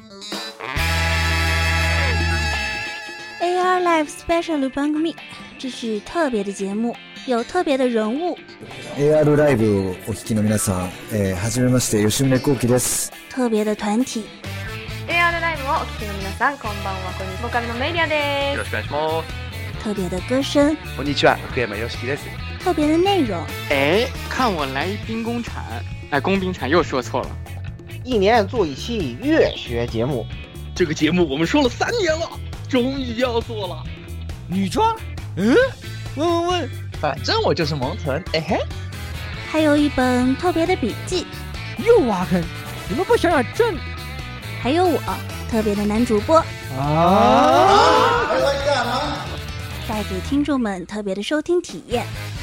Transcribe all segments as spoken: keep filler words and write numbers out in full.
A R Live Special 番組，这是特别的节目，有特别的人物。 エーアール ライブをお聞きの皆さん、えー、はじめまして吉宗幸喜です。 特别的团体。 エーアール ライブをお聞きの皆さん、こんばんは。こんにちは。ボーカルのメイリアです。 よろしくお願いします。 特别的歌声。 こんにちは、福山よしきです。 特别的内容。 哎，看我来一兵工铲，哎，工兵铲又说错了。 一年做一期乐学节目， 这个节目我们说了三年了，终于要做了。 女装？嗯？问问问， 反正我就是萌豚，哎嘿。 还有一本特别的笔记。 又挖坑，你们不想想正？ 还有我，特别的男主播啊！ 带给听众们特别的收听体验。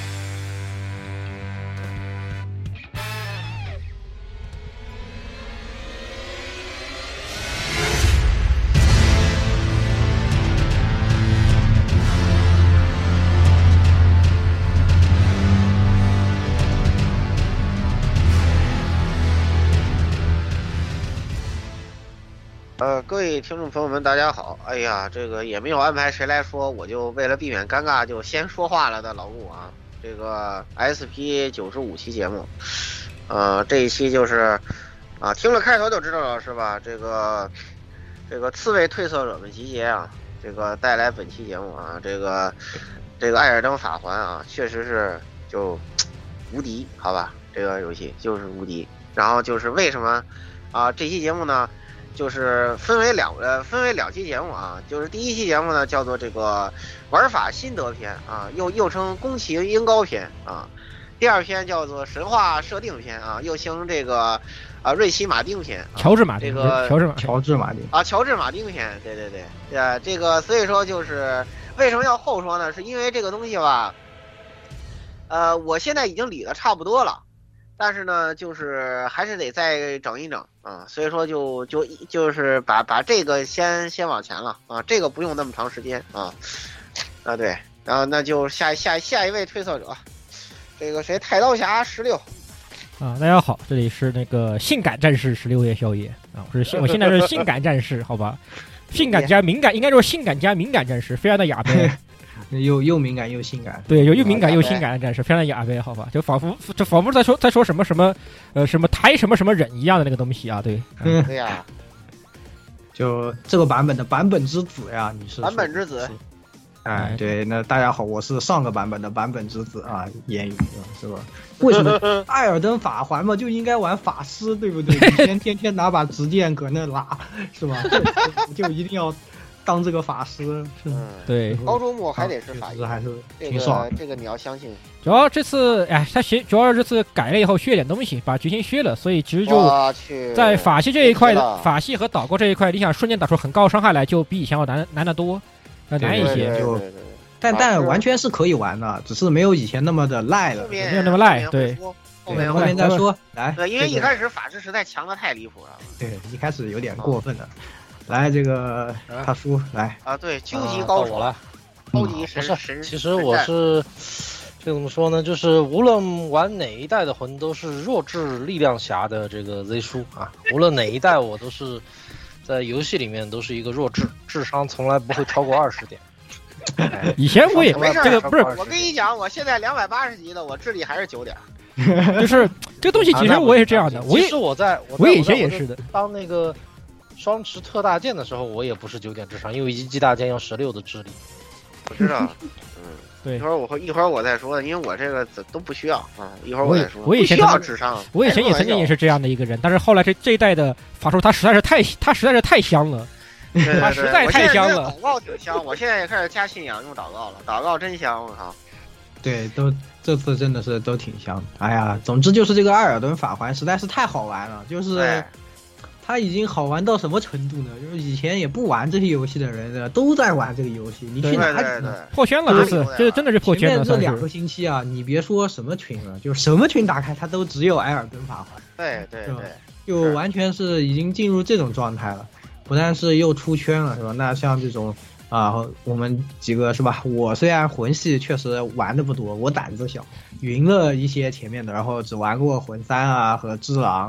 呃，各位听众朋友们，大家好！哎呀，这个也没有安排谁来说，我就为了避免尴尬，就先说话了的老顾啊。这个 S P 九十五期节目，呃，这一期就是啊，听了开头就知道了是吧？这个这个刺猬褪色者们集结啊，这个带来本期节目啊，这个这个艾尔登法环啊，确实是就无敌，好吧？这个游戏就是无敌。然后就是为什么啊？这期节目呢？就是分为两呃分为两期节目啊，就是第一期节目呢叫做这个玩法心得篇啊，又又称宫崎英高篇啊，第二篇叫做神话设定篇啊，又称这个啊瑞奇马丁篇，啊、 乔治马丁， 这个乔治马乔治马丁啊乔治马丁篇，对对对对啊，这个所以说就是为什么要后说呢？是因为这个东西吧，呃，我现在已经理的差不多了。但是呢，就是还是得再整一整啊，所以说就就就是把把这个先先往前了啊，这个不用那么长时间啊啊对，然后那就下下下一位褪色者，这个谁太刀侠十六啊，大家好，这里是那个性感战士十六夜宵夜啊，我是我现在是性感战士，好吧，性感加敏感，应该说性感加敏感战士，非常的哑巴。 又又敏感又性感， 对，又又敏感又性感的战士，非常的哑巴，好吧，就仿佛就仿佛在说在说什么什么呃什么台什么什么忍一样的那个东西啊，对， 嗯、对呀、啊， 就这个版本的版本之子呀，你是版本之子， 哎，对，那大家好，我是上个版本的版本之子啊，言语是吧？为什么艾尔登法环嘛就应该玩法师，对不对？以前天天拿把直剑搁那拉，是吧？就一定要。当这个法师， 嗯， 对， 高周末还得是法医， 还是挺爽、这个。这个你要相信。 主要这次，哎，他学主要是这次改了以后削点东西，把局限削了，所以其实就在法系这一块，法系和岛国这一块，你想瞬间打出很高伤害来，就比以前要难难得多，要难一些。 就，但但完全是可以玩的，只是没有以前那么的赖了， 没有那么赖。对， 后面后面再说。来， 对，因为一开始法师实在强的太离谱了。 对，一开始有点过分了。来，这个他叔来啊，对，究极高手了， 高级神神神。其实我是这怎么说呢？就是无论玩哪一代的魂，都是弱智力量侠的这个 Z 叔啊。无论哪一代，我都是在游戏里面都是一个弱智，智商从来不会超过二十点。 哎、以前我也这个不是， 我跟你讲，我现在两百八十级的，我智力还是九点。 就是这个东西，其实我也是这样的。我也是我在我以前也是的， 当那个。双持特大剑的时候，我也不是九点智商，因为一击大剑要十六的智力。 我知道，嗯， 对， 一会儿我会一会儿我再说，因为我这个都不需要啊。一会儿我再说。 我以前不需要智商， 我以前也曾经也是这样的一个人，但是后来这这一代的法术，他实在是太他实在是太香了， 对对对他实在太香了。 祷告挺香，我现在也开始加信仰用祷告了，祷告真香，我靠。 对，都这次真的是都挺香的。哎呀，总之就是这个艾尔登法环实在是太好玩了，就是。他已经好玩到什么程度呢？就是以前也不玩这些游戏的人都在玩这个游戏。你去哪里呢？ 破圈了，这次这真的是破圈了。 这两个星期啊，你别说什么群了，就什么群打开，它都只有艾尔登法环。 对对对， 就完全是已经进入这种状态了。不但是又出圈了，是吧？那像这种啊，我们几个是吧？我虽然魂系确实玩的不多，我胆子小，云了一些前面的，然后只玩过魂三啊和只狼。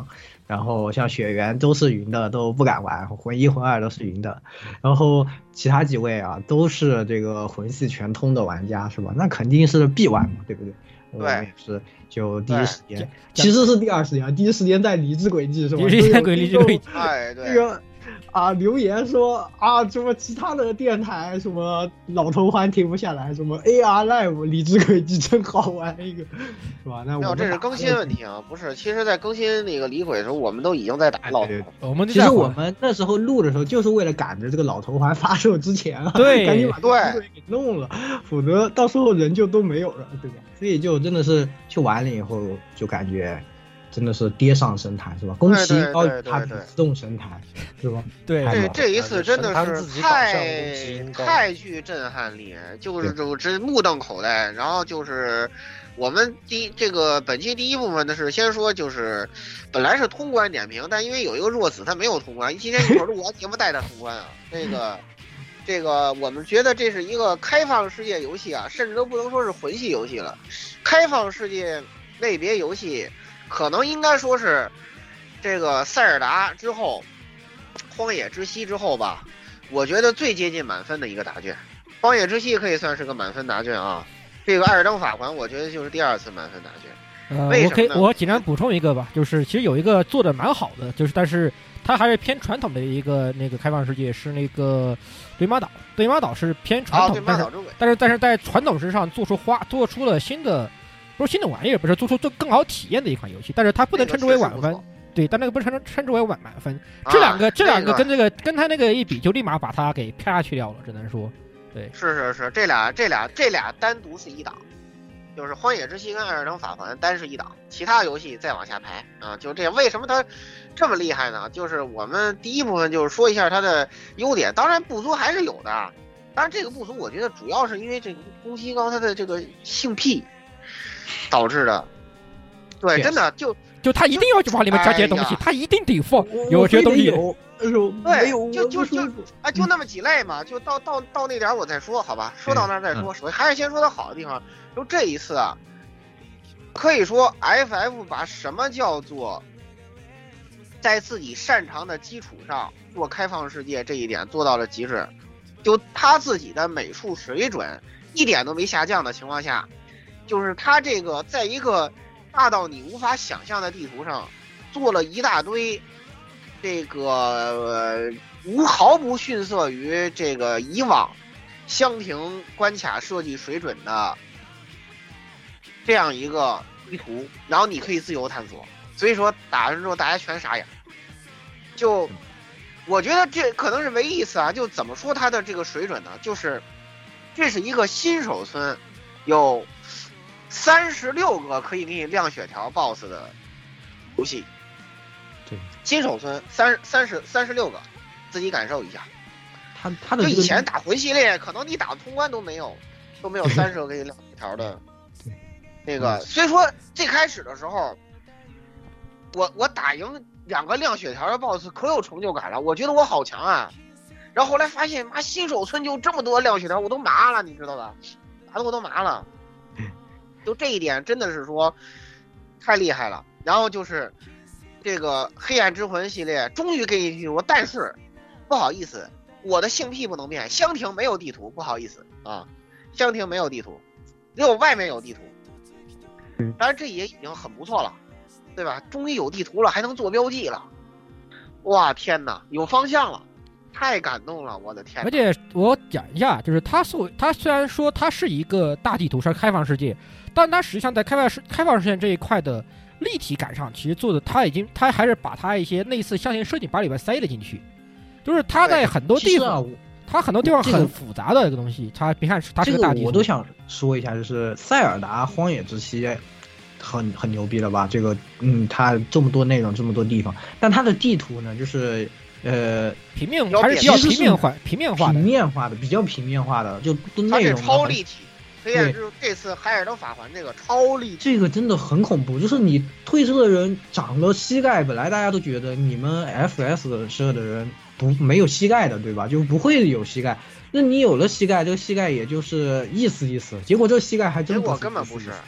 然后像雪原都是云的，都不敢玩，魂一魂二都是云的，然后其他几位啊都是这个魂系全通的玩家是吧？那肯定是必玩嘛，对不对？我们也是就第一时间，其实是第二时间，第一时间在离之轨迹是吧？ 离之轨离之轨迹， 哎，对。 这个啊，留言说啊，什么其他的电台什么老头环停不下来，什么 A R Live 理智轨迹真好玩一个，是吧？那我这是更新问题啊，不是？其实，在更新那个离轨的时候，我们都已经在打老头。 我们其实我们那时候录的时候，就是为了赶着这个老头环发售之前啊， 对， 赶紧把这个给弄了，否则到时候人就都没有了，对吧？所以就真的是去玩了以后，就感觉。真的是跌上神坛是吧？宫崎高与他自动神坛是吧？ 对， 这这一次真的是太太具震撼力，就是就是目瞪口呆。然后就是我们第这个本期第一部分的是先说，就是本来是通关点评，但因为有一个弱子他没有通关，今天一会儿录完节目带他通关啊。这个这个我们觉得这是一个开放世界游戏啊，甚至都不能说是魂系游戏了，开放世界类别游戏。可能应该说是这个塞尔达之后荒野之息之后吧，我觉得最接近满分的一个答卷。荒野之息可以算是个满分答卷啊，这个艾尔登法环我觉得就是第二次满分答卷。 呃，我可以我简单补充一个吧，就是其实有一个做的蛮好的，就是但是它还是偏传统的一个那个开放世界，是那个对马岛。对马岛是偏传统，但是但是但是在传统之上做出花做出了新的。不是新的玩意儿，不是做出做更好体验的一款游戏，但是它不能称之为满分，对，但那个不是称称之为满满分。这两个、啊、这两个跟这个跟他那个一比，就立马把它给啪下去掉了，只能说，对， 是是是，这俩这俩这俩单独是一档，就是荒野之息跟艾尔登法环单是一档，其他游戏再往下排啊，就这样。为什么它这么厉害呢？就是我们第一部分就是说一下它的优点，当然不足还是有的，当然这个不足我觉得主要是因为这个宫崎高他的这个性癖。导致的，对， yes. 真的就就他一定要往里面加些东西，哎、他一定得放有些东西。 对，就就就啊，就那么几类嘛，就到到到那点我再说，好吧？说到那儿再说，首先还是先说它好的地方。就这一次啊，可以说 F F 把什么叫做在自己擅长的基础上做开放世界这一点做到了极致，就他自己的美术水准一点都没下降的情况下。就是他这个在一个大到你无法想象的地图上做了一大堆这个、呃、无毫不逊色于这个以往箱庭关卡设计水准的这样一个地图，然后你可以自由探索。所以说打完之后大家全傻眼。就我觉得这可能是唯一一次啊，就怎么说他的这个水准呢？就是这是一个新手村，有三十六个可以给你亮血条 boss 的游戏， 对， 新手村三三十三十六个，自己感受一下。 他他的就以前打魂系列，可能你打通关都没有，都没有三十个可以亮血条的。 对， 那个，所以说最开始的时候，我我打赢两个亮血条的 boss 可有成就感了，我觉得我好强啊。然后后来发现，妈新手村就这么多亮血条，我都麻了，你知道吧？打的我都麻了。就这一点真的是说太厉害了。然后就是这个黑暗之魂系列终于给你地图，但是不好意思，我的性癖不能变，箱庭没有地图，不好意思啊，箱庭没有地图，只有外面有地图。当然这也已经很不错了，对吧？终于有地图了，还能做标记了，哇天哪，有方向了，太感动了，我的天！ 而且我讲一下，就是它是它虽然说它是一个大地图，是开放世界。但它实际上在开放世开放世界这一块的立体感上，其实做的它已经，它还是把它一些类似象形设计把里边塞了进去，就是它在很多地方，它很多地方很复杂的一个东西。它别看它是个大地图， 这个我都想说一下，就是塞尔达荒野之息很很牛逼了吧？这个嗯，它这么多内容，这么多地方，但它的地图呢，就是呃平面还是比较平面化、平面化的、 平面化的，比较平面化的，就内容超立体。黑暗之这次海尔登法环这个超立体， 这个真的很恐怖。就是你退色的人长了膝盖，本来大家都觉得你们 F S 社的人不没有膝盖的，对吧？就不会有膝盖。那你有了膝盖，这个膝盖也就是意思意思。结果这个膝盖还真结果根本不是。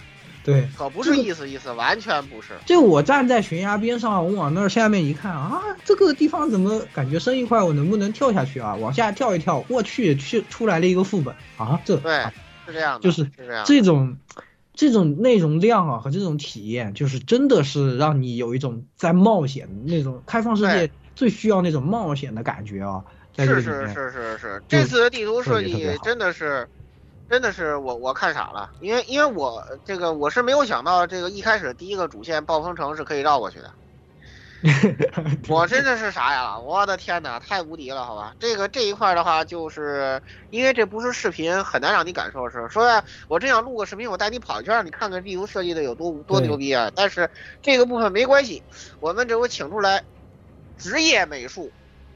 对， 可不是意思意思，完全不是。 就我站在悬崖边上，我往那儿下面一看啊，这个地方怎么感觉深一块？我能不能跳下去啊？往下跳一跳，我去，去出来了一个副本啊！这对，是这样的， 就是是这样。 这种这种内容量啊和这种体验，就是真的是让你有一种在冒险那种开放世界最需要那种冒险的感觉啊！在这里是面是是是是，这次的地图设计真的是。真的是我我看傻了，因为因为我这个我是没有想到这个一开始第一个主线暴风城是可以绕过去的，我真的是傻眼了，我的天哪，太无敌了，好吧？这个这一块的话，就是因为这不是视频，很难让你感受是说呀，我真想录个视频，我带你跑一圈，你看看地图设计的有多多牛逼啊！但是这个部分没关系，我们这回请出来职业美术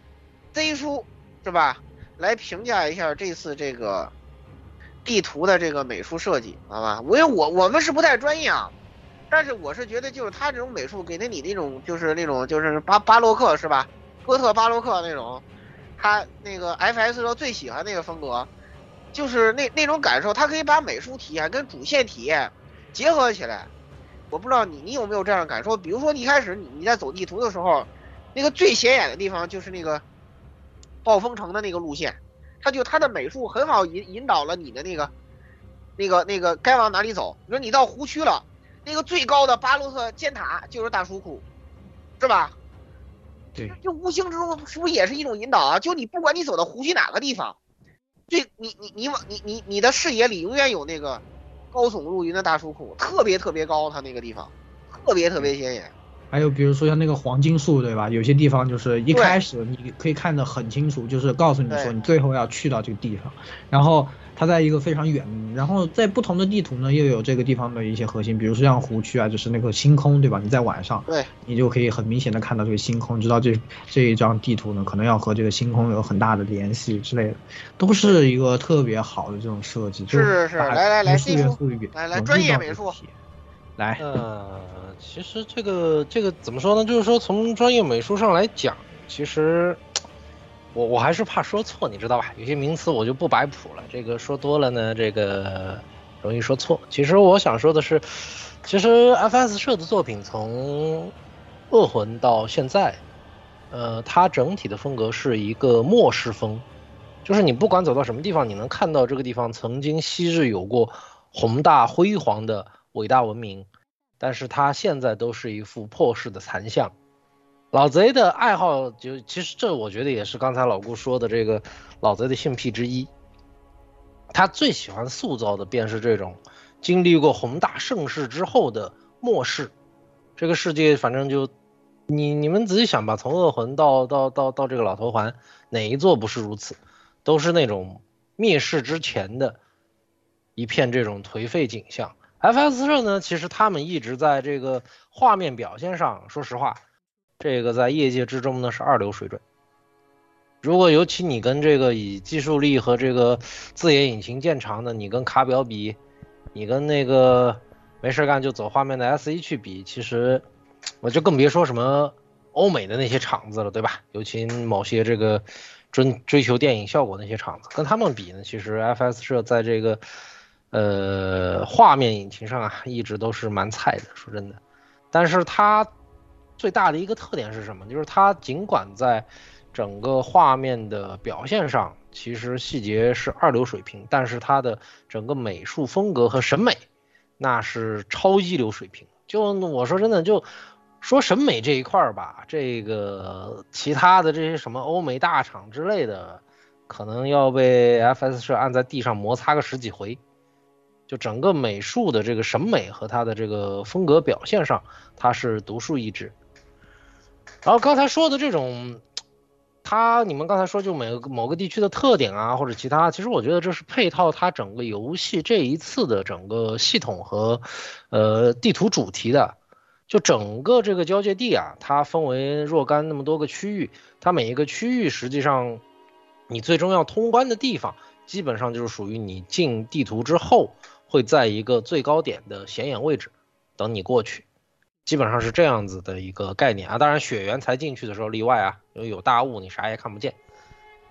Z 叔是吧，来评价一下这次这个。地图的这个美术设计，好吧，因为我我们是不太专业啊，但是我是觉得就是他这种美术给了你那种就是那种就是巴巴洛克是吧，哥特巴洛克那种，他那个 F S 说最喜欢那个风格，就是那那种感受，他可以把美术体验跟主线体验结合起来。我不知道你你有没有这样的感受？比如说你一开始你你在走地图的时候，那个最显眼的地方就是那个暴风城的那个路线。他就他的美术很好引引导了你的那个，那个那个该往哪里走。你说你到湖区了，那个最高的巴洛特尖塔就是大书库，是吧？ 对， 就无形之中是不是也是一种引导啊？就你不管你走到湖区哪个地方，这你你你往你你你的视野里永远有那个高耸入云的大书库，特别特别高，它那个地方特别特别显眼。 还有比如说像那个黄金树，对吧？有些地方就是一开始你可以看得很清楚，就是告诉你说你最后要去到这个地方，然后它在一个非常远，然后在不同的地图呢又有这个地方的一些核心，比如说像湖区啊，就是那个星空，对吧？你在晚上， 对， 你就可以很明显的看到这个星空，知道这这一张地图呢可能要和这个星空有很大的联系之类的，都是一个特别好的这种设计。 是是是，来来来， 元素来来专业美术， 来， 呃，其实这个这个怎么说呢？就是说从专业美术上来讲，其实我我还是怕说错，你知道吧？有些名词我就不摆谱了，这个说多了呢，这个容易说错。其实我想说的是，其实 F S 社的作品从恶魂到现在，呃，它整体的风格是一个末世风，就是你不管走到什么地方，你能看到这个地方曾经昔日有过宏大辉煌的伟大文明，但是它现在都是一副破世的残像。老贼的爱好就其实这我觉得也是刚才老顾说的这个老贼的性癖之一，他最喜欢塑造的便是这种经历过宏大盛世之后的末世。这个世界反正就你你们仔细想吧，从恶魂到到到到这个老头环，哪一座不是如此？都是那种灭世之前的一片这种颓废景象。F S 社呢，其实他们一直在这个画面表现上，说实话，这个在业界之中呢是二流水准。如果尤其你跟这个以技术力和这个自研引擎见长的，你跟卡表比，你跟那个没事干就走画面的 S 一 去比，其实我就更别说什么欧美的那些厂子了，对吧？尤其某些这个追追求电影效果那些厂子，跟他们比呢，其实 F S 社在这个呃画面引擎上啊，一直都是蛮菜的，说真的。但是它最大的一个特点是什么？就是它尽管在整个画面的表现上，其实细节是二流水平，但是它的整个美术风格和审美，那是超一流水平。就我说真的，就说审美这一块吧，这个其他的这些什么欧美大厂之类的，可能要被 F S 社按在地上摩擦个十几回。就整个美术的这个审美和它的这个风格表现上，它是独树一帜。然后刚才说的这种，它你们刚才说就每个某个地区的特点啊，或者其他，其实我觉得这是配套它整个游戏这一次的整个系统和呃地图主题的。就整个这个交界地啊，它分为若干那么多个区域，它每一个区域实际上你最终要通关的地方，基本上就是属于你进地图之后会在一个最高点的显眼位置等你过去，基本上是这样子的一个概念啊。当然雪原才进去的时候例外啊，因为有大雾你啥也看不见。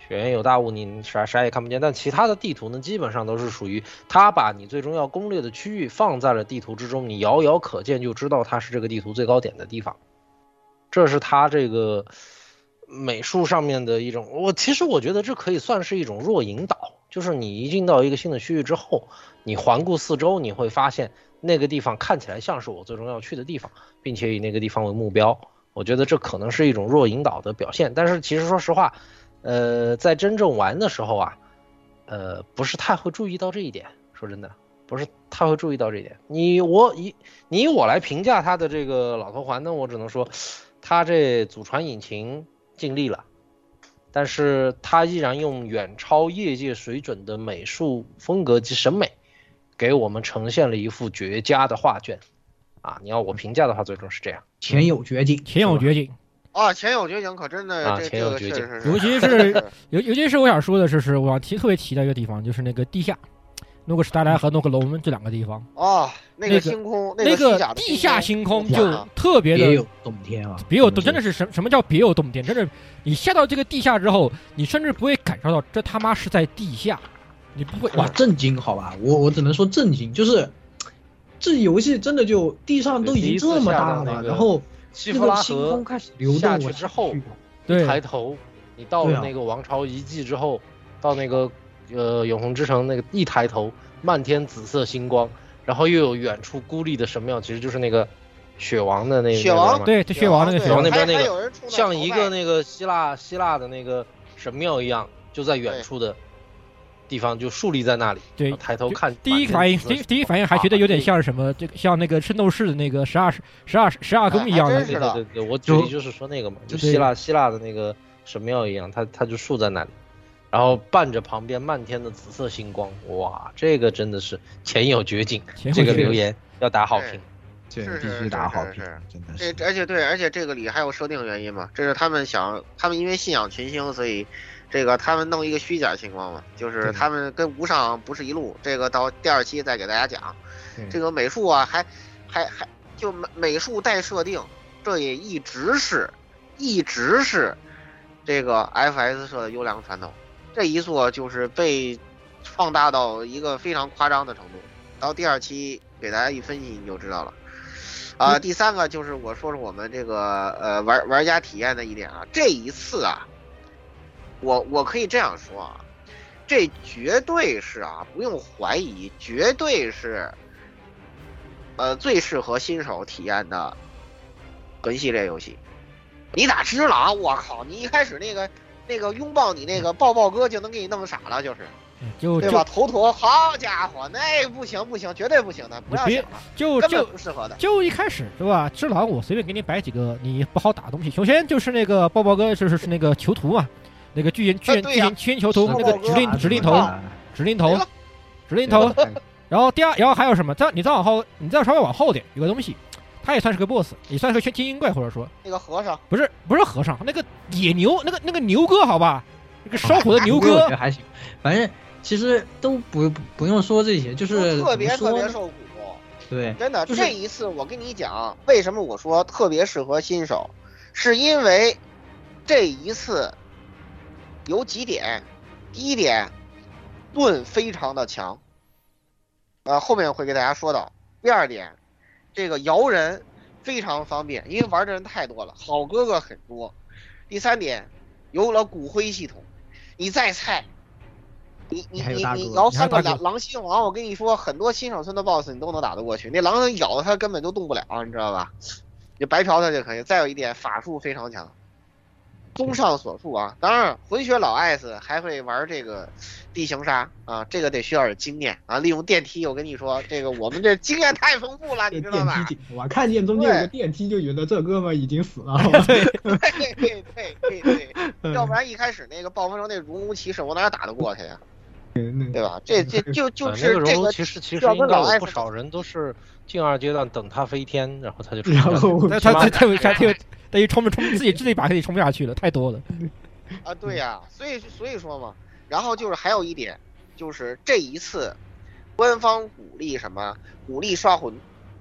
雪原有大雾，你啥啥也看不见。但其他的地图呢，基本上都是属于它把你最终要攻略的区域放在了地图之中，你遥遥可见就知道它是这个地图最高点的地方。这是它这个美术上面的一种，我其实我觉得这可以算是一种弱引导，就是你一进到一个新的区域之后，你环顾四周，你会发现那个地方看起来像是我最终要去的地方，并且以那个地方为目标。我觉得这可能是一种弱引导的表现，但是其实说实话，呃，在真正玩的时候啊，呃，不是太会注意到这一点。说真的，不是太会注意到这一点。你我以你以我来评价他的这个老头环呢，我只能说，他这祖传引擎尽力了，但是他依然用远超业界水准的美术风格及审美，给我们呈现了一幅绝佳的画卷。啊，你要我评价的话，最终是这样。 前有绝境， 前有绝境。 啊，前有绝境可真的， 啊， 这前有绝境。 尤其是尤尤其是我想说的是，是我要提特别提的一个地方，就是那个地下，诺克史达莱和诺克龙这两个地方。 哦，那个星空， 那个地下星空就特别的别有洞天啊！ 别有洞，真的是什什么叫别有洞天？真的，你下到这个地下之后，你甚至不会感受到这他妈是在地下，你不会哇震惊，好吧？我我只能说震惊，就是。这游戏真的就地上都已经这么大了，然后西弗拉星空开始流动下去之后， 对， 抬头，你到了那个王朝遗迹之后，到那个呃永恒之城那个一抬头，漫天紫色星光，然后又有远处孤立的神庙，其实就是那个雪王的那个雪王， 对，雪王那个雪王那边那个像一个那个希腊希腊的那个神庙一样，就在远处的地方就竖立在那里， 对， 抬头看。 第一反应，第第一反应还觉得有点像什么，这个像那个圣斗士的那个十二十二十二宫一样的。 对对对对，我举例就是说那个嘛，就希腊希腊的那个神庙一样，它它就竖在那里，然后伴着旁边漫天的紫色星光，哇，这个真的是前有绝境。这个留言要打好评， 这必须打好评，真的是。 这而且对，而且这个里还有设定原因嘛，这是他们想，他们因为信仰群星，所以。这个他们弄一个虚假情况嘛，就是他们跟无上不是一路。这个到第二期再给大家讲。这个美术啊，还还还就美美术带设定，这也一直是一直是这个 F S 社的优良传统。这一做就是被放大到一个非常夸张的程度。到第二期给大家一分析你就知道了。啊、呃，第三个就是我说说我们这个呃玩玩家体验的一点啊，这一次啊。我我可以这样说啊，这绝对是啊，不用怀疑，绝对是，呃，最适合新手体验的魂系列游戏。你打只狼，我靠，你一开始那个那个拥抱你那个抱抱哥就能给你弄傻了，就是， 就对吧？头陀，好家伙，那不行不行，绝对不行的，不要想了， 就根本不适合的。 就一开始对吧？只狼我随便给你摆几个你不好打的东西，首先就是那个抱抱哥，就是是那个囚徒嘛。那个巨人巨人巨人巨人球头，那个指令指令头，指令头，指令头。然后第二，然后还有什么？再你再往后，你再稍微往后点，有个东西，它也算是个 boss， 也算是个精英怪，或者说那个和尚， 不是不是和尚，那个野牛，那个那个牛哥，好吧，那个烧火的牛哥还行，反正其实都不不用说这些，就是特别特别受鼓。 对， 真的， 就是、 这一次我跟你讲，为什么我说特别适合新手，是因为这一次。有几点，第一点，盾非常的强，呃，后面会给大家说到。第二点，这个摇人非常方便，因为玩的人太多了，好哥哥很多。第三点，有了骨灰系统，你再菜，你你你你摇三个狼狼心王，我跟你说，很多新手村的 boss 你都能打得过去，那狼人咬他根本就动不了，你知道吧？你白嫖他就可以。再有一点，法术非常强。综上所述啊，当然混血老艾斯还会玩这个地形杀啊，这个得需要点经验啊。利用电梯，我跟你说，这个我们这经验太丰富了，你知道吧？ 我看见中间有个电梯就觉得这哥们已经死了。 对对对对对对，要不然一开始那个暴风城那熔炉骑士我哪打得过他呀？对吧？这这就就是这个骑士其实应该有不少人都是进二阶段等他飞天，然后他就然后他他他他他。等于冲不冲自己自己把自己冲不下去了，太多了。 啊，对呀、啊，所以所以说嘛，然后就是还有一点，就是这一次，官方鼓励什么？鼓励刷魂，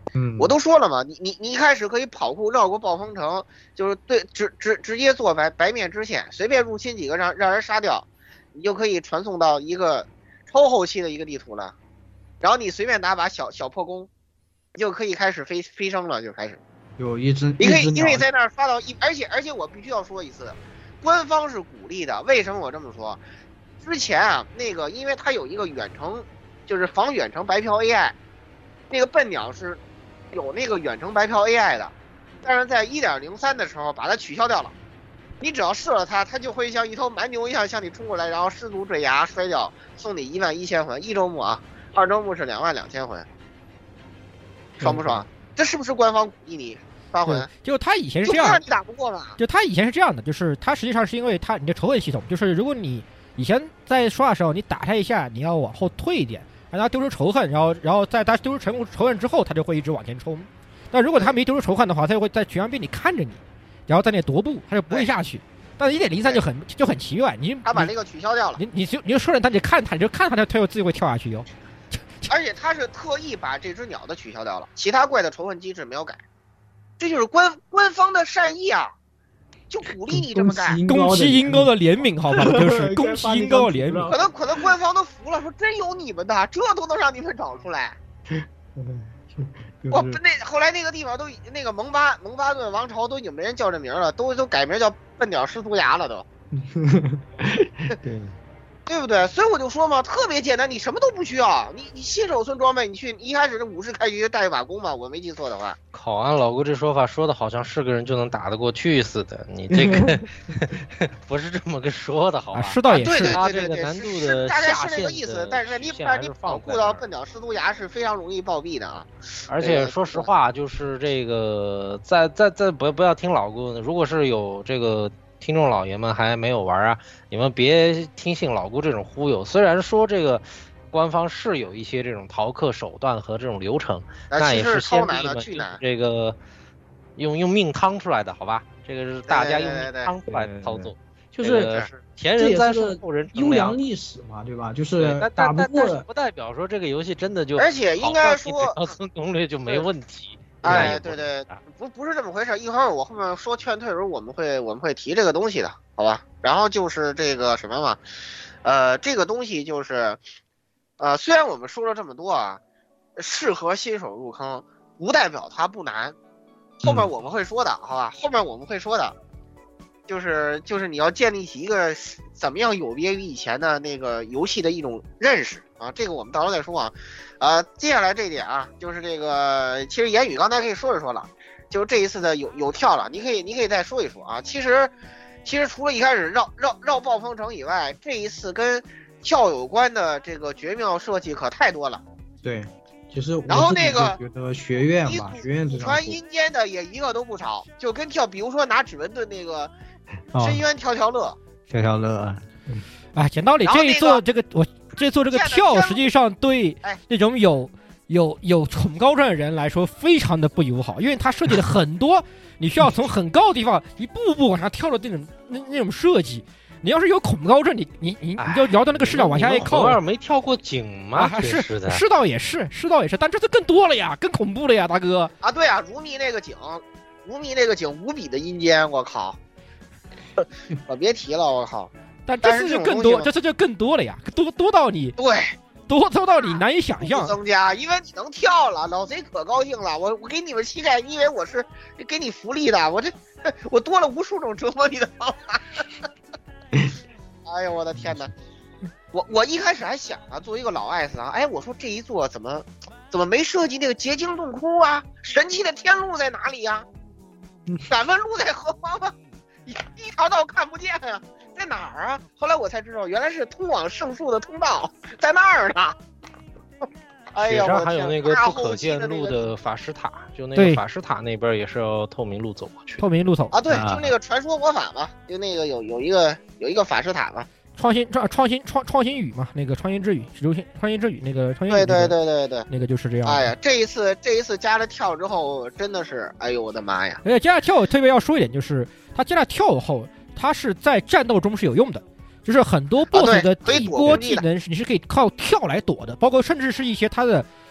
嗯， 我都说了嘛，你你你一开始可以跑酷绕过暴风城，就是对直直直接做白白面支线，随便入侵几个让让人杀掉，你就可以传送到一个超后期的一个地图了。然后你随便打把小小破弓，你就可以开始飞飞升了，就开始。 有一只， 你可以你可以在那儿刷到一，而且而且我必须要说一次，官方是鼓励的。为什么我这么说？之前啊，那个因为它有一个远程，就是防远程白嫖 A I， 那个笨鸟是有那个远程白嫖 A I 的，但是在 一点零三 的时候把它取消掉了。你只要射了它，它就会像一头蛮牛一样向你冲过来，然后失足坠崖摔掉，送你一万一千魂。一周目啊，二周目是两万两千魂，爽不爽？这是不是官方鼓励你发魂？ 就他以前是这样， 就怕你打不过嘛。 就他以前是这样的，就是他实际上是因为他你的仇恨系统，就是如果你以前在刷的时候，你打他一下，你要往后退一点，让他丢出仇恨，然后然后在他丢出仇仇恨之后，他就会一直往前冲。但如果他没丢出仇恨的话，他就会在悬崖边里看着你，然后在那踱步，他就不会下去。但是一点零三就很就很奇怪，你他把那个取消掉了， 你你就你就说了他，你看他，你就看他，他他就自己会跳下去哟。 而且他是特意把这只鸟的取消掉了，其他怪的仇恨机制没有改，这就是官官方的善意啊，就鼓励你这么干。 宫崎英高的怜悯，好吧，就是宫崎英高的怜悯。 可能可能官方都服了，说真有你们的，这都能让你们找出来。哇，那后来那个地方都那个蒙巴蒙巴顿王朝都已经没人叫这名了，都都改名叫笨鸟失足崖了都。 对。 对不对？所以我就说嘛，特别简单，你什么都不需要，你你新手村装备，你去一开始这武士开局带一把弓嘛，我没记错的话。 考完老郭这说法说的好像是个人就能打得过去似的，你这个不是这么个说的好吧？ 是倒也是， 他这个难度的大概是那个意思，但是你把你跑酷到笨鸟失足崖是非常容易暴毙的啊。 而且说实话，就是这个在在在不不要听老郭的，如果是有这个。听众老爷们还没有玩啊，你们别听信老姑这种忽悠。虽然说这个官方是有一些这种逃课手段和这种流程，那也是先帝们这个用用命趟出来的，好吧？这个是大家用命趟出来的操作， 就是前人栽树后人优良历史嘛，对吧？就是打不过， 不代表说这个游戏真的就， 而且应该说攻略就没问题。 哎，对对，不不是这么回事。一会儿我后面说劝退的时候，我们会我们会提这个东西的，好吧？然后就是这个什么嘛，呃，这个东西就是，呃，虽然我们说了这么多啊，适合新手入坑，不代表它不难。后面我们会说的，好吧？后面我们会说的，就是就是你要建立起一个怎么样有别于以前的那个游戏的一种认识啊，这个我们到时候再说啊。呃，接下来这一点啊，就是这个，其实言语刚才可以说一说了，就这一次的有有跳了，你可以你可以再说一说啊。其实，其实除了一开始绕绕绕暴风城以外，这一次跟跳有关的这个绝妙设计可太多了。 对，其实然后那个觉得学院吧，学院这传阴间的也一个都不少，就跟跳，比如说拿指纹盾那个深渊跳跳乐， 跳跳乐， 啊，讲道理，这一做这个我。这做这个跳，实际上对那种有有有恐高症的人来说非常的不友好，因为它设计了很多你需要从很高的地方一步步往上跳的那种那那种设计。你要是有恐高症，你你你你就摇到那个视角往下一靠。 偶尔没跳过井吗？ 啊、是是的，是倒也是，是倒也是，但这次更多了呀，更恐怖了呀，大哥。 啊，对啊，如蜜那个井，如蜜那个井无比的阴间，我靠！我别提了，我靠！ 但这次就更多，这次就更多了呀，多多到你对， 多多到你难以想象。 增加，因为你能跳了，老贼可高兴了。我我给你们膝盖，因为我是给你福利的，我这我多了无数种折磨你的方法。哎呦我的天哪！我我一开始还想啊，作为一个老艾斯啊，哎，我说这一座怎么怎么没设计那个结晶洞窟啊？神奇的天路在哪里呀？敢问路在何方啊？一一条道看不见啊！在哪儿啊？后来我才知道，原来是通往圣树的通道，在那儿呢。哎呀， 雪山还有那个不可见路的法师塔，就那个法师塔那边也是要透明路走过去。 透明路走啊，对，就那个传说魔法嘛，就那个有有一个有一个法师塔嘛， 创新创创新创创新语嘛，那个创新之语，流行创新之语那个创新语、那个，对对对对对， 那个就是这样。 哎呀，这一次这一次加了跳之后，真的是，哎呦我的妈呀！ 而且加了跳，特别要说一点，就是它加了跳后。它是在战斗中是有用的，就是很多 boss 的地波技能你是可以靠跳来躲的，包括甚至是一些它的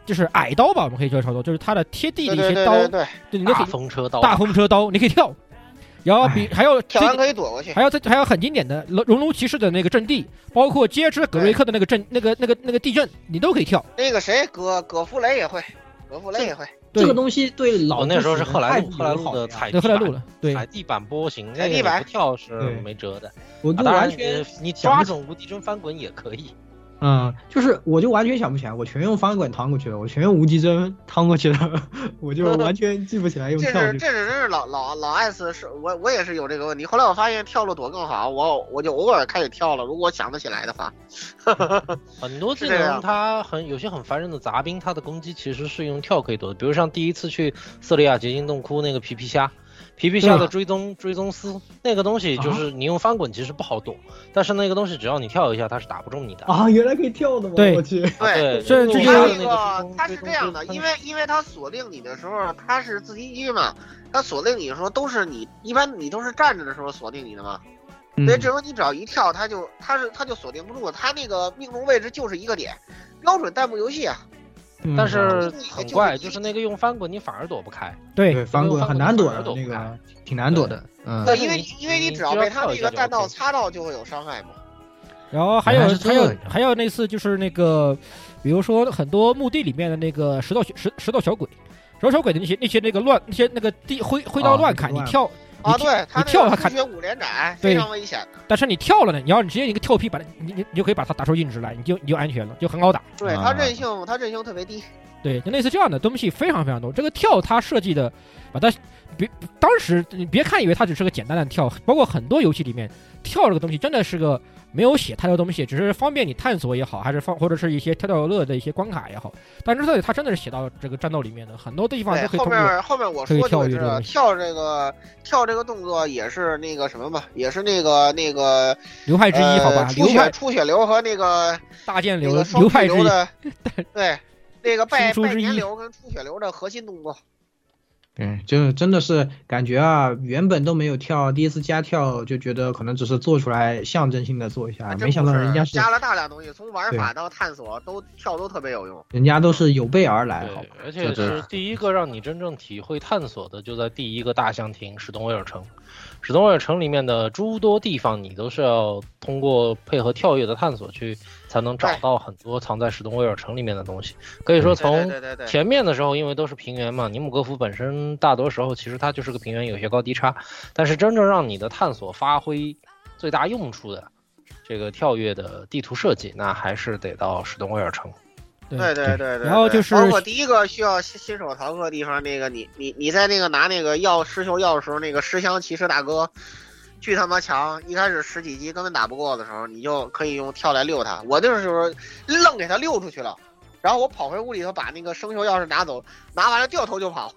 就是矮刀吧，我们可以叫操作，就是它的贴地的一些刀， 对对对对，你都可以大风车刀， 大风车刀，你可以跳。然后比还有跳完可以躲过去， 还有还有很经典的熔炉骑士的那个阵地，包括接之葛瑞克的那个阵那个那个那个地阵，你都可以跳。 那个谁葛葛弗雷也会，葛弗雷也会。 这个东西对老那时候是赫莱路，赫莱路的踩对赫莱路了，对踩地板波形， 踩地板不跳是没辙的。 我就完全你抓这种无敌帧翻滚也可以。 嗯，就是我就完全想不起来，我全用翻滚趟过去了，我全用无极帧趟过去了，我就完全记不起来用跳。 这是这是真是老老老 S 是我我也是有这个问题，后来我发现跳路躲更好，我我就偶尔开始跳了，如果我想得起来的话。 很多技能它很有些很烦人的杂兵，它的攻击其实是用跳可以躲的，比如像第一次去瑟利亚结晶洞窟那个皮皮虾。皮皮虾的追踪追踪丝那个东西，就是你用翻滚其实不好躲，但是那个东西只要你跳一下，它是打不中你的啊！原来可以跳的吗？ 对， 我去， 对， 这这个那个它是这样的，因为因为它锁定你的时候，它是自击狙嘛，它锁定你的时候都是你一般你都是站着的时候锁定你的嘛，所以这时候你只要一跳，它就它是它就锁定不住，它那个命中位置就是一个点，标准弹幕游戏啊。 但是很怪，就是那个用翻滚你反而躲不开。 对， 翻滚很难躲的，那个挺难躲的。嗯， 对，因为因为你只要被他那个弹道擦到，就会有伤害嘛。 然后还有还有还有那次就是那个，比如说很多墓地里面的那个石头石石头小鬼，石头小鬼的那些那些那个乱那些那个地挥挥刀乱砍，你跳。 啊，对， 你跳他砍血五连斩非常危险的。 但是你跳了呢，你要你直接一个跳劈把它，你你你就可以把它打出硬直来，你就你就安全了，就很好打。 对，它韧性它韧性特别低。 对，就类似这样的东西非常非常多。这个跳它设计的，把它别当时你别看以为它只是个简单的跳，包括很多游戏里面跳这个东西真的是个没有写太多东西，只是方便你探索也好，还是方或者是一些跳跳乐的一些关卡也好。但是这里它真的是写到这个战斗里面的很多地方都可以通过。 后面后面我说就是跳这个跳这个动作也是那个什么嘛，也是那个那个流派之一，好吧？ 出血出血流和那个大剑流流派之一的对。那个拜拜年流跟出血流的核心动作， 对，就真的是感觉啊，原本都没有跳，第一次加跳就觉得可能只是做出来象征性的做一下，没想到人家是加了大量东西，从玩法到探索都跳都特别有用， 人家都是有备而来，好， 而且是第一个让你真正体会探索的，就在第一个大象亭史东威尔城。史东威尔城里面的诸多地方，你都是要通过配合跳跃的探索去，才能找到很多藏在史东威尔城里面的东西。可以说从前面的时候，因为都是平原嘛，尼姆格夫本身大多时候其实它就是个平原，有些高低差。但是真正让你的探索发挥最大用处的这个跳跃的地图设计，那还是得到史东威尔城。 对对对对， 然后就是包括第一个需要新新手逃课的地方，那个你你你在那个拿那个药师修药的时候，那个尸香骑士大哥巨他妈强，一开始十几级根本打不过的时候，你就可以用跳来溜他。我那时候愣给他溜出去了，然后我跑回屋里头把那个生锈钥匙拿走，拿完了掉头就跑。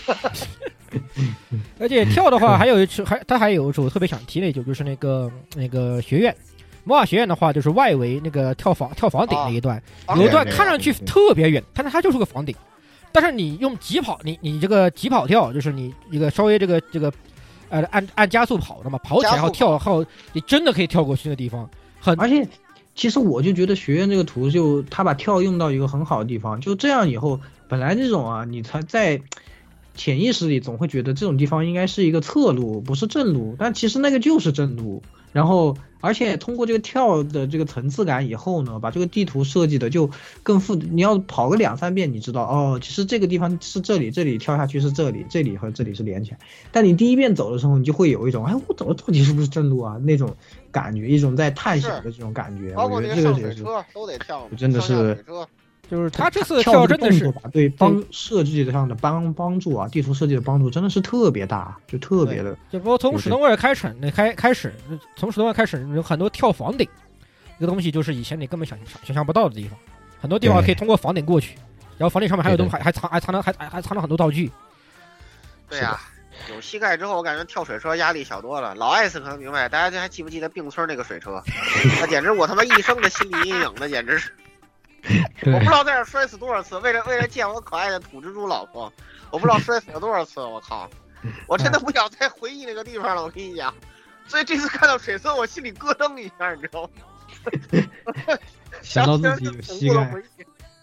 而且跳的话，还有一次还他还有一处特别想提的一种，就是那个那个学院。魔法学院的话，就是外围那个跳房跳房顶那一段， 哦、 有一段看上去特别远，但是它就是个房顶。但是你用疾跑，你你这个疾跑跳，就是你一个稍微这个这个，呃，按按加速跑的嘛，跑起来后跳后，你真的可以跳过去的地方。很而且，其实我就觉得学院这个图就他把跳用到一个很好的地方，就这样以后，本来这种啊，你才在潜意识里总会觉得这种地方应该是一个侧路，不是正路，但其实那个就是正路。然后，而且通过这个跳的这个层次感以后呢，把这个地图设计的就更复，你要跑个两三遍，你知道哦，其实这个地方是这里，这里跳下去是这里，这里和这里是连起来。但你第一遍走的时候，你就会有一种，哎，我走的到底是不是正路啊？那种感觉，一种在探险的这种感觉。 包括那个上水车都得跳， 真的是。 就是他这次跳真的是对帮设计上的帮帮助啊，地图设计的帮助真的是特别大，就特别的。 就包括从史东威尔开始，那开开始从史东威尔开始有很多跳房顶，这个东西就是以前你根本想想象不到的地方，很多地方可以通过房顶过去，然后房顶上面还有东西，还还藏还藏了还还还藏了很多道具。 对呀、啊，有膝盖之后，我感觉跳水车压力小多了。老艾斯可能明白，大家还记不记得并村那个水车？那简直我他妈一生的心理阴影，那简直是。我不知道在这摔死多少次，为了为了见我可爱的土蜘蛛老婆，我不知道摔死了多少次，我靠！我真的不想再回忆那个地方了，我跟你讲。所以这次看到水色，我心里咯噔一下，你知道吗？ 想到自己有膝盖。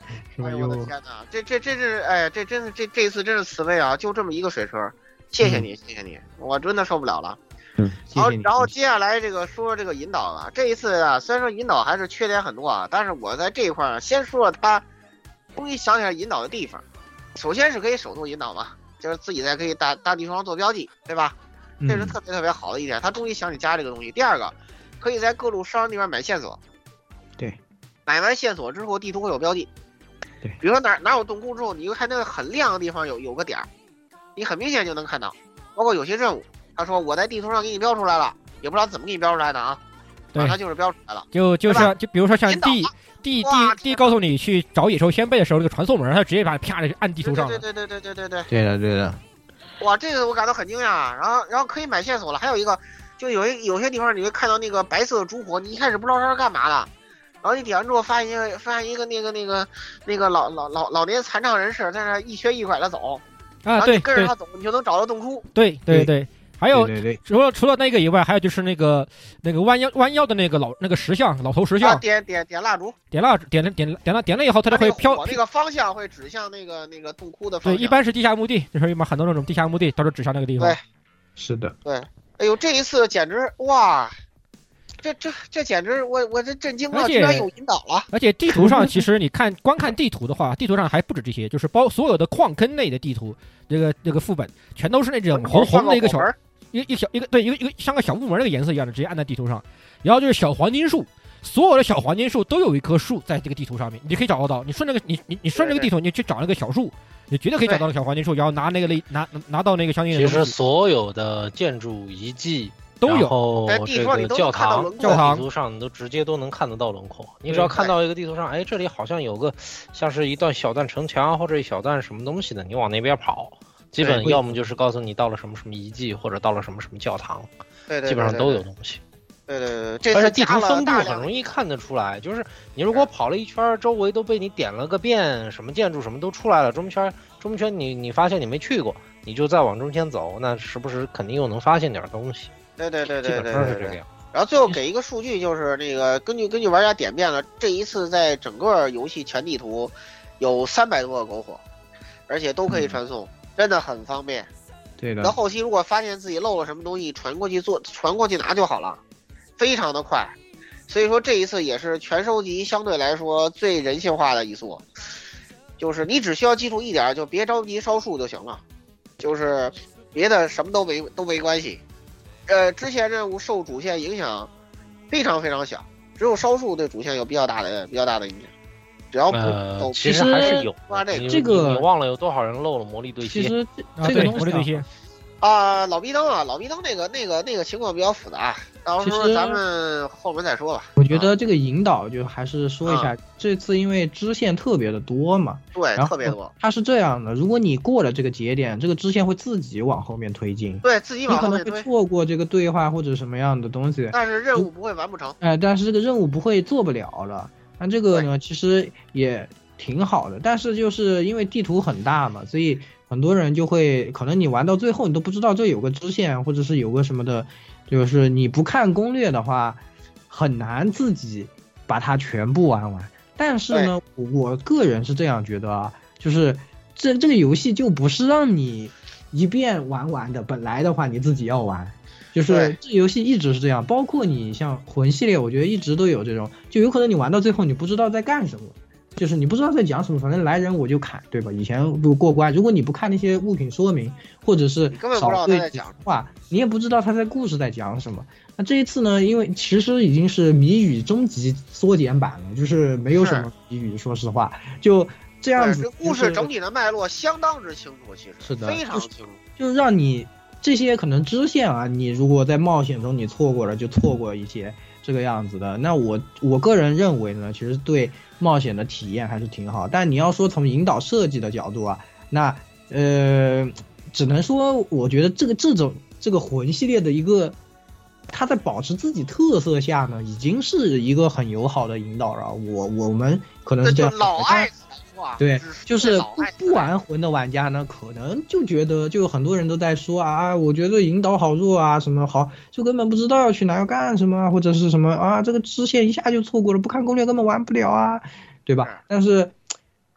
是吧？ 哎呦我的天哪，这这这是哎，这真是这这次真是慈悲啊！就这么一个水车，谢谢你，嗯、谢谢你，我真的受不了了。 嗯， 然后然后接下来这个说说这个引导啊，这一次啊，虽然说引导还是缺点很多啊，但是我在这一块儿先说说他终于想起来引导的地方。首先是可以手动引导嘛，就是自己在可以大大地图上做标记，对吧？这是特别特别好的一点，他终于想起加这个东西。第二个，可以在各路商地方买线索。 对， 买完线索之后，地图会有标记。 对， 比如说哪哪有洞窟之后，你就看那个很亮的地方有有个点儿，你很明显就能看到。包括有些任务，他说我在地图上给你标出来了，也不知道怎么给你标出来的啊。 对， 他就是标出来了。 就就是就比如说像地地地地告诉你去找野兽先辈的时候，这个传送门，他直接把你啪的按地图上了。 对对对对对对对。 对的对的。 哇，这个我感到很惊讶。然后然后可以买线索了，还有一个，就有一有些地方你会看到那个白色的烛火，你一开始不知道它是干嘛的。然后你点完之后，发现一个发现一个那个那个那个老老老老年残障人士在那一瘸一拐的走， 啊，对， 你跟着他走，你就能找到洞窟。 对对对，还有对对对除了除了那个以外，还有就是那个那个弯腰弯腰的那个老那个石像，老头石像， 啊、点点点蜡烛， 点蜡点了点了点了点了以后，它就会飘。 那个方向会指向那个那个洞窟的方向。 对，一般是地下墓地，就是很多那种地下墓地，都是指向那个地方。 对， 是的。 对，哎呦，这一次简直哇！这这这简直我我这震惊了，居然有引导了！ 而且地图上其实你看观看地图的话，地图上还不止这些，就是包所有的矿坑内的地图，这个这个副本全都是那种红红的一个小一一小一个对一个一个像个小木门那个颜色一样的，直接按在地图上。然后就是小黄金树，所有的小黄金树都有一棵树在这个地图上面，你可以找得到。你顺着个你你你顺着个地图，你去找那个小树，你绝对可以找到小黄金树，然后拿那个拿拿到那个相应的。 其实所有的建筑遗迹。 都有， 然后这个教堂， 教堂地图上你都直接都能看得到轮廓。你只要看到一个地图上，哎，这里好像有个像是一段小段城墙或者一小段什么东西的，你往那边跑，基本要么就是告诉你到了什么什么遗迹，或者到了什么什么教堂， 对对， 基本上都有东西。 对对对， 而且地图分布很容易看得出来，就是你如果跑了一圈，周围都被你点了个遍，什么建筑什么都出来了，中圈中圈你你发现你没去过，你就再往中间走，那时不时肯定又能发现点东西。 对对对对对对对对。 然后最后给一个数据，就是那个根据根据玩家点变了，这一次在整个游戏全地图有三百多个篝火，而且都可以传送，嗯、真的很方便。 对的。 到后期如果发现自己漏了什么东西，传过去做传过去拿就好了，非常的快。所以说这一次也是全收集相对来说最人性化的一座，就是你只需要记住一点，就别着急烧树就行了，就是别的什么都没都没关系。呃，支线任务受主线影响非常非常小，只有烧树对主线有比较大的比较大的影响。只要不、 呃、其实还是有挖这个， 这个你忘了有多少人漏了魔力对接？ 其实这这个东西啊， 啊、呃，老逼灯啊，老逼灯那个那个那个情况比较复杂，到时候咱们后面再说吧。 我觉得这个引导就还是说一下， 啊、 这次因为支线特别的多嘛， 对，特别多。 它是这样的，如果你过了这个节点，这个支线会自己往后面推进， 对自己往后面推， 你可能会错过这个对话或者什么样的东西， 但是任务不会完不成。 哎、呃，但是这个任务不会做不了了。那这个呢，其实也挺好的，但是就是因为地图很大嘛，所以很多人就会可能你玩到最后你都不知道这有个支线或者是有个什么的，就是你不看攻略的话很难自己把它全部玩完。但是呢，我个人是这样觉得啊，就是这这个游戏就不是让你一遍玩完的，本来的话你自己要玩，就是这游戏一直是这样，包括你像魂系列，我觉得一直都有这种，就有可能你玩到最后你不知道在干什么。就是你不知道在讲什么，反正来人我就砍，对吧？以前不过关，如果你不看那些物品说明，或者是少对讲话，你也不知道他在故事在讲什么。那这一次呢，因为其实已经是谜语终极缩减版了，就是没有什么谜语，说实话，就这样子。 故事整体的脉络相当之清楚，其实是的， 非常清楚， 就是让你这些可能支线啊，你如果在冒险中你错过了，就错过一些这个样子的。那我我个人认为呢，其实对冒险的体验还是挺好，但你要说从引导设计的角度啊，那呃，只能说我觉得这个这种这个魂系列的一个，它在保持自己特色下呢，已经是一个很友好的引导了。我我们可能是这样， 老爱对，就是不不玩魂的玩家呢，可能就觉得，就很多人都在说啊，我觉得引导好弱啊，什么好，就根本不知道要去哪要干什么，或者是什么啊，这个支线一下就错过了，不看攻略根本玩不了啊，对吧？但是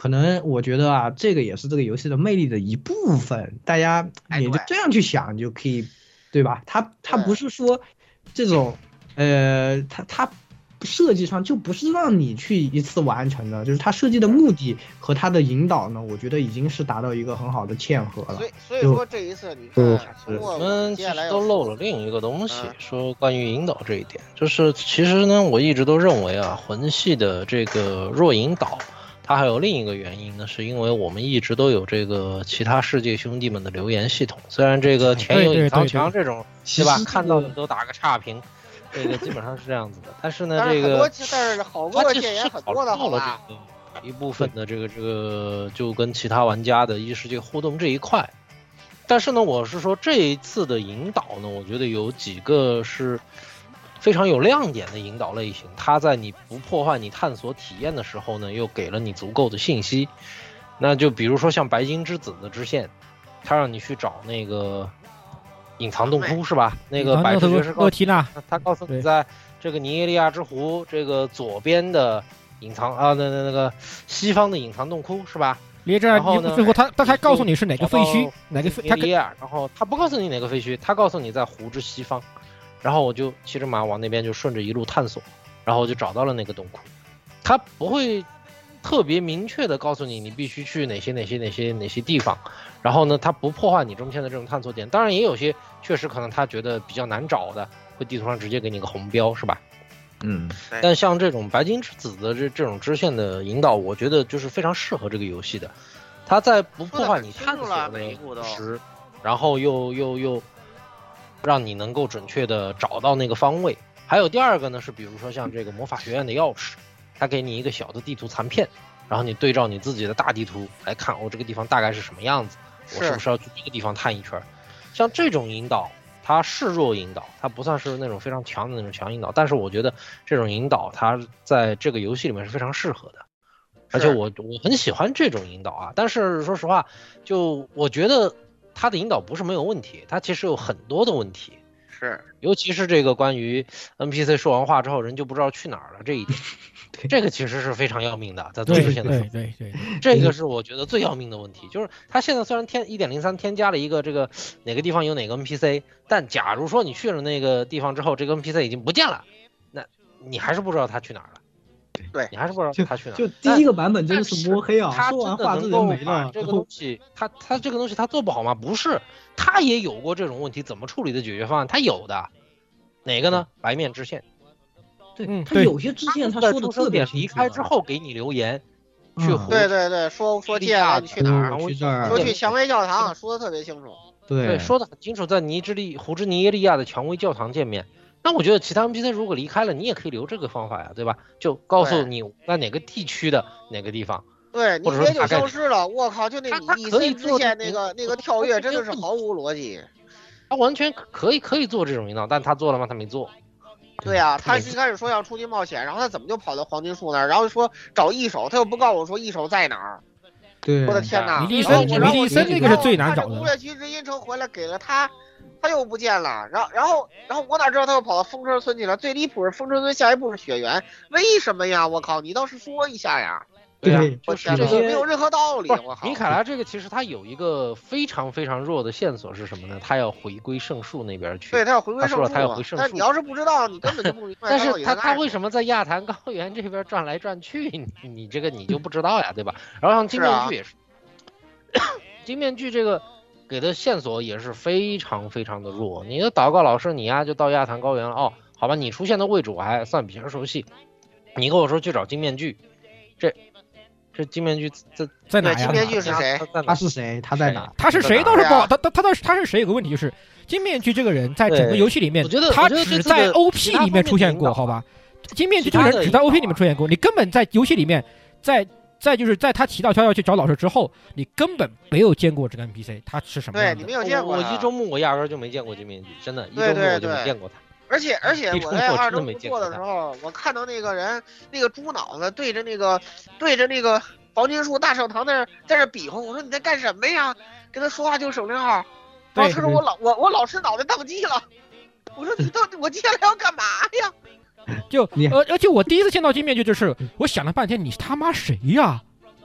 可能我觉得啊，这个也是这个游戏的魅力的一部分，大家也就这样去想就可以，对吧？它它不是说这种，呃，它它设计上就不是让你去一次完成的，就是它设计的目的和它的引导呢，我觉得已经是达到一个很好的嵌合了。 所以所以说这一次你看， 我们其实都漏了另一个东西，说关于引导这一点，就是其实呢，我一直都认为啊，魂系的这个弱引导。它还有另一个原因呢，是因为我们一直都有这个其他世界兄弟们的留言系统，虽然这个前有隐藏墙这种，对吧？看到你都打个差评，这个基本上是这样子的。但是呢，这个但是好多建言很多的，好吧？ 一部分的这个这个就跟其他玩家的异世界互动这一块，但是呢，我是说这一次的引导呢，我觉得有几个是非常有亮点的引导类型，它在你不破坏你探索体验的时候呢，又给了你足够的信息。那就比如说像白金之子的支线，它让你去找那个隐藏洞窟是吧？那个百世爵士厄提娜， 他告诉你在这个尼耶利亚之湖这个左边的隐藏啊，那那那个西方的隐藏洞窟是吧？ 列着，然后呢，最后他他还告诉你是哪个废墟，哪个废他然后他不告诉你哪个废墟，他告诉你在湖之西方。然后我就骑着马往那边就顺着一路探索，然后我就找到了那个洞窟。他不会特别明确的告诉你你必须去哪些哪些哪些哪些地方，然后呢，他不破坏你中间的这种探索点。当然也有些确实可能他觉得比较难找的，会地图上直接给你个红标，是吧？ 嗯。 但像这种白金之子的这这种支线的引导，我觉得就是非常适合这个游戏的。他在不破坏你探索的同时，然后又又又。让你能够准确的找到那个方位。还有第二个呢，是比如说像这个魔法学院的钥匙，它给你一个小的地图残片，然后你对照你自己的大地图来看，哦，这个地方大概是什么样子，我是不是要去这个地方探一圈？像这种引导，它是弱引导，它不算是那种非常强的那种强引导，但是我觉得这种引导它在这个游戏里面是非常适合的，而且我我很喜欢这种引导啊。但是说实话，就我觉得它的引导不是没有问题，它其实有很多的问题， 是， 尤其是这个关于 N P C 说完话之后人就不知道去哪儿了这一点，这个其实是非常要命的，在做支线的时候， 对对对， 这个是我觉得最要命的问题，就是它现在虽然添 一点零三 添加了一个这个哪个地方有哪个 N P C， 但假如说你去了那个地方之后，这个 N P C 已经不见了，那你还是不知道他去哪儿了。 对， 你还是不知道他去哪。 就第一个版本真的是摸黑啊！说完话这人没了。 这个东西，他他这个东西他做不好吗？不是，他也有过这种问题，怎么处理的解决方案？他有的，哪个呢？白面支线。 对，嗯、他有些支线他说的特别离开之后给你留言，嗯、去对对对，说说接下来去哪儿？ 去这儿， 说去蔷薇教堂，说的特别清楚。 对对，说的很清楚，在尼之利胡之尼耶利亚的蔷薇教堂见面。那我觉得其他 N P C 如果离开了，你也可以留这个方法呀，对吧？就告诉你在哪个地区的哪个地方， 对，你别就消失了。我靠，就那你你之前那个那个跳跃真的是毫无逻辑。 他完全可以可以做这种引导，但他做了吗？他没做。 对呀、啊，他一开始说要出去冒险，然后他怎么就跑到黄金树那儿，然后说找一手，他又不告诉我说一手在哪儿。 对， 我的天哪！ 米利森，米利森那个是最难找的。 乌月菊之音城回来给了他。他又不见了，然后，然后，然后我哪知道他又跑到风车村去了？最离谱是风车村下一步是雪原，为什么呀？我靠，你倒是说一下呀！ 对呀、啊， 就是这个没有任何道理。我靠， 米凯拉这个其实他有一个非常非常弱的线索是什么呢？他要回归圣树那边去。 对，他要回归圣树， 他要回圣树。 但你要是不知道，你根本就不明白。 但是他他为什么在亚坛高原这边转来转去？你你这个你就不知道呀，对吧？然后像金面具也是，是啊、金面具这个。给的线索也是非常非常的弱，你的祷告老师你呀就到亚坛高原了哦，好吧，你出现的位置我还算比较熟悉，你跟我说去找金面具，这这金面具在在哪呀？ 金面具是谁？ 他是谁？他在哪？ 他是谁倒是不好，他他他他他是谁？有个问题就是金面具这个人在整个游戏里面，他只在 O P 里面出现过，好吧？金面具这个人只在 O P 里面出现过，你根本在游戏里面在。再就是在他提到他要去找老师之后，你根本没有见过这个 N P C， 他是什么样的？ 对你没有见过。 我一周目我压根就没见过金面具，真的，一周目我就没见过他。 而且而且我在二周目做的时候，我看到那个人那个猪脑子对着那个对着那个黄金树大圣堂那在那比划，我说你在干什么呀？跟他说话就省略号。然后他说我老我我老师脑袋宕机了。我说你到底我接下来要干嘛呀？ 就呃，而且我第一次见到金面具就是，我想了半天，你他妈谁呀？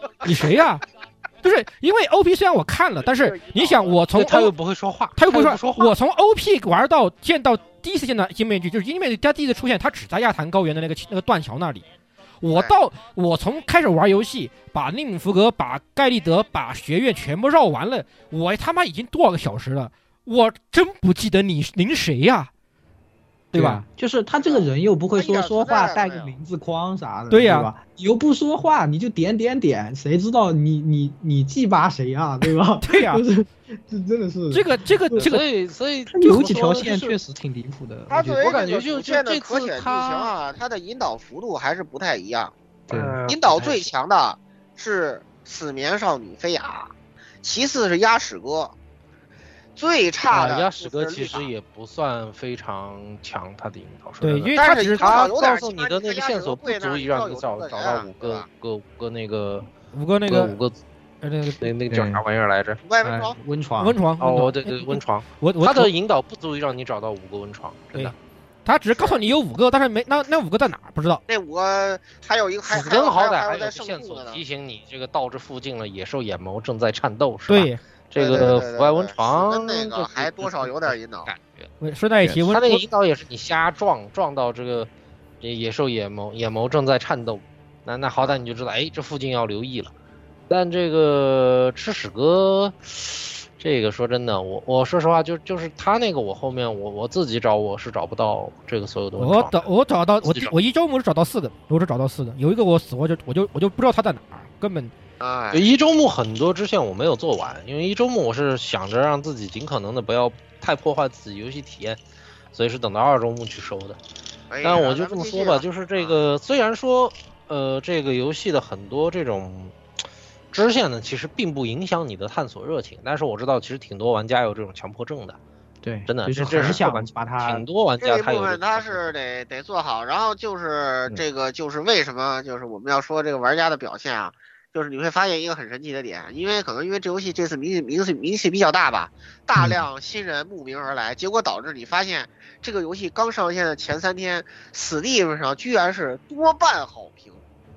你谁呀、啊？就是因为 O P 虽然我看了，但是你想我从 O, 他又不会说话， 他又不会说， 说话。我从 O P 玩到见到第一次见到金面具，就是金面具他第一次出现，他只在亚坛高原的那个那个断桥那里。我到我从开始玩游戏，把内姆福格、把盖利德、把学院全部绕完了，我他妈已经多少个小时了？我真不记得你您谁呀、啊？对吧？ 就是他这个人又不会说说话带个名字框啥的， 对呀、 啊，对吧？你又不说话，你就点点点，谁知道你你你记拔谁啊？对吧？ 对呀、啊， 就是这真的是这个这个这个， 所以所以有几条线确实挺离谱的。 他我感觉就这这可选剧情啊，他的引导幅度还是不太一样。 对， 引导最强的是死眠少女菲亚，其次是鸭屎哥。最差的鸭屎哥其实也不算非常强，他的引导是。 对，因为他只是他告诉你的那个线索不足以让你找找到五个个五个那个五个那个五个那个那那个叫啥玩意儿来着？ 外温床， 温床， 温床。 哦，对对，温床。 我他的引导不足以让你找到五个温床，真的。 他只是告诉你有五个，但是没那那五个在哪儿不知道。 那五个还有一个还死根好歹还有个线索提醒你，这个到这附近了，野兽眼眸正在颤抖，是吧？ 对。 这个腐外温床那个还多少有点引导感觉。说在一起， 他那个引导也是你瞎撞撞到这个这野兽眼眸眼眸正在颤抖，那那好歹你就知道，哎，这附近要留意了。但这个吃屎哥，这个说真的，我我说实话，就就是他那个我后面我我自己找我是找不到这个所有的温床。 我找我找到我我一周目是找到四个，我是找到四个，有一个我死活就我就我就不知道他在哪儿，根本。 哎， 一周目很多支线我没有做完，因为一周目我是想着让自己尽可能的不要太破坏自己游戏体验，所以是等到二周目去收的。 哎、 但我就这么说吧，就是这个虽然说呃这个游戏的很多这种支线呢，其实并不影响你的探索热情，但是我知道其实挺多玩家有这种强迫症的。 对， 真的， 就是这是想把它挺多玩家他有这一部分他是得得做好，然后就是这个就是为什么就是我们要说这个玩家的表现啊。就是你会发现一个很神奇的点，因为可能因为这游戏这次名气名气名气比较大吧，大量新人慕名而来，结果导致你发现这个游戏刚上线的前三天 ，Steam 上居然是多半好评。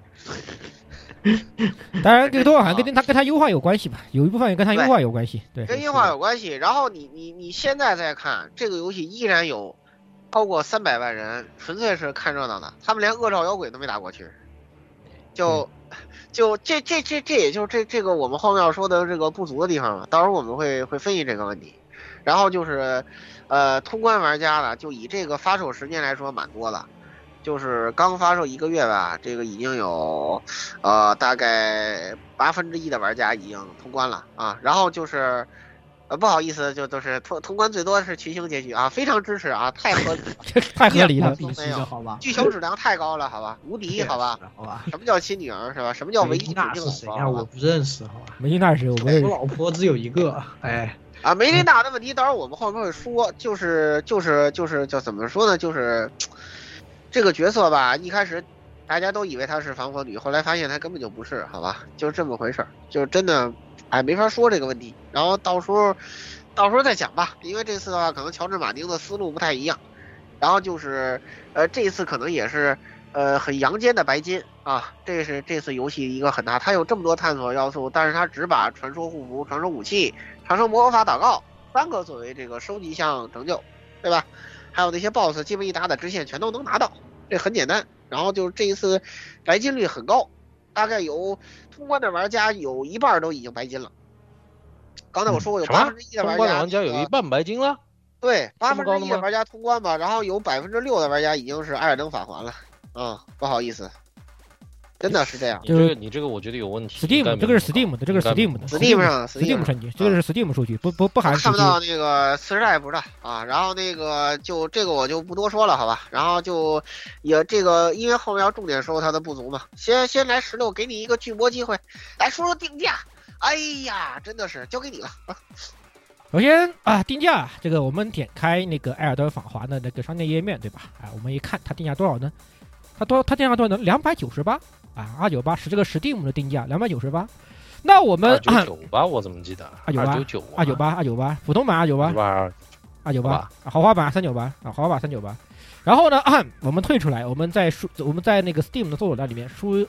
当然，这个多半好像跟他跟他优化有关系吧，有一部分也跟他优化有关系，对， 跟优化有关系。然后你你你现在再看这个游戏，依然有超过三百万人纯粹是看热闹的，他们连恶兆妖鬼都没打过去，就。嗯就这这这这也就是这这个我们后面要说的这个不足的地方嘛，到时候我们会会分析这个问题。然后就是，呃，通关玩家呢，就以这个发售时间来说蛮多的，就是刚发售一个月吧，这个已经有，呃，大概八分之一的玩家已经通关了啊。然后就是，呃，不好意思，就都是通通关最多是群星结局啊，非常支持啊，太合理了， 太合理了， 没有好吧？ 剧情质量太高了，好吧，无敌，好吧？ 好吧？ 什么叫亲女儿是吧？什么叫唯一？ 那是谁呀？我不认识，好吧？ 梅琳娜是谁？我不认识。 我老婆只有一个，哎。 啊，梅琳娜的问题，当然我们后面会说，就是就是就是叫怎么说呢？就是这个角色吧，一开始大家都以为她是防火女，后来发现她根本就不是，好吧？就是这么回事儿，就真的哎没法说这个问题。然后到时候到时候再讲吧，因为这次的话，可能乔治马丁的思路不太一样。然后就是呃，这次可能也是呃很阳间的白金啊，这是这次游戏一个很大，它有这么多探索要素，但是它只把传说护符、传说武器、长生魔法祷告三个作为这个收集项成就，对吧？还有那些 boss 基本一打打支线全都能拿到，这很简单。然后就是这一次白金率很高，大概有通关的玩家有一半都已经白金了。刚才我说过有八分之一的玩家， 通关的玩家有一半白金了。 对，八分之一的玩家通关吧，然后有百分之六的玩家已经是艾尔登法环了。嗯，不好意思，真的是这样。 你这个你这个我觉得有问题。 Steam 这个是 Steam 的，这个是 Steam 的 ，Steam 上 Steam 成绩，这个是 Steam 数据，不不不含。 看不到那个次时代不知道啊，然后那个就这个我就不多说了，好吧？然后就也这个，因为后面要重点说它的不足嘛，先先来十六，给你一个剧播机会，来说说定价。哎呀，真的是交给你了。 首先啊，定价这个我们点开那个艾尔登法环的那个商店页面，对吧？啊，我们一看它定价多少呢？它多它定价多少呢？两百九十八啊，二九八是这个 Steam 的定价，两百九十八。那我们二九九吧，我怎么记得？ 二九八，二九八，二九八，普通版二九八，二九八，豪华版三九八啊，豪华版三九八。然后呢，啊，我们退出来，我们在输，我们在那个 Steam 的搜索栏里面输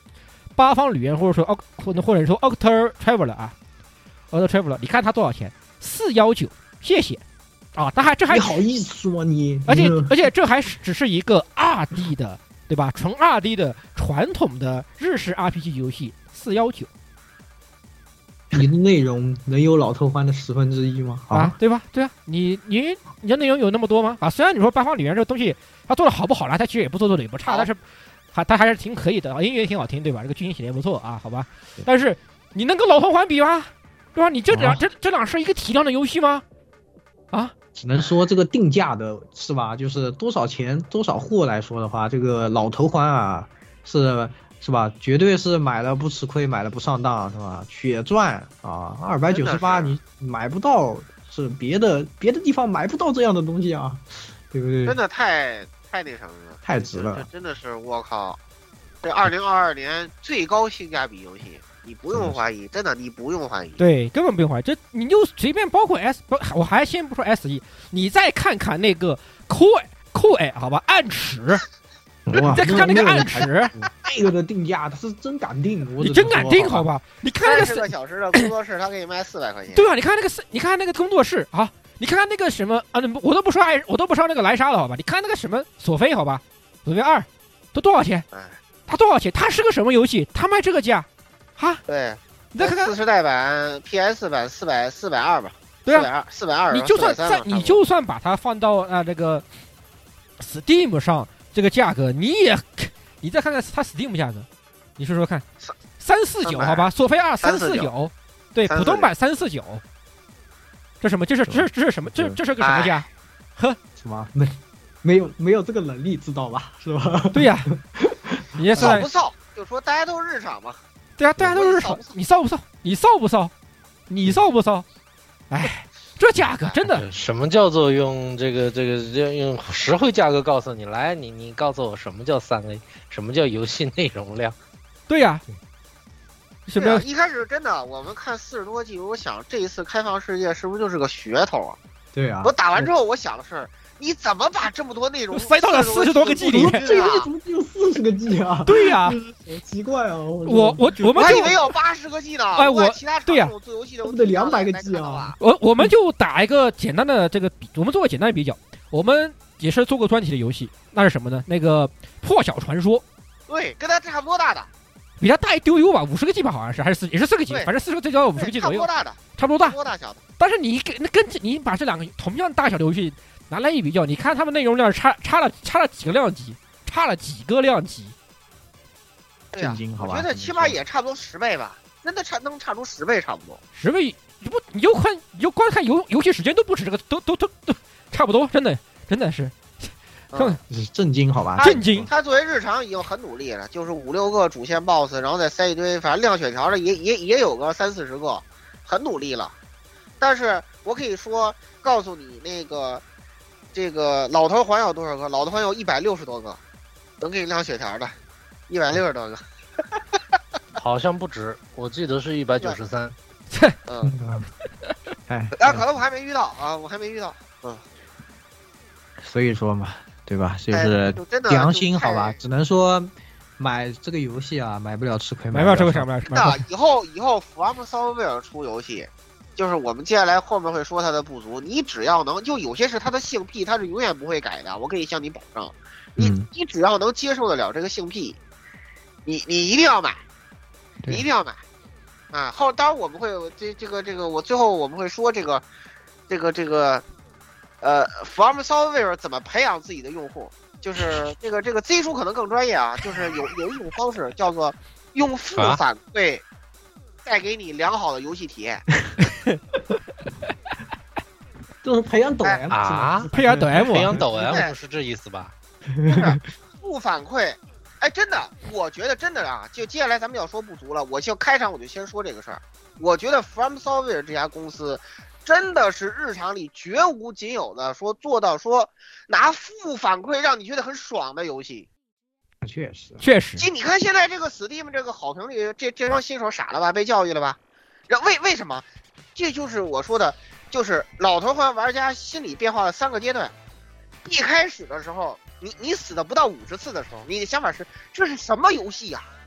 八方旅人或者说或者或者说 Octo Traveler 啊 ，Octo Traveler， 你看它多少钱？四幺九，谢谢啊！但还这还你好意思说你？ 而且而且这还只是一个二 D 的，对吧？纯二 D 的传统的日式 R P G 游戏，四幺九。 你的内容能有老头环的十分之一吗？ 啊，啊对吧？对啊，你你你的内容有那么多吗？啊，虽然你说八方旅人这个东西，它做的好不好啦？它其实也不做，做的也不差，但是还它还是挺可以的，音乐也挺好听，对吧？这个剧情写的也不错啊，好吧？但是你能跟老头环比吗？对吧？你这两、啊、这这两是一个体量的游戏吗？啊， 只能说这个定价的是吧？就是多少钱多少货来说的话，这个老头环啊是。是吧？绝对是买了不吃亏，买了不上当，是吧？血赚啊，二百九十八你买不到，是别的别的地方买不到这样的东西啊，对不对？ 真的太太那什么了， 太值了。 这真的是我靠，这二零二二年最高性价比游戏，你不用怀疑，真的你不用怀疑。 对，根本不用怀疑，这你就随便包括 S， 不，我还先不说 S E， 你再看看那个酷酷哎，好吧，暗尺。 哇！ 再看那个暗尺， 这个的定价他是真敢定，我你真敢定好吧？你看那个三十个小时的工作室，他给你卖四百块钱。 对啊，你看那个，你看那个工作室啊，你看那个什么啊，我都不说爱，我都不说那个莱莎了，好吧？你看那个什么索菲，好吧？索菲二都多少钱？它多少钱？它是个什么游戏？它卖这个价啊？ 对， 你再看看四十代版 P S 版四百四百二吧？ 对啊， 四百二， 你就算在你就算把它放到啊这个 Steam 上。这个价格你也，你再看看它 Steam 价格，你说说看，三四九好吧？索菲亚三四九，对，普通版三四九，这什么？这是这是这是什么？这这是个什么价？呵， 什么？没没有没有这个能力知道吧？是吧？ 对呀，你也臊不臊？就说大家都日常嘛。 对啊，大家都日常，你臊不臊？你臊不臊？你臊不臊？哎。这价格真的， 什么叫做用这个这个用实惠价格告诉你？来，你你告诉我什么叫三 A， 什么叫游戏内容量？ 对呀、啊，什么、 啊？一开始真的，我们看四十多 G， 我想这一次开放世界是不是就是个噱头啊？ 对啊。 我打完之后，我想的是，你怎么把这么多内容塞到了四十多个 G 里面？ 这游戏怎么只有四十个 G 啊？ 对呀、啊， 好奇怪啊！我我我我们还以为有八十个 G 呢。 哎，我其他对呀， 做游戏的不得两百个 G 啊！ 我我们就打一个简单的这个比，我们做个简单的比较，我们也是做过专题的游戏，那是什么呢？那个破晓传说， 对，跟它差不多大的， 比它大一丢丢吧，五十个 G 吧，好像是，还是四也是四个 G， 反正四十个 G 到五十个 G 左右， 差不多大的， 差不多大， 差不多大小的。 但是你跟跟你把这两个同样大小的游戏拿来一比较，你看他们内容量差差了差了几个量级，差了几个量级。 对呀、啊，我觉得起码也差不多十倍吧，真的差能差出十倍差不多。 十倍，你不你就看你就光看游游戏时间都不止这个，都都都都差不多，真的真的是。 嗯，震惊好吧？ 震惊！ 他作为日常已经很努力了，就是五六个主线 BOSS， 然后再塞一堆，反正亮血条的也也也有个三四十个，很努力了。但是我可以说，告诉你那个这个老头环有多少个？老头环有一百六十多个，能给你亮血条的，一百六十多个。 好像不止，我记得是一百九十三。 嗯， 哎， 啊，可能我还没遇到啊，我还没遇到。嗯， 所以说嘛。对吧？就是良心好吧，只能说买这个游戏啊，买不了吃亏， 买不了吃亏，买不了吃亏。 那以后以后 From Software 出游戏，就是我们接下来后面会说它的不足，你只要能，就有些是它的性癖，它是永远不会改的，我可以向你保证。你、嗯、你只要能接受得了这个性癖，你你一定要买，你一定要买啊！后当然我们会这这个这个，我最后我们会说这个这个这个。呃 ，From Software 怎么培养自己的用户？就是这个这个 Z 叔可能更专业啊，就是有有一种方式叫做用负反馈带给你良好的游戏体验。 就是培养抖 M 啊， 培养抖 M， 培养抖 M 不是这意思吧？ 就是负反馈，哎，真的，我觉得真的啊，就接下来咱们要说不足了，我就开场我就先说这个事儿。我觉得 From Software 这家公司。真的是日常里绝无仅有的说做到说拿负反馈让你觉得很爽的游戏， 确实确实。 你看现在这个 Steam 这个好评率，这这帮新手傻了吧？被教育了吧？然后为为什么？这就是我说的，就是老头环玩家心理变化的三个阶段。一开始的时候，你你死的不到五十次的时候，你的想法是这是什么游戏呀、啊？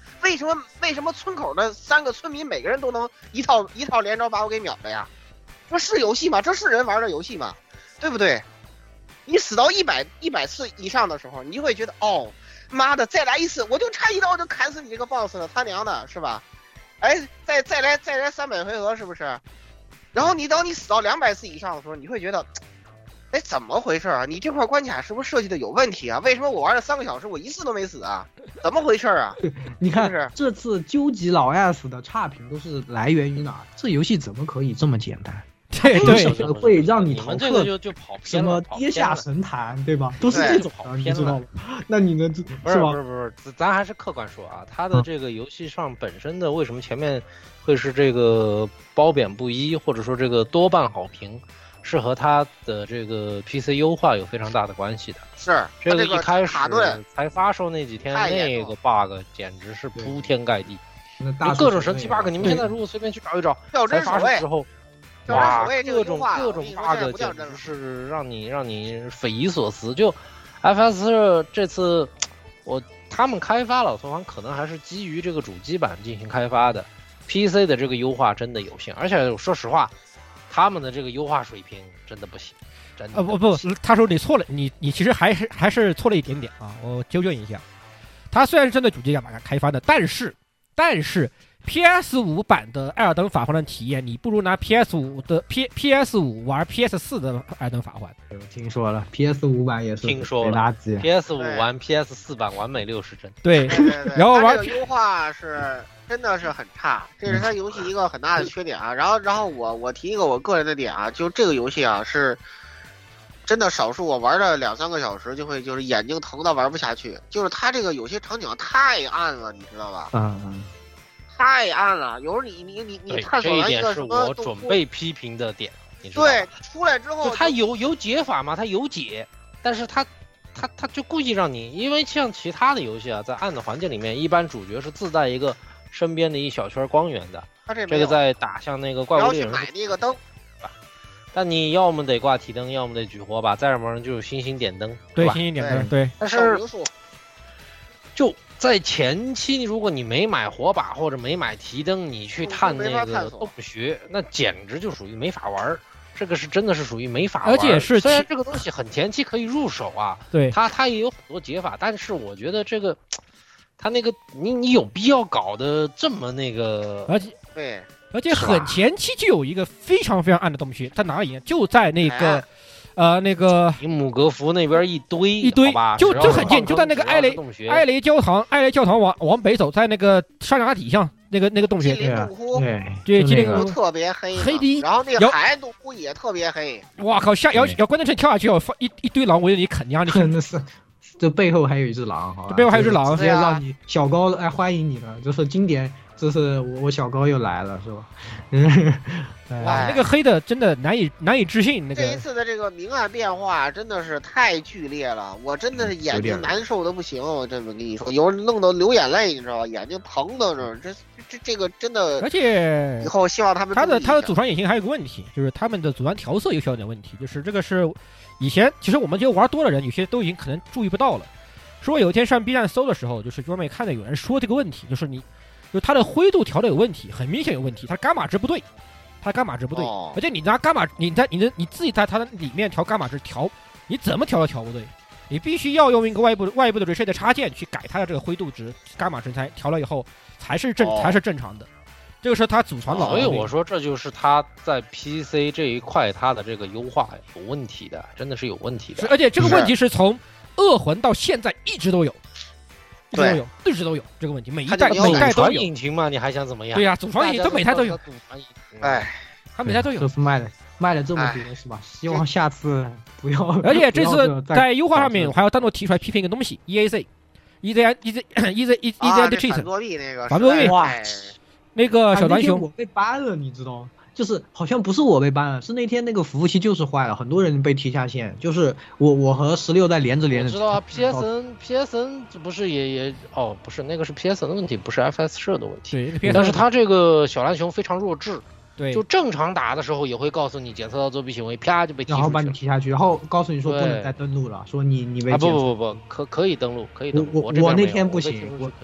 为什么为什么村口的三个村民每个人都能一套一套连招把我给秒了呀？这是游戏吗？这是人玩的游戏吗？对不对？你死到一百一百次以上的时候，你就会觉得哦，妈的，再来一次，我就差一刀就砍死你这个 boss 了，他娘的，是吧？哎，再再来再来三百回合，是不是？然后你等你死到两百次以上的时候，你会觉得，哎，怎么回事啊？你这块关卡是不是设计的有问题啊？为什么我玩了三个小时，我一次都没死啊？怎么回事啊？ 你看， 是是这次究极老 S 的差评都是来源于哪？这游戏怎么可以这么简单？ 对对， 会让你你们这个就就跑偏了， 什么跌下神坛，对吧？都是这种的，你知道吗？那你能是吧？ 不是不是不是，咱还是客观说啊，它的这个游戏上本身的为什么前面会是这个褒贬不一，或者说这个多半好评，是和它的这个 P C 优化有非常大的关系的。 是这个一开始才发售那几天，那个 bug 简直是铺天盖地，各种神奇 bug， 你们现在如果随便去找一找，才发售之后。哇，各种各种 bug 简直是让你让你匪夷所思。就 F S 这次，我他们开发老头环可能还是基于这个主机版进行开发的 ，P C 的这个优化真的有限，而且说实话，他们的这个优化水平真的不行。真的啊不不，他说你错了，你你其实还是还是错了一点点啊，我纠正一下。他虽然是针对主机版它开发的，但是但是。P S 五 版的《艾尔登法环》的体验，你不如拿 P S 五 的 P P S 五玩 P S 四的《艾尔登法环》。 听说了 ，P S 五 版也是听说了垃圾 ，P S 五 玩 P S 四 版完美六十帧。 对， 对对对然后玩这个优化是真的是很差，这是它游戏一个很大的缺点啊。然后然后我我提一个我个人的点啊，就这个游戏啊是。真的少数我玩了两三个小时就会就是眼睛疼到玩不下去，就是它这个有些场景太暗了，你知道吧？ 嗯嗯， 太暗了。有时候你你你你探索完一个什么， 我准备批评的点。你知道对，出来之后它有有解法嘛？它有解，但是它它它就故意让你，因为像其他的游戏啊，在暗的环境里面，一般主角是自带一个身边的一小圈光源的。 它这这个在打像那个怪物猎人， 要去买那个灯。 但你要么得挂体灯，要么得举火把，再要么就是星星点灯， 对，星星点灯，对。 但是就在前期，如果你没买火把或者没买提灯，你去探那个洞穴，那简直就属于没法玩。这个是真的是属于没法玩。 而且是虽然这个东西很前期可以入手啊， 对， 它它也有很多解法，但是我觉得这个它那个你你有必要搞得这么那个？ 而且对。 而且很前期就有一个非常非常暗的洞穴，在哪里？就在那个，哎、呃，那个姆格福那边一堆一堆，就就很近，就在那个艾雷艾雷教堂，艾雷教堂往往北走，在那个山崖底下那个那个洞穴。 吉林洞窟， 对，吉林洞窟特别黑， 黑的。 然后那个海岸洞窟也特别黑。 哇靠！下要要关键是跳下去，要一一堆狼围着你啃呀！你真的是。这背后还有一只狼，好吧？ 这背后还有一只狼， 直接让你小高来欢迎你的，就是经典。这是我小高又来了，是吧？ 哇，那个黑的真的难以难以置信。那个这一次的这个明暗变化真的是太剧烈了，我真的是眼睛难受的不行。我这么跟你说，有人弄到流眼泪，你知道吧？眼睛疼的这这这这个真的。 而且以后希望他们他的他的祖传引擎还有个问题，就是他们的祖传调色有小点问题，就是这个是以前其实我们就玩多的人，有些都已经可能注意不到了。说有一天上 B 站搜的时候，就是专门看到有人说这个问题，就是你。就它的灰度调的有问题，很明显有问题，它伽马值不对，它伽马值不对， 哦、 而且你拿伽马，你在你的你自己在它的里面调伽马值调，你怎么调都调不对，你必须要用一个外部外部的 reset 插件去改它的这个灰度值，伽马值才调了以后才是正、哦、才是正常的，这个是它祖传老。 所以我说这就是它在 P C 这一块它的这个优化有问题的，真的是有问题的。 而且这个问题是从恶魂到现在一直都有。一直都有，一直都有这个问题，每一代每代都有。 引擎嘛，你还想怎么样？ 对呀、啊，祖传引擎都每代都有。 哎， 它每代都有。 这次卖了卖了这么多是吧？希望下次不要。 而且这次在优化上面，我还要单独提出来批评一个东西 ，E A C，E Z E Z E Z E Z and cheat， 反作弊那个， 反作弊，那个小栾熊我被ban了，你知道吗？就是好像不是我被ban了，是那天那个服务器就是坏了，很多人被踢下线。就是我我和十六在连着连着。 知道啊 ，P S N P S N 这不是也也哦不是那个是 P S N 的问题，不是 F S 社的问题。 对， 但是他这个小蓝熊非常弱智。 对， 就正常打的时候也会告诉你检测到作弊行为，啪就被踢出去， 然后把你踢下去，然后告诉你说不能再登录了，说你你被啊不不不不可可以登录，可以登录。 我我我那天不行，我可以。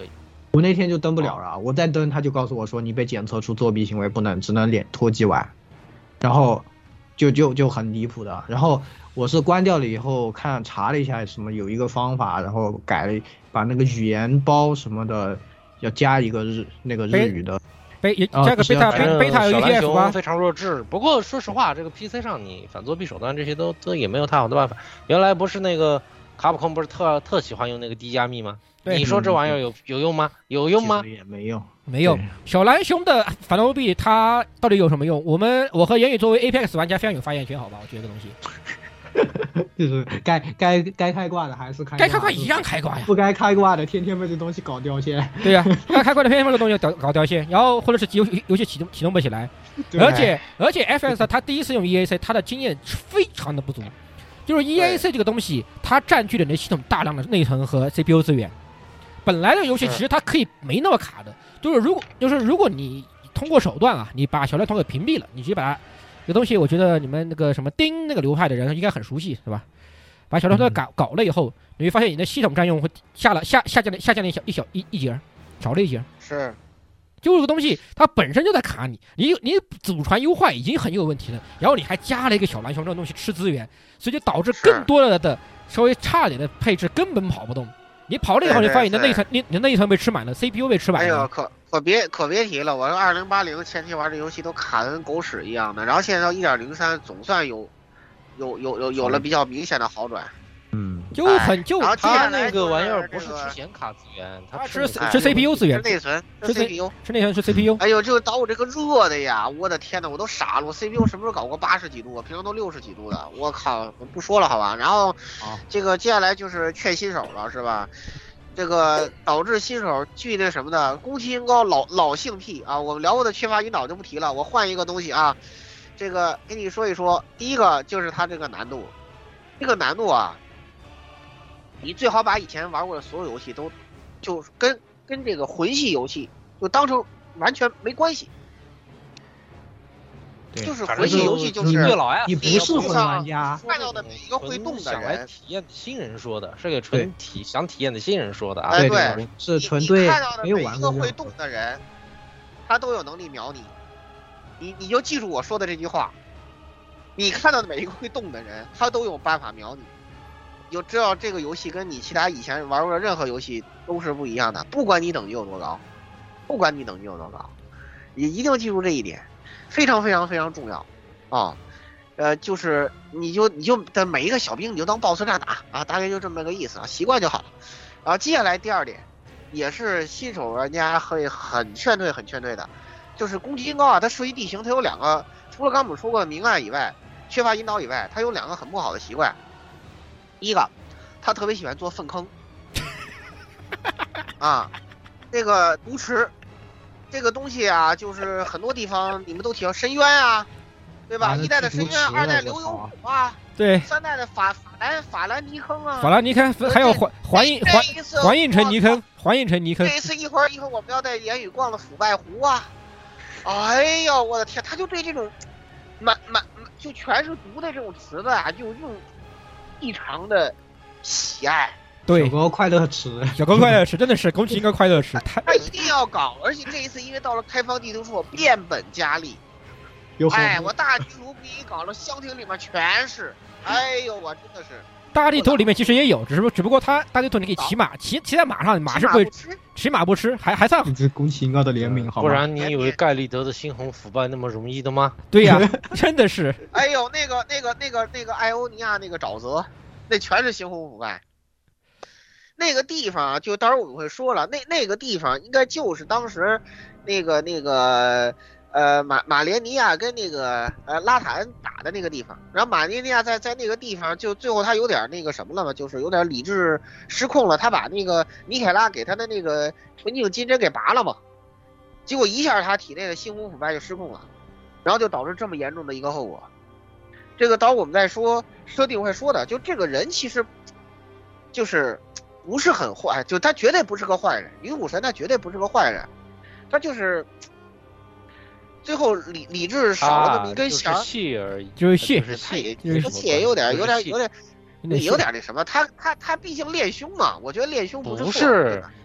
我那天就登不了了，我再登他就告诉我说你被检测出作弊行为，不能只能连拖机玩，然后就就就很离谱的。然后我是关掉了以后看查了一下什么有一个方法，然后改了把那个语言包什么的要加一个日那个日语的。 贝也加个贝塔贝贝塔 U T F 吧， 非常弱智。不过说实话，这个 P C 上你反作弊手段这些都都也没有太好的办法。原来不是那个卡普空不是特特喜欢用那个低加密吗？你说这玩意儿有有用吗？有用吗？ 也没用， 没用。小蓝熊的反作弊它到底有什么用？我们我和言语作为 Apex 玩家非常有发言权，好吧？我觉得这个东西。 就是该该该开挂的还是开挂， 该开挂一样开挂呀， 不该开挂的天天被这东西搞掉线。 对呀、啊，该开挂的天天被这东西搞搞掉线，然后或者是游游戏启动启动不起来，而且而且 F S 它第一次用 E A C， 它的经验非常的不足，就是 E A C 这个东西它占据了你的系统大量的内存和 C P U 资源。本来的游戏其实它可以没那么卡的，就是如果就是如果你通过手段啊，你把小蓝团给屏蔽了，你直接把它。这个东西我觉得你们那个什么丁那个流派的人应该很熟悉，是吧？把小团团搞搞了以后，你会发现你的系统占用会下了下下降了下降了一小一小一一截，少了一截。 是， 就这个东西它本身就在卡你，你你祖传优化已经很有问题了，然后你还加了一个小蓝熊这种东西吃资源，所以就导致更多的的稍微差点的配置根本跑不动。你跑了以后，你发现你的内存你你的内存被吃满了 ，C P U 被吃满了。 哎呦，可可别可别提了，我二零八零前期玩这游戏都卡跟狗屎一样的，然后现在到一点零三总算有有有有有了比较明显的好转。 嗯， 就很就他那个玩意儿不是吃显卡资源，他吃吃 C P U 资源， 吃内存， 吃 C P U， 吃内存是 C P U。 哎呦，就导我这个热的呀！我的天呐，我都傻了！我 C P U 什么时候搞过八十几度？平常都六十几度的。我靠，不说了好吧。然后这个接下来就是劝新手了，是吧？这个导致新手巨那什么的，攻击音高老老性癖啊！我们聊过的缺乏引导就不提了，我换一个东西啊。这个跟你说一说，第一个就是它这个难度，这个难度啊，你最好把以前玩过的所有游戏都，就跟跟这个魂系游戏就当成完全没关系。就是魂系游戏，就是你不是魂玩家， 看到的每一个会动的人， 想来体验的新人说的，是给纯体想体验的新人说的啊。 哎，对， 是纯对看到的每一个会动的人，他都有能力秒你。你你就记住我说的这句话，你看到的每一个会动的人，他都有办法秒你。你就知道这个游戏跟你其他以前玩过的任何游戏都是不一样的，不管你等级有多高，不管你等级有多高，你一定记住这一点。非常非常非常重要，啊，呃，就是你就你就的每一个小兵你就当 boss 战打啊，大概就这么个意思啊，习惯就好了。然后接下来第二点，也是新手玩家会很劝退很劝退的，就是攻击音高啊，它涉及地形，它有两个，除了刚我们说过明暗以外，缺乏引导以外，它有两个很不好的习惯。第一个，他特别喜欢做粪坑，啊，那个毒池。这个东西啊，就是很多地方你们都提到深渊啊，对吧？一代的深渊，二代流油谷啊， 对， 三代的法法兰法兰泥坑啊， 法兰泥坑，还有环环印环环印成泥坑，环印成泥坑。 这一次一会儿一会儿我们要带言语逛了腐败湖啊，哎呦我的天，他就对这种满满就全是毒的这种池子啊，就用异常的喜爱。 对， 小狗快乐池， 小狗快乐池真的是宫崎英高快乐池，他他一定要搞，而且这一次因为到了开放地图处，变本加厉。哎，我大地图给你搞了，箱庭里面全是，哎呦，我真的是。 大地图里面其实也有，只是只不过他大地图你可以骑马，骑骑在马上，马是不会骑马不吃，还还算一只宫崎英高的怜悯，好不然你以为盖利德的猩红腐败那么容易的吗？ 对呀、啊，真的是。 哎呦，那个那个那个那个艾欧尼亚那个沼泽，那全是猩红腐败。那个地方啊，就到时候我们会说了，那那个地方应该就是当时那个那个呃马马连尼亚跟那个呃拉塔恩打的那个地方，然后马连尼亚在在那个地方就最后他有点那个什么了嘛，就是有点理智失控了，他把那个米凯拉给他的那个纯净金针给拔了嘛，结果一下他体内的猩红腐败就失控了，然后就导致这么严重的一个后果。这个到时候我们再说设定会说的，就这个人其实就是不是很坏，就他绝对不是个坏人，女武神他绝对不是个坏人，他就是最后理理智少了那么一根弦， 就是气而已， 就是气， 他也他也有点有点有点有点那什么，他他他毕竟练胸嘛，我觉得练胸不是不是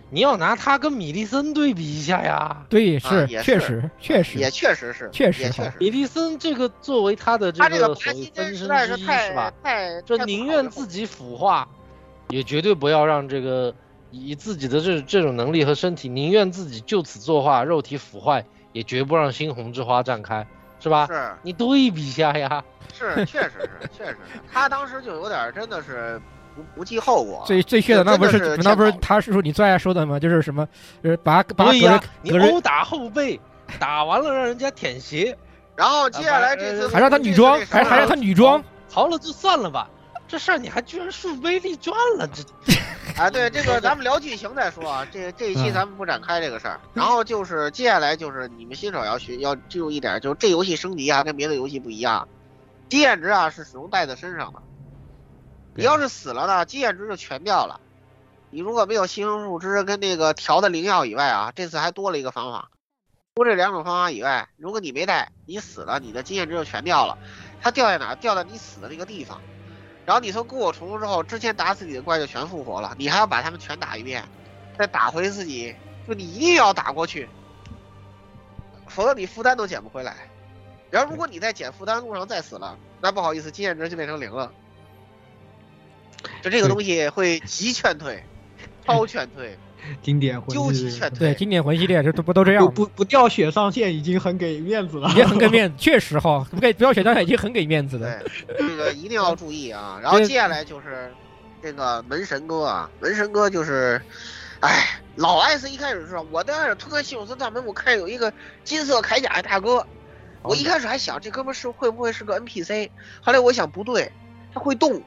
你要拿他跟米利森对比一下呀。 对，是、 啊、 确实确实也确实是确实也确实。 米利森这个作为他的这他这个个所谓分身之一是吧， 太就宁愿自己腐化，也绝对不要让这个以自己的这这种能力和身体，宁愿自己就此作画，肉体腐坏，也绝不让猩红之花绽开，是吧？ 是， 你对比一下呀。 是，确实是，确实是。他当时就有点真的是不不计后果。 最最血的那不是那不是他是说你最爱说的吗？就是什么，就是把把对呀，你殴打后背，打完了让人家舔鞋， 然后接下来这次还让他女装，还还让他女装， 好了就算了吧。这事儿你还居然树碑立传了，这啊，对这个咱们聊剧情再说啊，这这一期咱们不展开这个事儿。然后就是接下来就是你们新手要学要记住一点，就是这游戏升级啊跟别的游戏不一样，经验值啊是始终带在身上的。你要是死了呢，经验值就全掉了。你如果没有新生树枝跟那个调的灵药以外啊，这次还多了一个方法。除这两种方法以外，如果你没带，你死了，你的经验值就全掉了。它掉在哪？掉在你死的那个地方。然后你从过重之后，之前打死你的怪就全复活了，你还要把他们全打一遍，再打回自己，就你一定要打过去，否则你负担都减不回来。然后如果你在减负担路上再死了，那不好意思，经验值就变成零了。就这个东西会极劝退，超劝退。 经典魂究极劝退， 对经典魂系列这都不都这样， 不不掉血上限已经很给面子了， 也很给面子，确实哈，不给不掉血上限已经很给面子了。 对，这个一定要注意啊。然后接下来就是这个门神哥啊，门神哥就是，哎，老 S 一开始是我在那推开西姆斯大门，我看有一个金色铠甲的大哥，我一开始还想这哥们是会不会是个 N P C， 后来我想不对，他会动，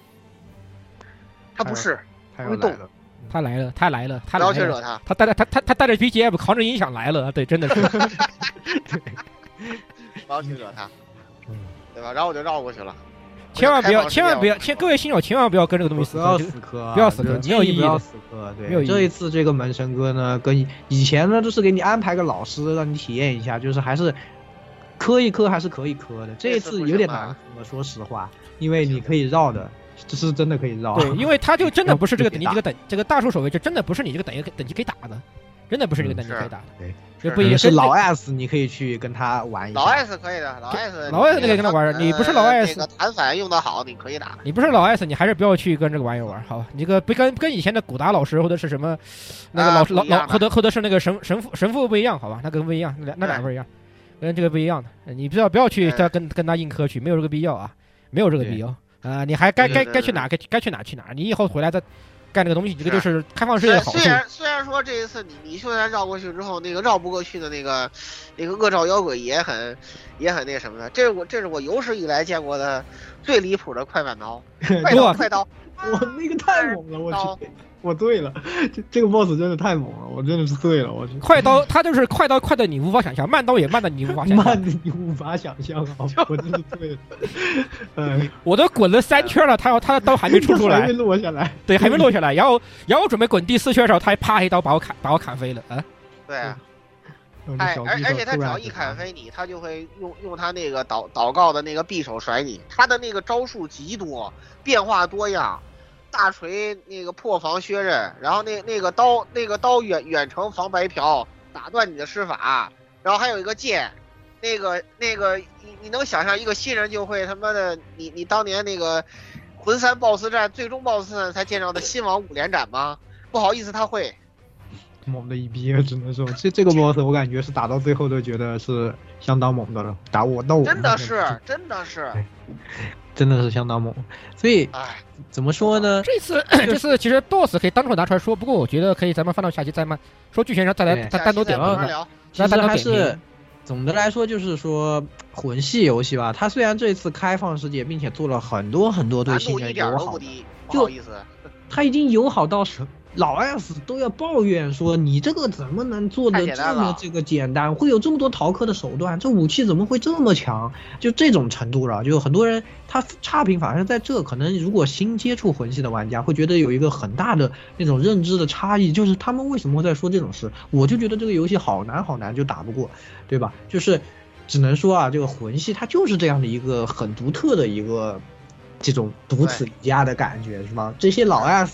他不是，他会动。 他来了，他来了，他来了！ 不要去惹他， 他带着他他他带着 B G M 扛着音响来了，对，真的是。 对，不要去惹他，对吧？然后我就绕过去了。 千万不要，千万不要，千各位新手千万不要跟这个东西死磕，不要死磕， 不要死磕，没有意义， 不要死磕。对， 没有意义。 这一次这个门神哥呢，跟以前呢，就是给你安排个老师让你体验一下，就是还是磕一磕还是可以磕的。这一次有点难磕，说实话，因为你可以绕的。这是真的可以绕， 对，因为他就真的不是这个等级这个等这个大树守卫，就真的不是你这个等级等级可以打的，真的不是这个等级可以打的。 对， 就不也是老 S， 你可以去跟他玩一下。 老 S 可以的，老 S， 老 S 你可以跟他玩。你不是老 S， 那个弹反用的好，你可以打。 你不是老 S， 你还是不要去跟这个玩意玩，好吧？你这个不跟跟以前的古达老师或者是什么那个老师老老或者或者是那个神神父神父不一样，好吧？那个不一样，那两那俩不一样，跟这个不一样的。你不要不要去再跟跟他硬磕去，没有这个必要啊，没有这个必要。啊、呃，你还该该该去哪该该去哪去哪，你以后回来再干这个东西，这个就是开放世界的好处。 虽然虽然说这一次你你虽然绕过去之后，那个绕不过去的那个那个恶兆妖鬼也很也很那什么的，这是我这是我有史以来见过的最离谱的快板刀，快刀快刀， 我那个太猛了，我去。我对了，这这个 boss 真的太猛了，我真的是对了，我去。 快刀，他就是快刀快的你无法想象，慢刀也慢的你无法想象， 慢的你无法想象啊！我真是对了，嗯， 我都滚了三圈了，他要他的刀还没出出来， 还没落下来， 对，还没落下来。然后然后我准备滚第四圈的时候，他还啪一刀把我砍把我砍飞了啊！ 对啊，哎，而而且他只要一砍飞你，他就会用用他那个祷祷告的那个匕首甩你，他的那个招数极多，变化多样。大锤那个破防削刃，然后那那个刀那个刀远远程防白嫖，打断你的施法，然后还有一个剑，那个那个你你能想象一个新人就会他妈的你你当年那个魂三 boss 战最终 boss 战才见到的新王五连斩吗？不好意思，他会猛的一逼，只能说这这个 boss 我感觉是打到最后都觉得是相当猛的了，打我到我真的是真的是。 真的是相当猛，所以怎么说呢？ 这次这次其实 boss 可以当场拿出来说，不过我觉得可以咱们放到下期再慢说剧情上再来单单独点评。 其实还是总的来说就是说魂系游戏吧，它虽然这次开放世界，并且做了很多很多对新人友好， 就它已经友好到什老 S 都要抱怨说你这个怎么能做的这么这个简单，会有这么多逃课的手段，这武器怎么会这么强，就这种程度了。就很多人他差评反而在这，可能如果新接触魂系的玩家会觉得有一个很大的那种认知的差异，就是他们为什么会在说这种事，我就觉得这个游戏好难好难就打不过，对吧？就是只能说啊，这个魂系它就是这样的一个很独特的一个这种独此一家的感觉，是吧？这些老 S 呢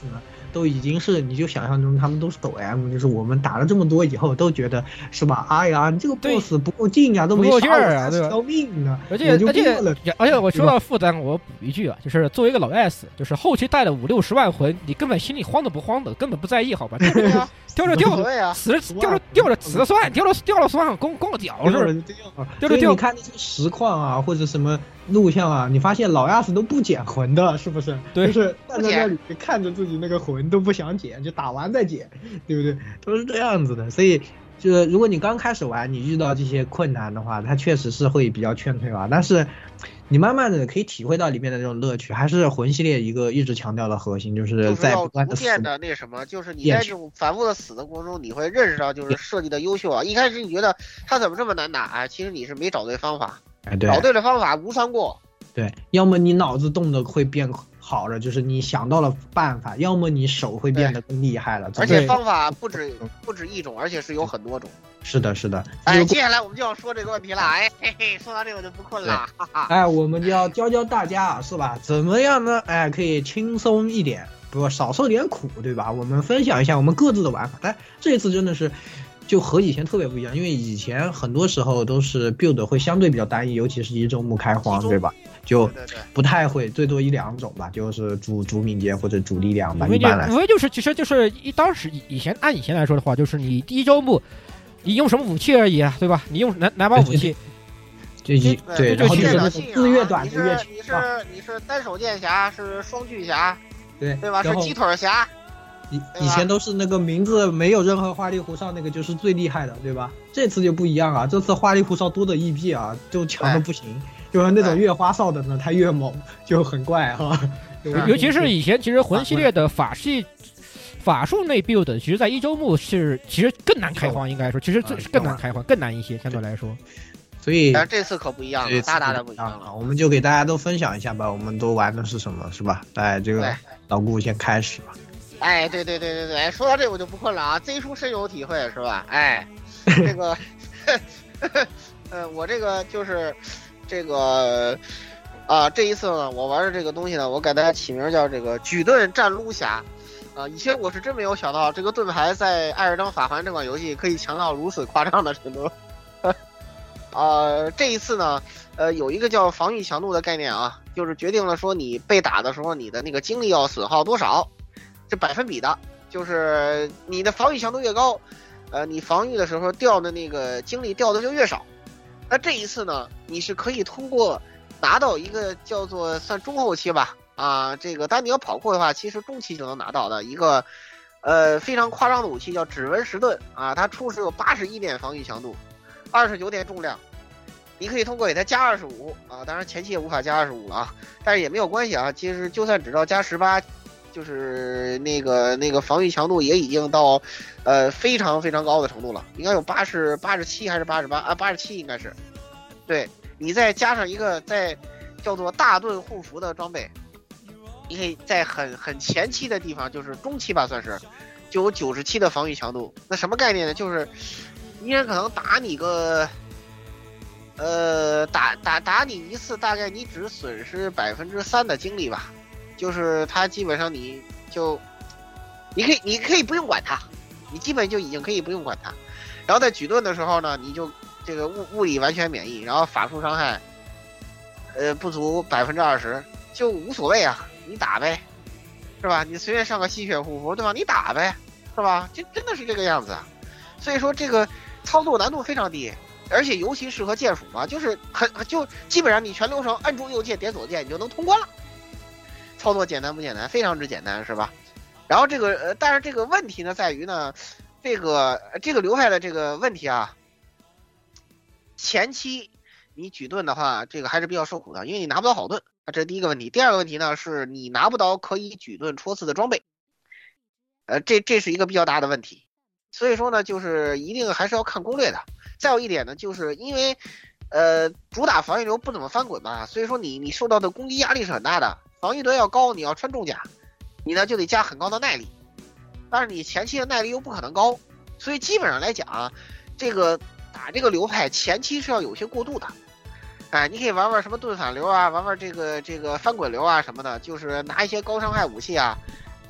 都已经是你就想象中他们都是抖 M， 就是我们打了这么多以后都觉得是吧？哎呀，你这个 boss 不够劲呀，都没杀我啊， 对吧？条命呢， 而且而且而且我说到负担，我补一句啊，就是作为一个老 S， 就是后期带了五六十万魂，你根本心里慌都不慌的，根本不在意，好吧？掉着掉着死了掉着掉着死了算，掉了掉了算，光光个屌是不是？掉着掉。 你看那些实况啊，或者什么录像啊，你发现老 S 都不捡魂的，是不是？ 对， 就是站在那里看着自己那个魂都不想捡，就打完再捡，对不对？都是这样子的。所以，就是如果你刚开始玩，你遇到这些困难的话，它确实是会比较劝退吧。但是，你慢慢的可以体会到里面的这种乐趣，还是魂系列一个一直强调的核心，就是在不断的死的那什么，就是你在这种反复的死的过程中，你会认识到就是设计的优秀啊。一开始你觉得它怎么这么难打啊？其实你是没找对方法。 哎，对， 找对了方法无伤过。 对，要么你脑子动的会变好了，就是你想到了办法；要么你手会变得更厉害了。 而且方法不止不止一种，而且是有很多种。 是的，是的。 哎，接下来我们就要说这个问题了。哎，嘿嘿，说到这个我就不困了。哈哈。 哎，我们就要教教大家，是吧？怎么样呢？哎，可以轻松一点，不少受点苦，对吧？我们分享一下我们各自的玩法。但这一次真的是。就和以前特别不一样，因为以前很多时候都是 build 会相对比较单一，尤其是一周目开荒，对吧？就不太会，最多一两种吧，就是主主敏捷或者主力量吧。一般来说， 无非就是其实就是一当时以前按以前来说的话，就是你第一周目你用什么武器而已啊，对吧？你用哪哪把武器？ 就一对，然后就是那种字越短的越强。你是你是单手剑侠，是双巨侠， 对对吧？是鸡腿侠。 以以前都是那个名字没有任何花里胡哨，那个就是最厉害的，对吧？这次就不一样啊，这次花里胡哨多的一批啊，就强的不行，就是那种越花哨的呢，它越猛，就很怪哈。 尤其是以前，其实魂系列的法系法术内 build， 其实在一周目是其实更难开荒，应该说，其实这更难开荒，更难一些，相对来说。 所以， 但这次可不一样了，大大的不一样了。 我们就给大家都分享一下吧，我们都玩的是什么，是吧？来，这个老顾先开始吧。 哎，对对对对对，说到这我就不困了啊 ！Z 叔深有体会是吧？哎，这个，呃，我这个就是这个啊，这一次呢，我玩的这个东西呢，我给大家起名叫这个举盾战撸侠啊。以前我是真没有想到这个盾牌在《艾尔登法环》这款游戏可以强到如此夸张的程度。呃，这一次呢，呃，有一个叫防御强度的概念啊，就是决定了说你被打的时候，你的那个精力要损耗多少。是百分比的，就是你的防御强度越高，呃，你防御的时候掉的那个精力掉的就越少。那这一次呢，你是可以通过拿到一个叫做算中后期吧，啊，这个当然你要跑酷的话，其实中期就能拿到的一个，呃，非常夸张的武器叫指纹石盾啊，它初始有八十一点防御强度，二十九点重量，你可以通过给它加二十五啊，当然前期也无法加二十五了啊，但是也没有关系啊，其实就算只到加十八。就是那个那个防御强度也已经到，呃非常非常高的程度了，应该有八十八十七还是八十八啊？八十七应该是。对，你再加上一个在叫做大盾护符的装备，你可以在很很前期的地方，就是中期吧算是，就有九十七的防御强度。那什么概念呢？就是一人可能打你个，呃打打打你一次，大概你只损失百分之三的精力吧。就是它基本上你就，你可以你可以不用管它，你基本就已经可以不用管它。然后在举盾的时候呢，你就这个物物理完全免疫，然后法术伤害，呃不足百分之二十就无所谓啊，你打呗，是吧？你随便上个吸血护符，对吧？你打呗，是吧？就真的是这个样子啊。所以说这个操作难度非常低，而且尤其适合键鼠嘛，就是很就基本上你全流程按住右键点左键你就能通关了。操作简单不简单？非常之简单，是吧？然后这个呃，但是这个问题呢，在于呢，这个这个流派的这个问题啊，前期你举盾的话，这个还是比较受苦的，因为你拿不到好盾，这是第一个问题。第二个问题呢，是你拿不到可以举盾戳刺的装备，呃，这这是一个比较大的问题。所以说呢，就是一定还是要看攻略的。再有一点呢，就是因为呃主打防御流不怎么翻滚嘛，所以说你你受到的攻击压力是很大的。防御端要高，你要穿重甲，你呢就得加很高的耐力，但是你前期的耐力又不可能高，所以基本上来讲啊，这个打这个流派前期是要有些过渡的。哎，你可以玩玩什么盾反流啊，玩玩这个这个翻滚流啊什么的，就是拿一些高伤害武器啊，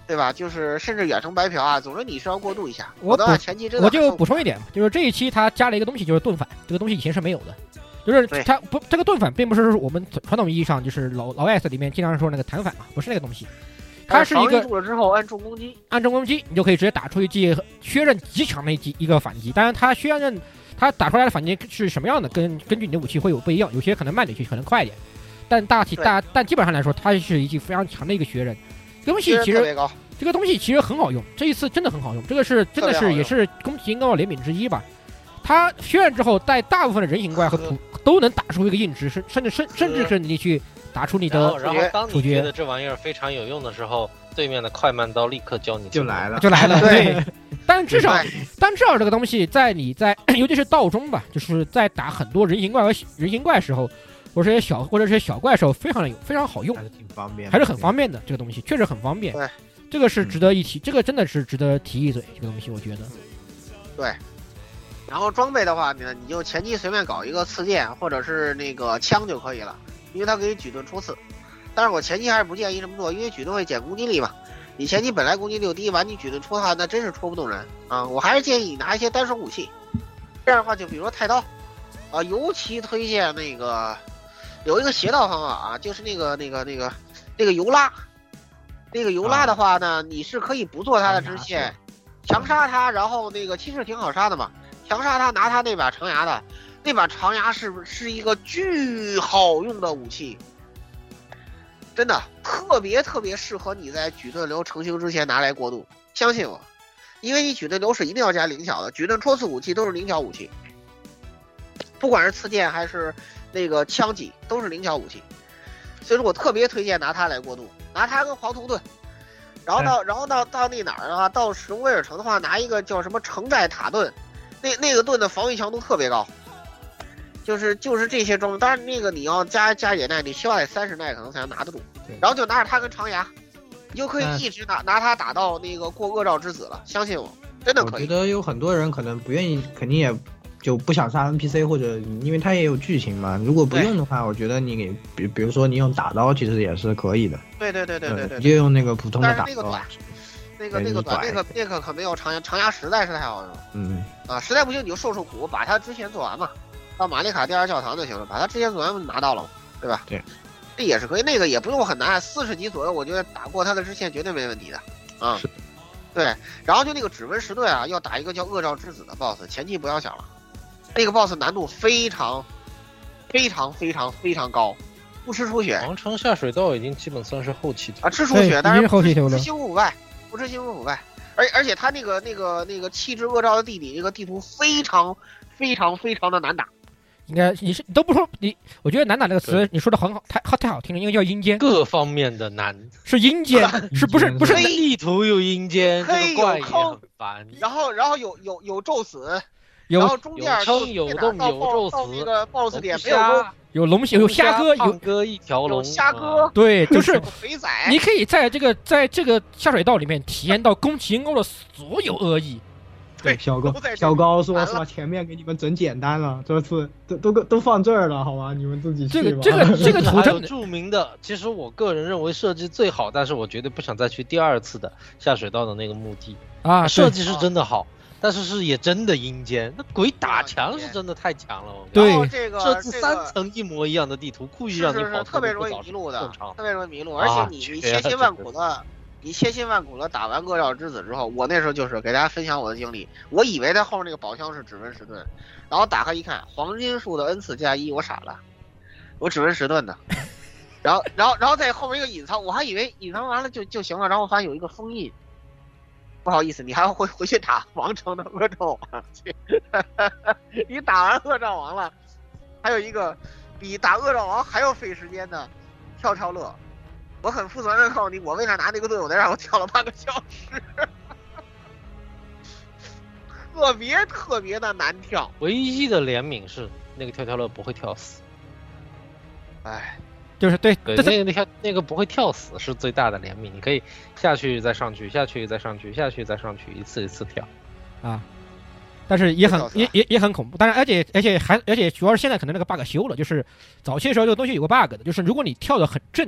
对吧？就是甚至远程白嫖啊，总之你是要过渡一下。 我的话前期真的我就补充一点，就是这一期它加了一个东西，就是盾反，这个东西以前是没有的。就是它不，这个盾反并不是我们传统意义上就是老老 S 里面经常说那个弹反嘛，不是那个东西。它是一个住了之后按重攻击， 按重攻击你就可以直接打出一记削刃极强的一一个反击。当然，它削刃它打出来的反击是什么样的，跟根据你的武器会有不一样，有些可能慢点，有些可能快一点。但大体大但基本上来说，它是一记非常强的一个削刃。这个东西其实这个东西其实很好用，这一次真的很好用。这个是真的是也是宫崎英高的联名之一吧。它削刃之后，在大部分的人形怪和土都能打出一个硬直，甚甚至甚甚至是你去打出你的主角。 然后当你觉得这玩意儿非常有用的时候，对面的快慢刀立刻教你就来了， 就来了。对，但至少但至少这个东西在你在尤其是道中吧，就是在打很多人形怪和人形怪时候，或者这些小或者这些小怪时候，非常的非常好用， 还是挺方便， 还是很方便的。这个东西确实很方便。 对， 这个是值得一提，这个真的是值得提一嘴。这个东西我觉得， 对。然后装备的话呢，你就前期随便搞一个刺剑或者是那个枪就可以了，因为它可以举盾戳刺。但是我前期还是不建议这么做，因为举盾会减攻击力嘛。你前期本来攻击力就低，完你举盾戳的话，那真是戳不动人啊！我还是建议你拿一些单手武器，这样的话就比如说太刀，啊，尤其推荐那个有一个邪道方法啊，就是那个那个那个那个尤拉，那个尤拉的话呢，你是可以不做他的支线，强杀他，然后那个其实挺好杀的嘛。强杀他拿他那把长牙的，那把长牙是是一个巨好用的武器，真的特别特别适合你在举盾流成型之前拿来过渡，相信我，因为你举盾流是一定要加灵巧的，举盾戳刺武器都是灵巧武器，不管是刺剑还是那个枪戟都是灵巧武器，所以说我特别推荐拿它来过渡，拿它跟黄铜盾。然后到然后到到那哪儿啊？到史威尔城的话，拿一个叫什么城寨塔盾。那那个盾的防御强度特别高，就是就是这些装，当然那个你要加加野耐，你起码得三十耐可能才能拿得住。然后就拿着它跟长牙，你就可以一直拿拿它打到那个过恶兆之子了。相信我，真的可以。 我觉得有很多人可能不愿意，肯定也就不想杀 N P C， 或者因为它也有剧情嘛。如果不用的话，我觉得你给比比如说你用打刀其实也是可以的。 对对对对对对， 你就用那个普通的打刀。 那个那个短那个那个可没有长牙，长牙实在是太好用了。 嗯啊，实在不行你就受受苦，把它之前做完嘛，到玛丽卡第二教堂就行了，把它之前做完拿到了，对吧？ 对， 这也是可以，那个也不用很难，四十级左右，我觉得打过它的支线绝对没问题的。啊， 是， 对，然后就那个指纹石盾啊，要打一个叫恶兆之子的 boss， 前期不要想了，那个 boss 难度非常非常非常非常高，不吃出血。 王城下水道已经基本算是后期啊，吃出血，但是后期不吃星腐败。不吃星腐败，而而且他那个那个那个气质恶兆的地理那个地图非常非常非常的难打。 应该你是你都不说你，我觉得难打这个词你说的很好，太太好听了，因为叫阴间。 各方面的难是阴间，是不是不是地图有阴间， 黑有坑，然后然后有有有咒死，然后中间有坑有洞有咒死， 那个 boss 点没有有龙有虾哥有哥一条龙， 有虾哥， 对，就是肥仔。 你可以在这个在这个下水道里面体验到宫崎英高的所有恶意。 对， 小高小高说是吧？前面给你们整简单了，这次都都都放这儿了，好吧？你们自己去吧。 这个这个这个图真著名的，其实我个人认为设计最好，但是我绝对不想再去第二次的下水道的那个墓地啊， 设计是真的好。但是是也真的阴间，那鬼打墙是真的太强了。 对， 这个设置三层一模一样的地图，故意让你跑特别容易迷路的，特别容易迷路。而且你你千辛万苦的，你千辛万苦的打完恶兆之子之后，我那时候就是给大家分享我的经历。我以为在后面那个宝箱是指纹石盾，然后打开一看，黄金树的 n 次加一，我傻了，我指纹石盾的。然后然后然后在后面一个隐藏，我还以为隐藏完了就就行了，然后我发现有一个封印。不好意思，你还要回回去打王城的恶兆王去。你打完恶兆王了，还有一个比打恶兆王还要费时间的跳跳乐。我很负责任告诉你，我为啥拿那个队友的让我跳了半个小时，特别特别的难跳。 唯一的怜悯是那个跳跳乐不会跳死。 哎。 就是对， 对，那个那跳那个不会跳死是最大的怜悯，你可以下去再上去，下去再上去，下去再上去，一次一次跳， 啊，但是也很也也也很恐怖，当然而且而且还而且主要是现在可能那个 bug 修了，就是早期的时候这个东西有个 bug 的，就是如果你跳得很正，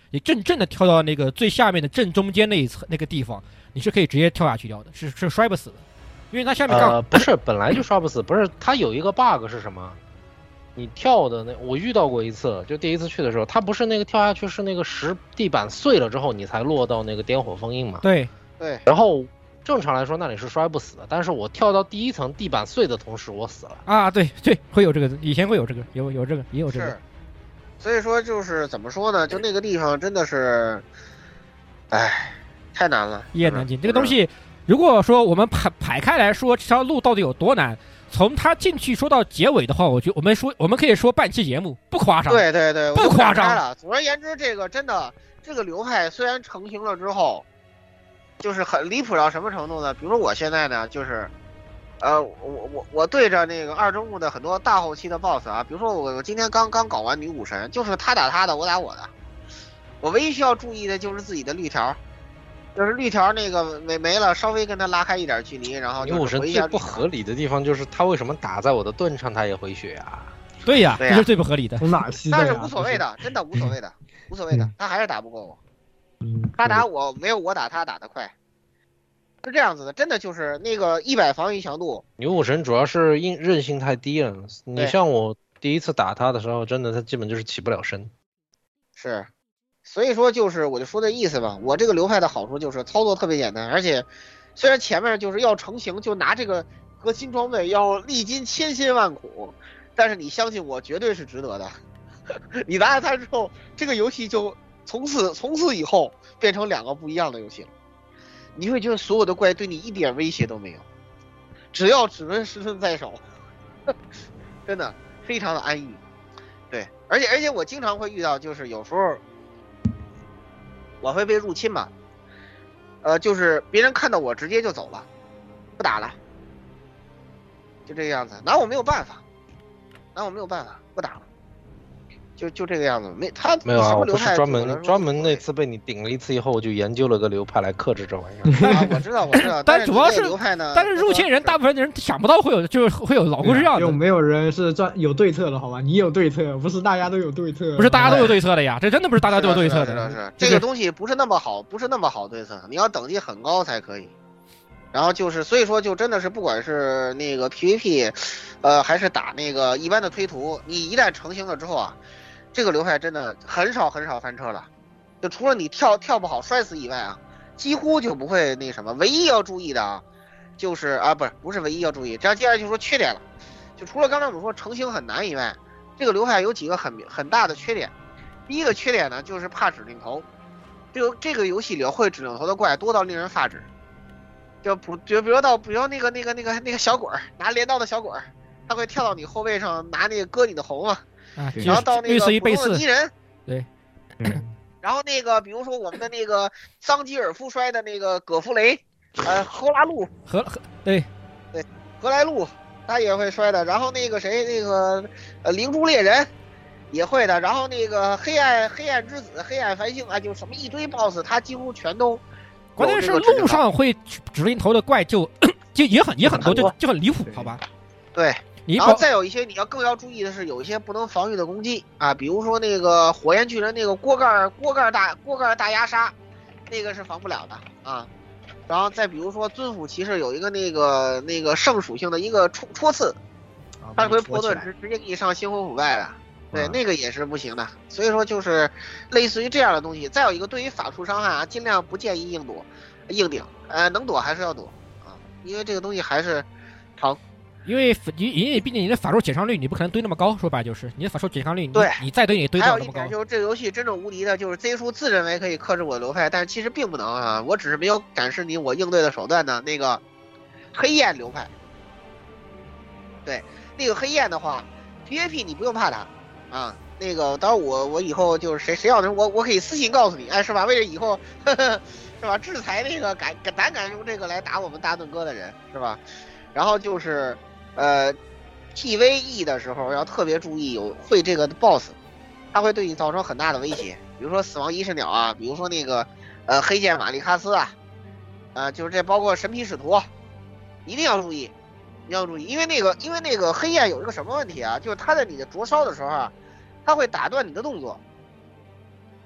你正正的跳到那个最下面的正中间那一侧那个地方，你是可以直接跳下去掉的，是是摔不死的，因为它下面刚、 呃、不是本来就摔不死，不是它有一个 bug 是什么？你跳的那我遇到过一次，就第一次去的时候，它不是那个跳下去是那个石地板碎了之后你才落到那个点火封印嘛？ 对对， 然后。正常来说，那你是摔不死的，但是我跳到第一层地板碎的同时，我死了啊！对对，会有这个，以前会有这个，有有这个，也有这个。 是，所以说就是怎么说呢？就那个地方真的是，哎，太难了， 一言难尽。这个东西，如果说我们排排开来说，这条路到底有多难，从它进去说到结尾的话，我觉得我们说我们可以说半期节目，不夸张。 对对对， 不夸张了。总而言之，这个真的，这个流派虽然成型了之后。就是很离谱到什么程度呢？比如说我现在呢，就是，呃，我我我对着那个二周目的很多大后期的 boss 啊，比如说我我今天刚刚搞完女武神，就是他打他的，我打我的，我唯一需要注意的就是自己的绿条，就是绿条那个没没了，稍微跟他拉开一点距离，然后女武神最不合理的地方就是他为什么打在我的盾上他也回血啊？ 对呀，这是最不合理的。 但是无所谓的，真的无所谓的，无所谓的，他还是打不过我。他打我没有我打他打得快，是这样子的，真的就是那个一百防御强度。 女武神主要是硬韧性太低了，你像我第一次打他的时候，真的他基本就是起不了身。 是，所以说就是我就说这意思吧。我这个流派的好处就是操作特别简单，而且虽然前面就是要成型，就拿这个核心装备要历经千辛万苦，但是你相信我，绝对是值得的。你拿了它之后，这个游戏就。从此从此以后变成两个不一样的游戏了，你会觉得所有的怪对你一点威胁都没有，只要指纹时辰在手，真的非常的安逸。对，而且而且我经常会遇到，就是有时候我会被入侵嘛，呃，就是别人看到我直接就走了，不打了，就这个样子，拿我没有办法，拿我没有办法，不打了。就就这个样子，没他没有啊，我不是专门专门那次被你顶了一次以后，我就研究了个流派来克制这玩意儿。 啊，我知道，我知道， 但主要是流派呢， 但是入侵人大部分人想不到会有，就是会有老姑这样的。 有没有人是专有对策的？好吧，你有对策，不是大家都有对策， 不是大家都有对策的呀，这真的不是大家都有对策的。 是是是，这个东西不是那么好，不是那么好对策，你要等级很高才可以。然后就是，所以说就真的是，不管是那个 P V P， 呃，还是打那个一般的推图，你一旦成型了之后啊。这个流派真的很少很少翻车了，就除了你跳跳不好摔死以外啊，几乎就不会那什么。唯一要注意的啊，就是啊不是不是唯一要注意，这样接下来就说缺点了。就除了刚才我们说成型很难以外，这个流派有几个很很大的缺点。第一个缺点呢，就是怕指令头。这个这个游戏里会指令头的怪多到令人发指。就不就比如到比如那个那个那个那个小鬼儿拿镰刀的小鬼儿，他会跳到你后背上拿那个割你的喉嘛。 啊， 然后到那个普通的敌人， 对， 然后那个比如说我们的那个桑吉尔夫摔的那个葛弗雷，呃，荷拉路， 荷荷对对，荷莱路他也会摔的。然后那个谁，那个呃灵珠猎人也会的。然后那个黑暗黑暗之子、黑暗繁星啊，就什么一堆 boss， 他几乎全都。 关键是路上会指令头的怪就就也很也很多，就就很离谱，好吧？ 对。然后再有一些你要更要注意的是，有一些不能防御的攻击啊，比如说那个火焰巨人那个锅盖锅盖大锅盖大压杀，那个是防不了的啊。然后再比如说尊府骑士有一个那个那个圣属性的一个戳戳刺，他会破盾直直接给你上星火腐败的，对，那个也是不行的。所以说就是类似于这样的东西。再有一个对于法术伤害啊，尽量不建议硬躲硬顶，呃，能躲还是要躲啊，因为这个东西还是疼。 因为你因为毕竟你的法术减伤率你不可能堆那么高，说白就是你的法术减伤率， 对， 你再堆也堆不了那么高。 还有一点就是这个游戏真正无敌的就是 Z 叔自认为可以克制我的流派，但是其实并不能啊，我只是没有展示你我应对的手段的那个黑焰流派。对，那个黑焰的话 ，P V P 你不用怕它啊，那个当然我我以后就是谁谁要的我我可以私信告诉你，哎是吧？为了以后呵呵是吧制裁那个敢胆敢用这个来打我们大盾哥的人是吧？然后就是。呃 ，P V E 的时候要特别注意有会这个 boss， 它会对你造成很大的威胁，比如说死亡伊士鸟啊，比如说那个呃黑剑玛丽卡斯啊，呃就是这包括神皮使徒，一定要注意，一定要注意，因为那个因为那个黑焰有一个什么问题啊，就是它在你的灼烧的时候啊，它会打断你的动作，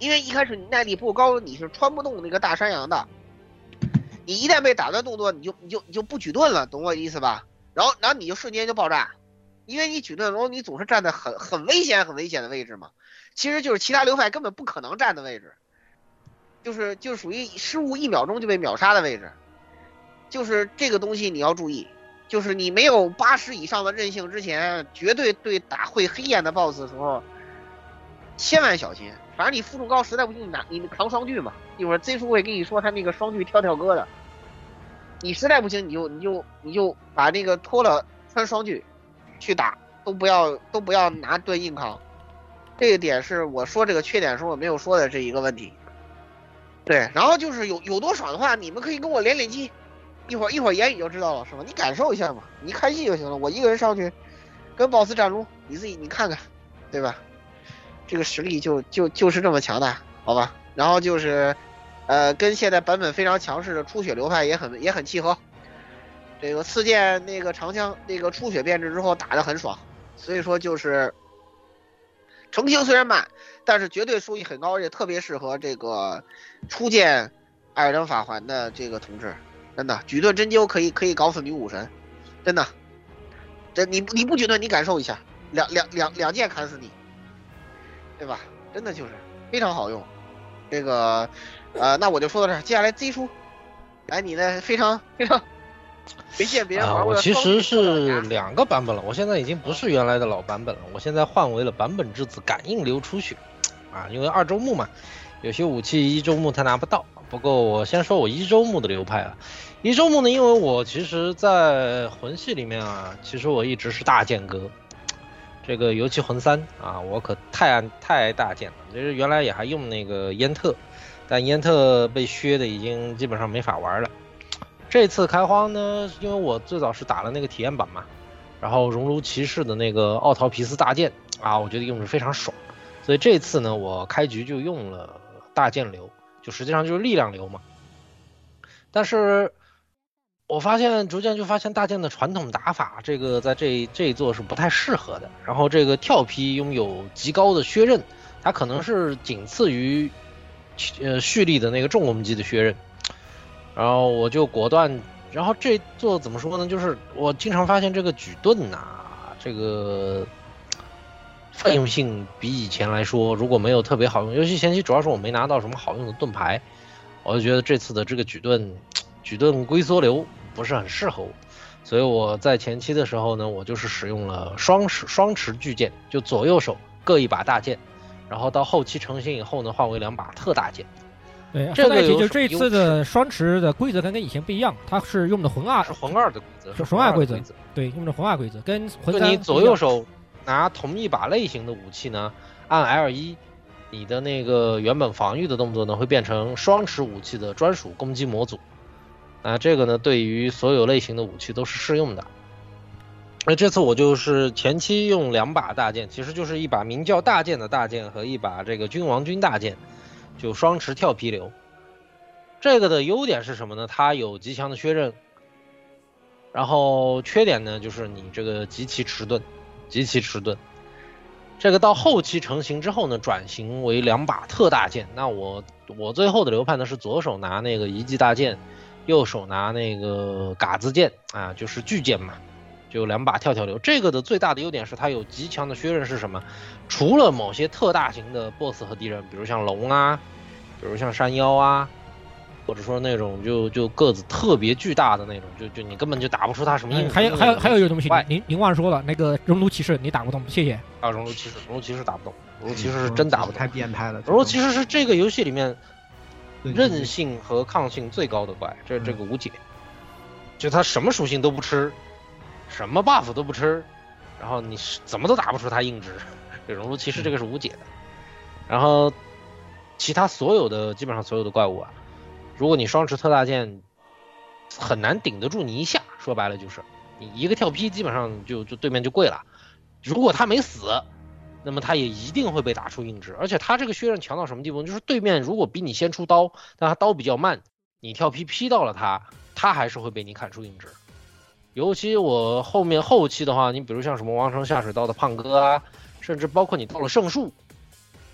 因为一开始你耐力不够高，你是穿不动那个大山羊的。你一旦被打断动作，你就你就你就不举盾了，懂我意思吧？然后然后你就瞬间就爆炸，因为你举盾，然后你总是站在很很危险很危险的位置嘛，其实就是其他流派根本不可能站的位置，就是就属于失误一秒钟就被秒杀的位置，就是这个东西你要注意。就是你没有八十以上的韧性之前，绝对对打会黑焰的 boss 的时候，千万小心。反正你负重高，实在不行你拿你扛双锯嘛。一会儿 Z 叔会跟你说他那个双锯跳跳歌的。你实在不行，你就你就你就把那个脱了穿双锯去打，都不要都不要拿盾硬扛。这个点是我说这个缺点时候我没有说的这一个问题。对，然后就是有有多爽的话，你们可以跟我连连击。一会儿一会儿言语就知道了，是吧？你感受一下嘛，你看戏就行了。我一个人上去跟 boss 战撸，你自己你看看，对吧？这个实力就就就是这么强大，好吧？然后就是，呃，跟现在版本非常强势的初血流派也很也很契合。这个刺剑那个长枪那个初血变质之后打得很爽，所以说就是成型虽然慢，但是绝对收益很高，而且特别适合这个初见艾尔登法环的这个同志。真的举盾针灸可以可以搞死女武神，真的，这你你不举盾你感受一下，两两两两剑砍死你，对吧？真的就是非常好用。这个呃，那我就说到这儿，接下来 Z 叔，来你的非常非常没见别人玩过的、 啊。我其实是两个版本了，我现在已经不是原来的老版本了，我现在换为了版本之子感应流出血啊，因为二周目嘛，有些武器一周目它拿不到。不过我先说我一周目的流派啊，一周目呢，因为我其实在魂系里面啊，其实我一直是大剑哥，这个尤其魂三啊，我可太爱太爱大剑了。就是原来也还用那个烟特，但烟特被削的已经基本上没法玩了。这次开荒呢，因为我最早是打了那个体验版嘛，然后熔炉骑士的那个奥陶皮斯大剑啊，我觉得用着非常爽，所以这次呢，我开局就用了大剑流。就实际上就是力量流嘛，但是我发现逐渐就发现大剑的传统打法，这个在这这一座是不太适合的。然后这个跳劈拥有极高的削刃，它可能是仅次于呃蓄力的那个重攻击的削刃。然后我就果断，然后这座怎么说呢？就是我经常发现这个举盾呐、啊，这个。泛用性比以前来说，如果没有特别好用，尤其前期主要是我没拿到什么好用的盾牌，我就觉得这次的这个举盾，举盾龟缩流不是很适合我，所以我在前期的时候呢，我就是使用了双持双持巨剑，就左右手各一把大剑，然后到后期成型以后呢，换为两把特大剑。 对，这个就这次的双持的规则跟跟以前不一样，它是用的魂二， 是魂二的规则， 是魂二规则，对，用的魂二规则，跟魂三。 你左右手。拿同一把类型的武器呢，按 L 一，你的那个原本防御的动作呢，会变成双持武器的专属攻击模组。那这个呢，对于所有类型的武器都是适用的。那这次我就是前期用两把大剑，其实就是一把名叫大剑的大剑和一把这个君王军大剑，就双持跳劈流。这个的优点是什么呢？它有极强的削刃，然后缺点呢，就是你这个极其迟钝。极其迟钝，这个到后期成型之后呢，转型为两把特大剑。那我我最后的流派呢是左手拿那个遗迹大剑，右手拿那个嘎子剑啊，就是巨剑嘛，就两把跳跳流。这个的最大的优点是它有极强的削刃是什么？除了某些特大型的 B O S S 和敌人，比如像龙啊，比如像山妖啊。或者说那种就就个子特别巨大的那种，就就你根本就打不出他什么硬。 还有还有还有一个东西，您您忘说了，那个熔炉骑士你打不动，谢谢。 啊，熔炉骑士，熔炉骑士打不动，熔炉骑士是真打不动， 太变态了。 熔炉骑士是这个游戏里面韧性和抗性最高的怪，这这个无解，就他什么属性都不吃，什么 buff 都不吃，然后你怎么都打不出他硬直。这熔炉骑士这个是无解的，然后其他所有的基本上所有的怪物啊。如果你双持特大剑，很难顶得住你一下。说白了就是，你一个跳劈基本上就就对面就跪了。如果他没死，那么他也一定会被打出硬直。而且他这个削刃强到什么地步？就是对面如果比你先出刀，但他刀比较慢，你跳劈劈到了他，他还是会被你砍出硬直。尤其我后面后期的话，你比如像什么王城下水道的胖哥啊，甚至包括你到了圣树。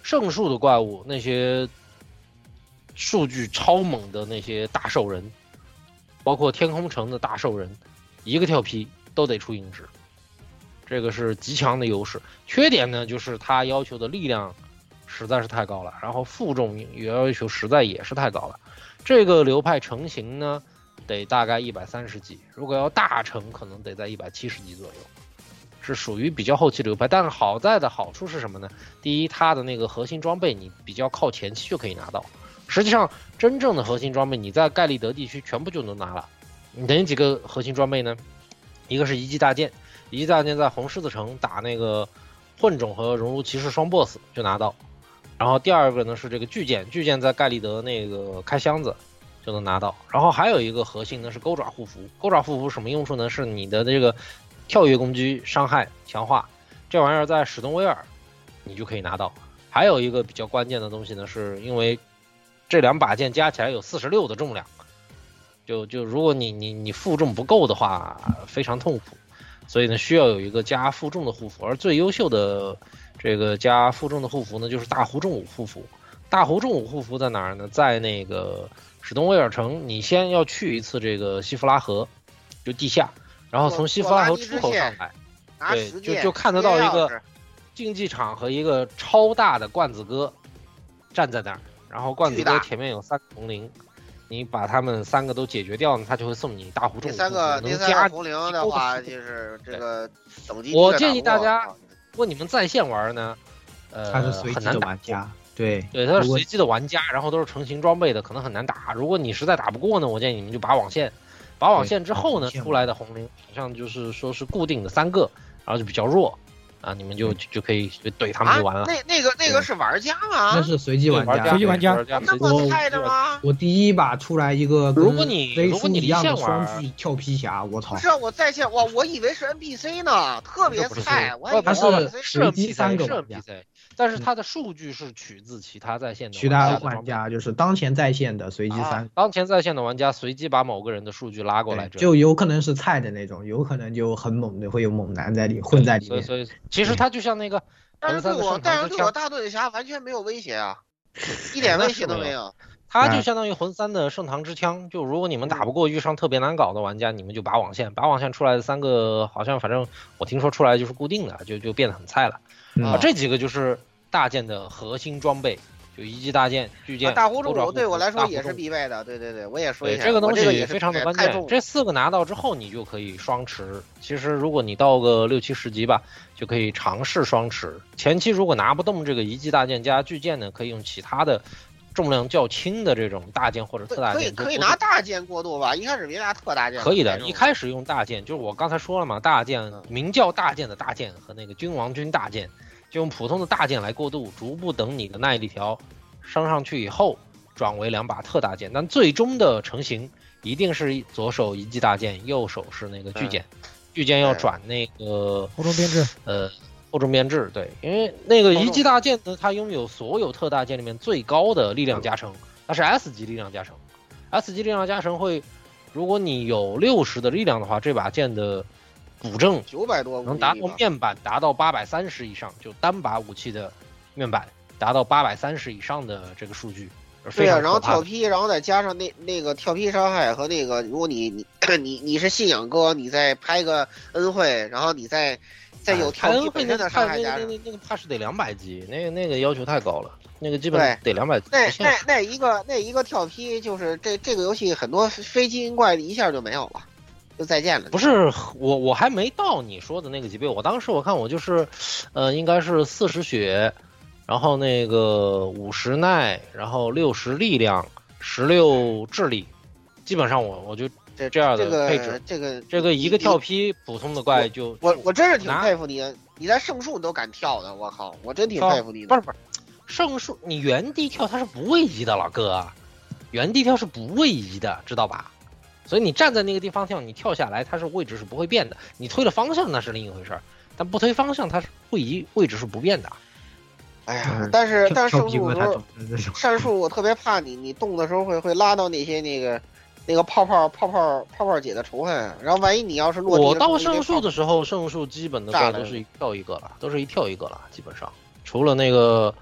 圣树的怪物那些数据超猛的那些大兽人，包括天空城的大兽人，一个跳劈都得出硬直，这个是极强的优势。缺点呢，就是它要求的力量实在是太高了，然后负重也要求实在也是太高了。这个流派成型呢，得大概一百三十级，如果要大成，可能得在一百七十级左右，是属于比较后期流派。但是好在的好处是什么呢？第一，它的那个核心装备你比较靠前期就可以拿到。实际上，真正的核心装备你在盖利德地区全部就能拿了。哪几个核心装备呢？一个是遗迹大剑，遗迹大剑在红狮子城打那个混种和熔炉骑士双 boss 就拿到。然后第二个呢是这个巨剑，巨剑在盖利德那个开箱子就能拿到。然后还有一个核心呢是钩爪护符，钩爪护符什么用处呢？是你的这个跳跃攻击伤害强化，这玩意儿在史东威尔你就可以拿到。还有一个比较关键的东西呢，是因为这两把剑加起来有四十六的重量，就就如果你你你负重不够的话，非常痛苦，所以呢需要有一个加负重的护符。而最优秀的这个加负重的护符呢，就是大湖重武护符。大湖重武护符在哪儿呢？在那个史东威尔城，你先要去一次这个西弗拉河，就地下，然后从西弗拉河出口上来，对，就就看得到一个竞技场和一个超大的罐子哥站在那儿，然后罐子哥前面有三个红灵，你把他们三个都解决掉呢，他就会送你大湖重武。 第三个第三个红灵的话，就是这个等级。 我建议大家，如果你们在线玩呢，呃， 他是随机的玩家，对对，他是随机的玩家，然后都是成型装备的，可能很难打。如果你实在打不过呢，我建议你们就拔网线，拔网线之后呢，出来的红灵好像就是说是固定的三个，然后就比较弱。啊，你们就就可以怼他们就完了。 啊、那那个那个是玩家吗？ 那是随机玩家， 随机玩家。 那么菜的吗？ 我第一把出来一个， 如果你如果你一样的双巨跳皮侠，我操！ 不是我在线，我我以为是 N P C 呢，特别菜。我他是随机三个玩家， 但是它的数据是取自其他在线的其他玩家，就是当前在线的随机三、啊， 当前在线的玩家随机把某个人的数据拉过来， 就有可能是菜的那种，有可能就很猛的，会有猛男在里混在里面。 所以，所以其实它就像那个， 但是对我，但是对我大盾侠完全没有威胁啊，一点威胁都没有。 它就相当于魂三的圣堂之枪，就如果你们打不过遇上特别难搞的玩家，你们就拔网线，拔网线出来的三个好像反正我听说出来就是固定的，就就变得很菜了。 嗯、 啊，这几个就是大剑的核心装备，就一击大剑、巨剑、 啊、大湖重武对我来说也是必备的。对对对，我也说一下， 这个东西也非常的关键。这四个拿到之后，你就可以双持。其实如果你到个六七十级吧，就可以尝试双持。前期如果拿不动这个一击大剑加巨剑呢，可以用其他的重量较轻的这种大剑或者特大剑。 可以可以拿大剑过渡吧，一开始别拿特大剑。 可以的，一开始用大剑，就是我刚才说了嘛，大剑名叫大剑的大剑和那个君王军大剑。就用普通的大剑来过渡，逐步等你的耐力条升上去以后，转为两把特大剑。但最终的成型一定是左手一击大剑，右手是那个巨剑。巨剑要转那个后重编制， 呃，后重编制，对，因为那个一击大剑呢，它拥有所有特大剑里面最高的力量加成，它是 S 级力量加成。S 级力量加成会，如果你有六十的力量的话，这把剑的补正九百多能达到面板达到八百三十以上，就单把武器的面板达到八百三十以上的这个数据。 对啊，然后跳劈，然后再加上那那个跳劈伤害和那个，如果你你你你是信仰哥，你再拍个恩惠，然后你再再有跳劈本身的伤害加上， 那那那个怕是得两百级，那个那个要求太高了，那个基本得两百级。 那那那一个那一个跳劈，就是这这个游戏很多非基因怪一下就没有了。就再见了。 不是我，我还没到你说的那个级别。我当时我看我就是，呃，应该是四十血，然后那个五十耐，然后六十力量，十六智力，基本上我我就这这样的配置。 这个这个一个跳劈，普通的怪就我我真是挺佩服你，你在圣树你都敢跳的，我靠，我真挺佩服你的。 不是不是，圣树你原地跳它是不位移的，老哥，原地跳是不位移的，知道吧？所以你站在那个地方跳，你跳下来，它是位置是不会变的。你推了方向那是另一回事儿，但不推方向它是位移位置是不变的。 哎呀，但是但是圣树善树我特别怕你，你动的时候会会拉到那些那个那个泡泡泡泡泡泡姐的仇恨，然后万一你要是落地， 我到圣树的时候，圣树基本的怪都是一跳一个了，都是一跳一个了，基本上除了那个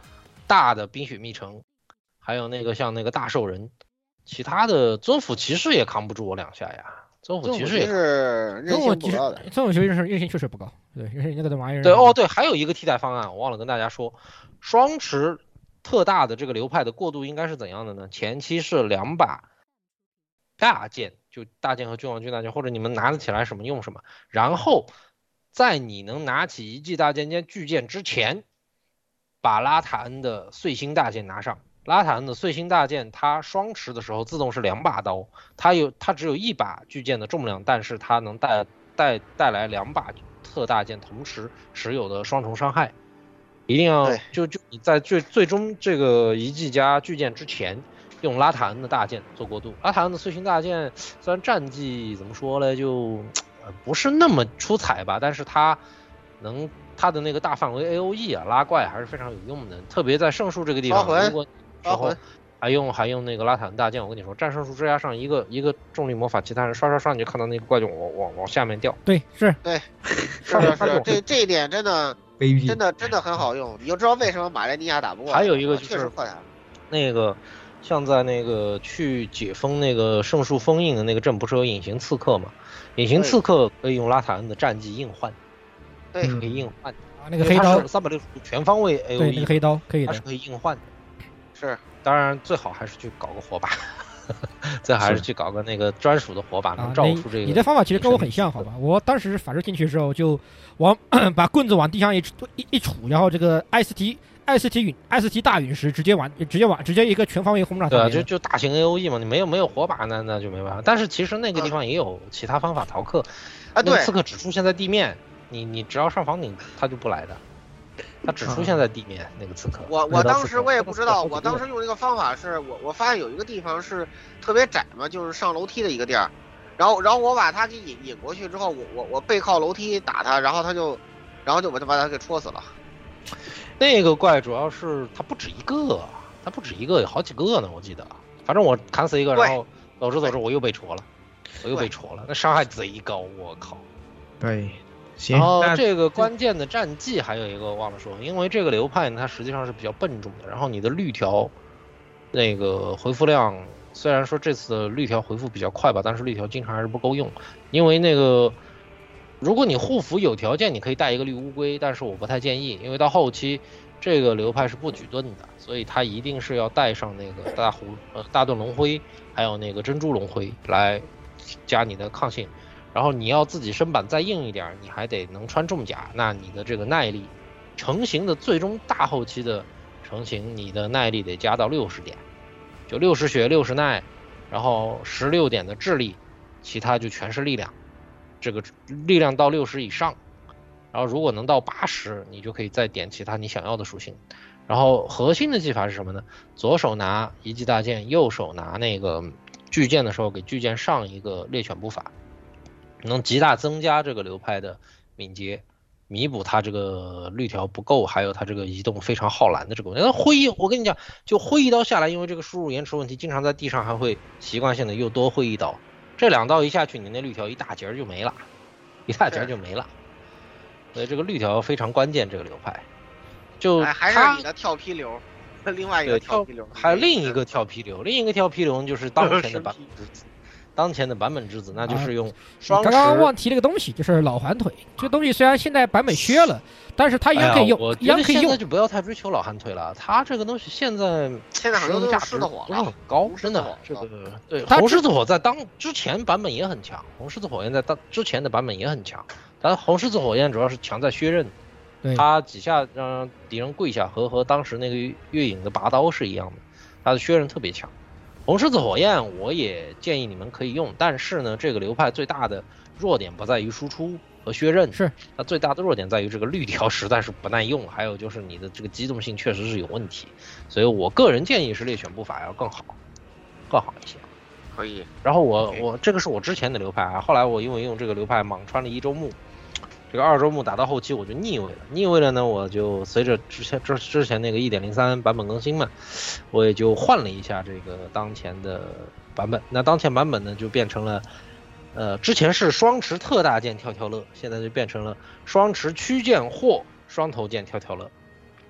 大的冰雪密城，还有那个像那个大兽人，其他的尊府骑士也扛不住我两下呀。尊府骑士也是韧性不高的， 尊府骑士韧性确实不高，对，韧性那个玩意儿。 对哦，对，还有一个替代方案，我忘了跟大家说，双持特大的这个流派的过渡应该是怎样的呢？前期是两把大剑，就大剑和君王军大剑，或者你们拿得起来什么用什么，然后在你能拿起一记大剑兼巨剑之前，把拉塔恩的碎星大剑拿上。拉塔恩的碎星大剑，它双持的时候自动是两把刀，它有它只有一把巨剑的重量，但是它能带带带来两把特大剑同时持有的双重伤害。一定要就就你在最最终这个一技加巨剑之前，用拉塔恩的大剑做过渡。拉塔恩的碎星大剑虽然战绩怎么说呢，就呃不是那么出彩吧，但是它能它的那个大范围 A O E 啊拉怪还是非常有用的，特别在圣树这个地方，如果然后还用还用那个拉塔恩大剑，我跟你说，战胜树枝丫上一个一个重力魔法，其他人刷刷刷你就看到那个怪就往往往下面掉。 对，是， 对，是是是，这这一点真的真的真的很好用，你就知道为什么马莱尼亚打不过。 还有一个就是确实破台， 那个像在那个去解封那个圣树封印的那个阵，不是有隐形刺客吗？隐形刺客可以用拉塔恩的战绩硬换， 对， 可以硬换。 啊，那个黑刀三百六十度全方位 A O E， 对，那个黑刀可以的， 它是可以硬换的。 是， 当然最好还是去搞个火把，最好还是去搞个那个专属的火把，能照出这个。 你的方法其实跟我很像，好吧？我当时反射进去之后，就往把棍子往地上一一一杵，然后这个 S T S T 陨 S T 大陨石直接往直接往直接一个全方位轰炸。 对啊，就就大型 A O E 嘛，你没有没有火把那那就没办法。但是其实那个地方也有其他方法逃课啊，对， 刺客只出现在地面，你你只要上房顶，他就不来的。它只出现在地面、嗯、那个刺客。 我我当时我也不知道，我当时用这个方法是我我发现有一个地方是特别窄嘛，就是上楼梯的一个地儿，然后然后我把他给引引过去之后，我我我背靠楼梯打他，然后他就然后就把他把他给戳死了。 那个怪主要是它不止一个，它不止一个，有好几个呢，我记得。反正我砍死一个，然后走着走着我又被戳了，我又被戳了，那伤害贼高，我靠。 对。 然后这个关键的战绩还有一个忘了说，因为这个流派呢，它实际上是比较笨重的。然后你的绿条那个回复量，虽然说这次的绿条回复比较快吧，但是绿条经常还是不够用。因为那个如果你护符有条件，你可以带一个绿乌龟，但是我不太建议，因为到后期这个流派是不举盾的，所以它一定是要带上那个大葫呃大盾龙辉，还有那个珍珠龙辉来加你的抗性。然后你要自己身板再硬一点，你还得能穿重甲，那你的这个耐力成型的最终大后期的成型，你的耐力得加到六十点，就六十血六十耐，然后十六点的智力，其他就全是力量，这个力量到六十以上，然后如果能到八十，你就可以再点其他你想要的属性。然后核心的技法是什么呢？左手拿一技大剑，右手拿那个巨剑的时候给巨剑上一个猎犬步法，能极大增加这个流派的敏捷，弥补它这个绿条不够，还有它这个移动非常耗蓝的这个问题。那挥，我跟你讲，就挥一刀下来，因为这个输入延迟问题，经常在地上还会习惯性的又多挥一刀。这两刀一下去，你那绿条一大截就没了，一大截就没了。所以这个绿条非常关键，这个流派。就还是你的跳批流，另外一个跳批流， 还有另一个跳批流，另一个跳批流就是当前的版本之子。当前的版本之子，那就是用双持。 刚刚忘提了个东西，就是老寒腿。这个东西虽然现在版本削了，但是它一样可以用， 哎、 一样可以用。 现在就不要太追求老寒腿了，它这个东西现在现在很多都是狮子火不是很高，真的。这个对， 它红狮子火在当之前版本也很强，红狮子火焰在当之前的版本也很强，但红狮子火焰主要是强在削刃。它几下让敌人跪下，和和当时那个月影的拔刀是一样的，它的削刃特别强。红狮子火焰我也建议你们可以用，但是呢，这个流派最大的弱点不在于输出和削刃， 是它最大的弱点在于这个绿条实在是不耐用，还有就是你的这个机动性确实是有问题，所以我个人建议是猎犬步法要更好，更好一些。 可以。 然后我我这个是我之前的流派啊，后来我因为用这个流派莽穿了一周目。这个二周目打到后期我就腻味了，腻味了呢，我就随着之前之之前那个 一点零三 版本更新嘛，我也就换了一下这个当前的版本。那当前版本呢就变成了，呃，之前是双持特大剑跳跳乐，现在就变成了双持曲剑或双头剑跳跳乐。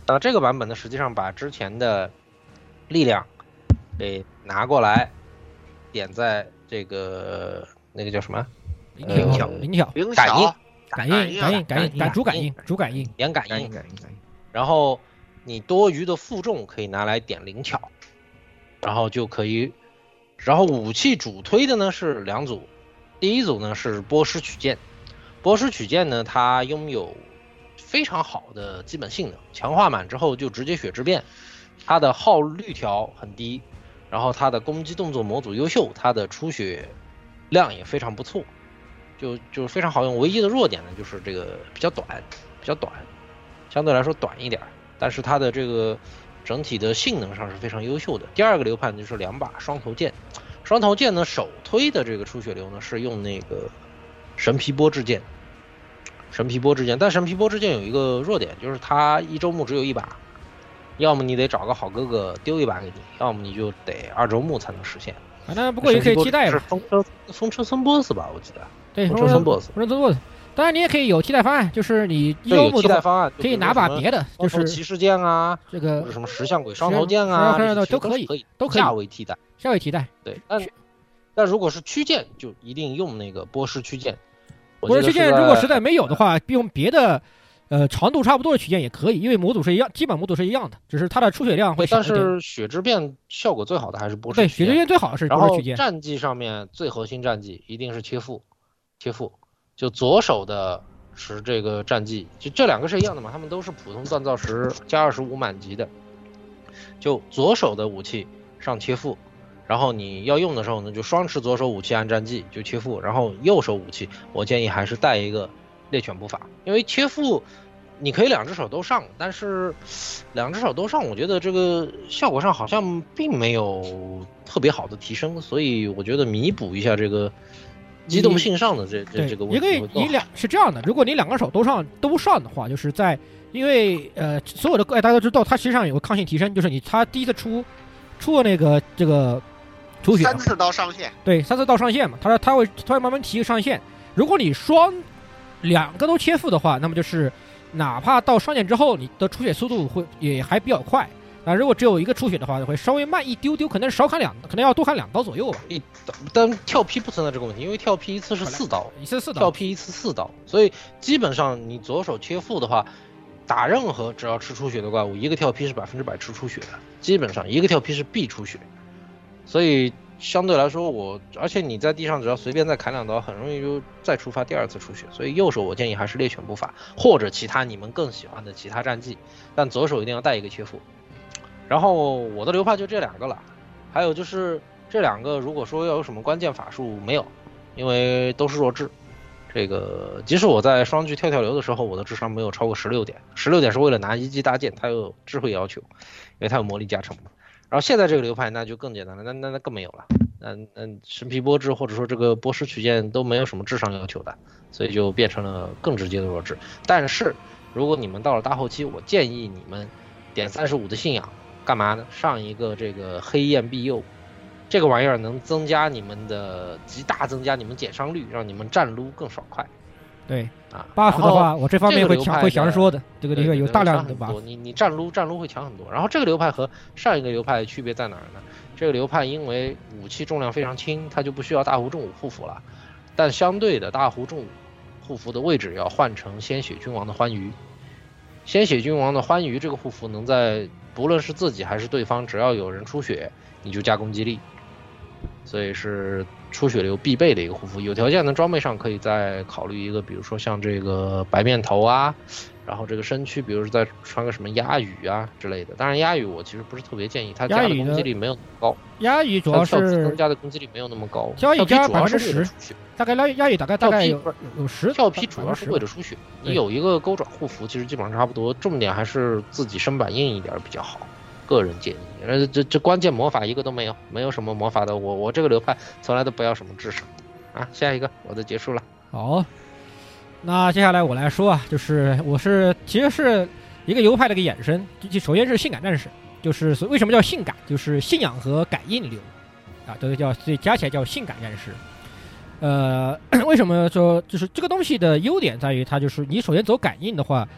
那这个版本呢，实际上把之前的力量给拿过来，点在这个那个叫什么？ 灵巧，灵巧， 感应， 感应，感应，感应，感主感应，主感应， 点感应，然后你多余的负重可以拿来点灵巧，然后就可以，然后武器主推的呢是两组，第一组呢是波师曲剑，波师曲剑呢它拥有非常好的基本性能，强化满之后就直接血之变，它的耗率条很低，然后它的攻击动作模组优秀，它的出血量也非常不错。就就是非常好用，唯一的弱点呢就是这个比较短，比较短，相对来说短一点，但是它的这个整体的性能上是非常优秀的。第二个流派呢就是两把双头剑，双头剑呢首推的这个出血流呢是用那个神皮波之剑，神皮波之剑，但神皮波之剑有一个弱点，就是它一周目只有一把，要么你得找个好哥哥丢一把给你，要么你就得二周目才能实现。 反正不过也可以替代吧， 是风车风车森 boss 吧，我记得。 对， 风车森 boss， 风车森 boss。当然你也可以有替代方案，就是你一周目替代方案可以拿把别的，就是骑士剑啊， 这个什么石像鬼双头剑啊， 都可以，都可以价位替代， 价位替代。 对，但但如果是曲剑，就一定用那个波师曲剑。 波师曲剑如果实在没有的话，用别的。呃，长度差不多的曲剑也可以，因为模组是一样，基本模组是一样的，只是它的出血量会少一点。 但是血之变效果最好的还是波师曲剑。 对，血之变最好的是波师曲剑。 然后战绩上面最核心战绩一定是切腹，切腹就左手的是这个战绩，就这两个是一样的嘛，他们都是普通锻造石加二十五满级的。就左手的武器上切腹，然后你要用的时候呢，就双持左手武器按战绩就切腹，然后右手武器我建议还是带一个猎犬步法，因为切腹你可以两只手都上，但是两只手都上，我觉得这个效果上好像并没有特别好的提升，所以我觉得弥补一下这个机动性上的这这这个问题。 因为你两是这样的，如果你两个手都上都上的话，就是在因为呃所有的大家都知道，它实际上有个抗性提升，就是你它第一次出出了那个这个出血三次到上限， 对，三次到上限嘛，它它会它会慢慢提上限。如果你双两个都切腹的话，那么就是哪怕到上限之后，你的出血速度会也还比较快。啊，如果只有一个出血的话，会稍微慢一丢丢，可能少砍两，可能要多砍两刀左右吧。 一刀，但跳劈不存在这个问题，因为跳劈一次是四刀， 一次四刀， 跳劈一次四刀，所以基本上你左手切腹的话，打任何只要吃出血的怪物，一个跳劈是百分之百吃出血的，基本上一个跳劈是必出血，所以。相对来说我，而且你在地上只要随便再砍两刀，很容易就再触发第二次出血，所以右手我建议还是猎犬步法或者其他你们更喜欢的其他战绩，但左手一定要带一个切腹。然后我的流派就这两个了，还有就是这两个如果说要有什么关键法术没有，因为都是弱智。这个即使我在双锯跳跳流的时候，我的智商没有超过十六点，十六点是为了拿一击大剑，它有智慧要求，因为它有魔力加成嘛。然后现在这个流派那就更简单了，那那那更没有了，嗯嗯，神皮波智或者说这个波师曲剑都没有什么智商要求的，所以就变成了更直接的弱智。但是如果你们到了大后期，我建议你们点三十五的信仰，干嘛呢？上一个这个黑焰庇佑，这个玩意儿能增加你们的极大增加你们减伤率，让你们战撸更爽快。 对啊 ，buff 的话，我这方面会强会强说的，这个里面有大量的 buff。 你你战撸战撸会强很多。然后这个流派和上一个流派区别在哪儿呢？这个流派因为武器重量非常轻，它就不需要大壶重武护符了，但相对的大壶重武护符的位置要换成鲜血君王的欢愉。鲜血君王的欢愉这个护符能在不论是自己还是对方，只要有人出血，你就加攻击力，所以是出血流必备的一个护符。有条件的装备上可以再考虑一个，比如说像这个白面头啊，然后这个身躯比如再穿个什么鸦羽啊之类的。当然鸦羽我其实不是特别建议，它加的攻击力没有那么高。 鸦羽主要是增加的攻击力没有那么高， 交易加百分之十， 大概鸦鸦羽大概大概有有十。 跳劈主要是为了输血，你有一个勾爪护符其实基本上差不多，重点还是自己身板硬一点比较好。个人建议，呃，这这关键魔法一个都没有，没有什么魔法的，我我这个流派从来都不要什么智商，啊，下一个我就结束了。 好，那接下来我来说啊，就是我是其实是一个流派的一个衍生，就首先是性感战士，就是为什么叫性感，就是信仰和感应流，啊，这个叫所以加起来叫性感战士。呃，为什么说就是这个东西的优点在于它就是你首先走感应的话。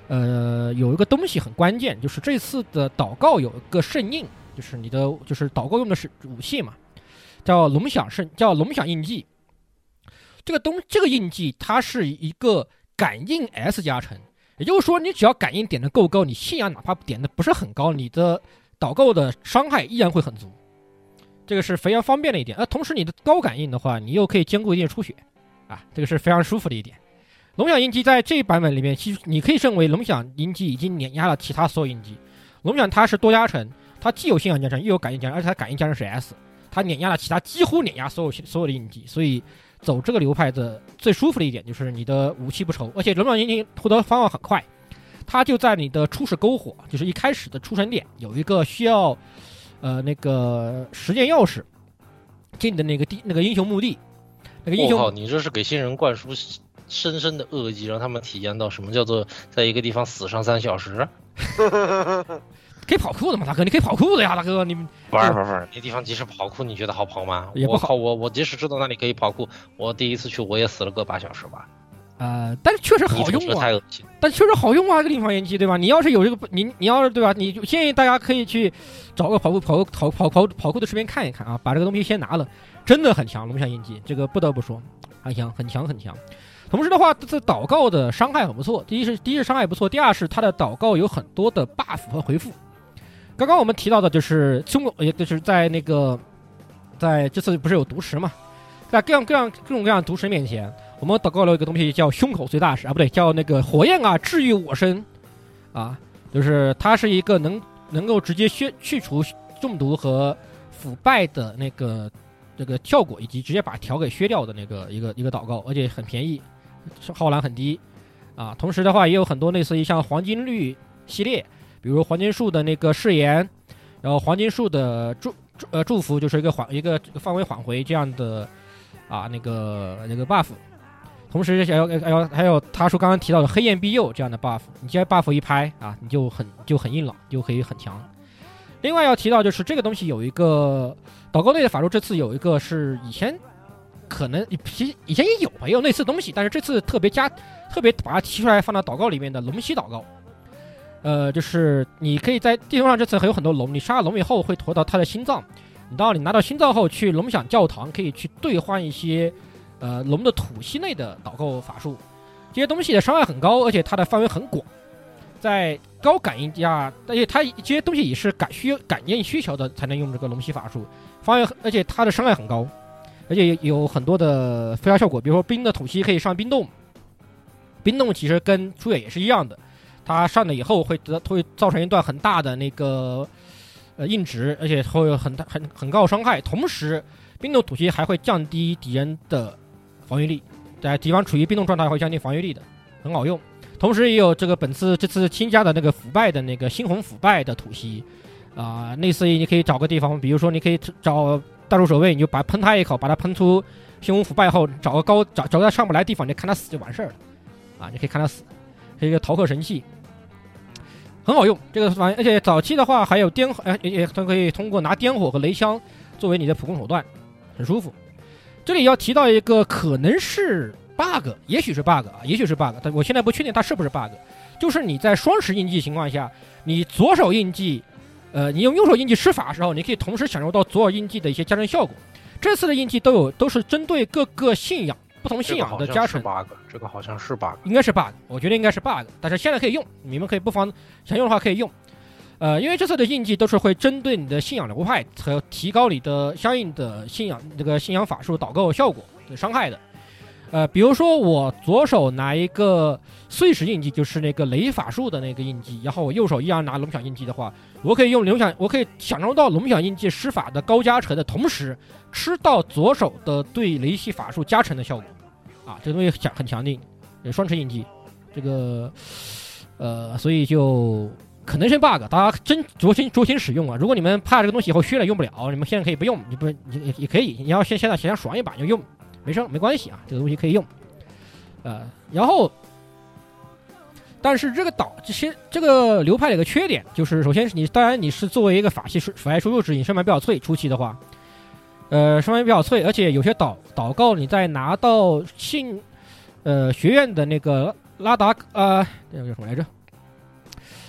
呃，有一个东西很关键，就是这次的祷告有一个圣印，就是你的就是祷告用的是武器嘛，叫龙响圣，叫龙响印记。这个东这个印记它是一个感应 S 加成，也就是说你只要感应点的够高，你信仰哪怕点的不是很高，你的祷告的伤害依然会很足，这个是非常方便的一点。而同时你的高感应的话，你又可以兼顾一定出血啊，这个是非常舒服的一点。龙响印记在这一版本里面，其实你可以认为龙响印记已经碾压了其他所有印记。龙响它是多加成，它既有信仰加成又有感应加成，而且它感应加成是 S， 它碾压了其他，几乎碾压所有所有的印记。所以走这个流派的最舒服的一点就是你的武器不愁，而且龙响印记获得方法很快，它就在你的初始篝火，就是一开始的出生点有一个需要呃那个十件钥匙进的那个地那个英雄墓地，那个英雄。 我靠，你这是给新人灌输深深的恶意，让他们体验到什么叫做在一个地方死上三小时。 可以跑酷的嘛，大哥，你可以跑酷的呀，大哥，你们不是不是不是，那地方即使跑酷，你觉得好跑吗？ 也不好。 我我我即使知道那里可以跑酷，我第一次去我也死了个八小时吧。 呃，但是确实好用啊， 太恶心。 但确实好用啊，这个灵防印记，对吧？你要是有这个，你你要是对吧？你建议大家可以去找个跑酷跑跑跑跑跑酷的视频看一看啊，把这个东西先拿了，真的很强，龙响印记这个不得不说，很强很强很强。同时的话，这祷告的伤害很不错。第一是第一是伤害不错，第二是它的祷告有很多的 buff 和回复。刚刚我们提到的就是凶，也就是在那个，在这次不是有毒石嘛，在各样各样各种各样毒石面前，我们祷告了一个东西叫胸口碎大石啊，不对，叫那个火焰啊，治愈我身啊，就是它是一个能能够直接去去除中毒和腐败的那个这个效果，以及直接把条给削掉的那个一个一个祷告，而且很便宜。耗蓝很低啊，同时的话也有很多类似于像黄金绿系列，比如黄金树的那个誓言，然后黄金树的祝呃祝福，就是一个缓一个范围缓回这样的啊那个那个 buff， 同时还有还有还有他说刚刚提到的黑焰庇佑这样的 buff， 你这 buff 一拍啊，你就很就很硬朗，就可以很强。另外要提到就是这个东西有一个祷告类的法术，这次有一个是以前。可能其实以前也有吧，也有类似的东西，但是这次特别加，特别把它提出来放到祷告里面的龙息祷告。呃，就是你可以在地图上这次还有很多龙，你杀了龙以后会驮到它的心脏，你到你拿到心脏后去龙响教堂可以去兑换一些呃龙的吐息内的祷告法术，这些东西的伤害很高，而且它的范围很广，在高感应下，而且它这些东西也是感需感应需求的才能用这个龙息法术，范围而且它的伤害很高。而且有很多的附加效果，比如说冰的吐息可以上冰冻，冰冻其实跟出血也是一样的，它上了以后会得会造成一段很大的那个呃硬直，而且会有很大很很高的伤害。同时，冰冻吐息还会降低敌人的防御力，在敌方处于冰冻状态会降低防御力的，很好用。同时也有这个本次这次新加的那个腐败的那个猩红腐败的吐息啊、呃，类似于你可以找个地方，比如说你可以找。大柱守卫，你就把喷他一口，把他喷出猩红腐败后，找个高找找他上不来的地方，你看他死就完事儿了，啊，你可以看他死，是一个逃课神器，很好用。这个玩意，而且早期的话还有颠，哎也也都可以通过拿颠火和雷枪作为你的普攻手段，很舒服。这里要提到一个可能是 bug， 也许是 bug 啊，也许是 bug， 但我现在不确定它是不是 bug， 就是你在双十印记情况下，你左手印记。呃，你用右手印记施法的时候，你可以同时享受到左手印记的一些加成效果。这次的印记都有都是针对各个信仰、不同信仰的加成。 这个好像是 bug， 这个好像是 bug， 应该是 bug， 我觉得应该是 bug， 但是现在可以用，你们可以不妨想用的话可以用。呃，因为这次的印记都是会针对你的信仰流派和提高你的相应的信仰这个信仰法术祷告效果的伤害的。呃，比如说我左手拿一个碎石印记，就是那个雷法术的那个印记，然后我右手一样拿龙响印记的话，我可以用龙响，我可以享受到龙响印记施法的高加成的同时，吃到左手的对雷系法术加成的效果。啊，这个东西强很强劲，双持印记，这个呃，所以就可能是 bug， 大家真酌情酌情使用啊。如果你们怕这个东西以后削了用不了，你们现在可以不用，你不也也可以，你要现现在想爽一把就用。没事，没关系啊，这个东西可以用，呃，然后，但是这个岛这些这个流派的一个缺点就是，首先是你当然你是作为一个法系法系输入值，你声纹比较脆，初期的话，呃，声纹比较脆，而且有些祷祷告你在拿到信呃学院的那个拉达呃那个叫什么来着？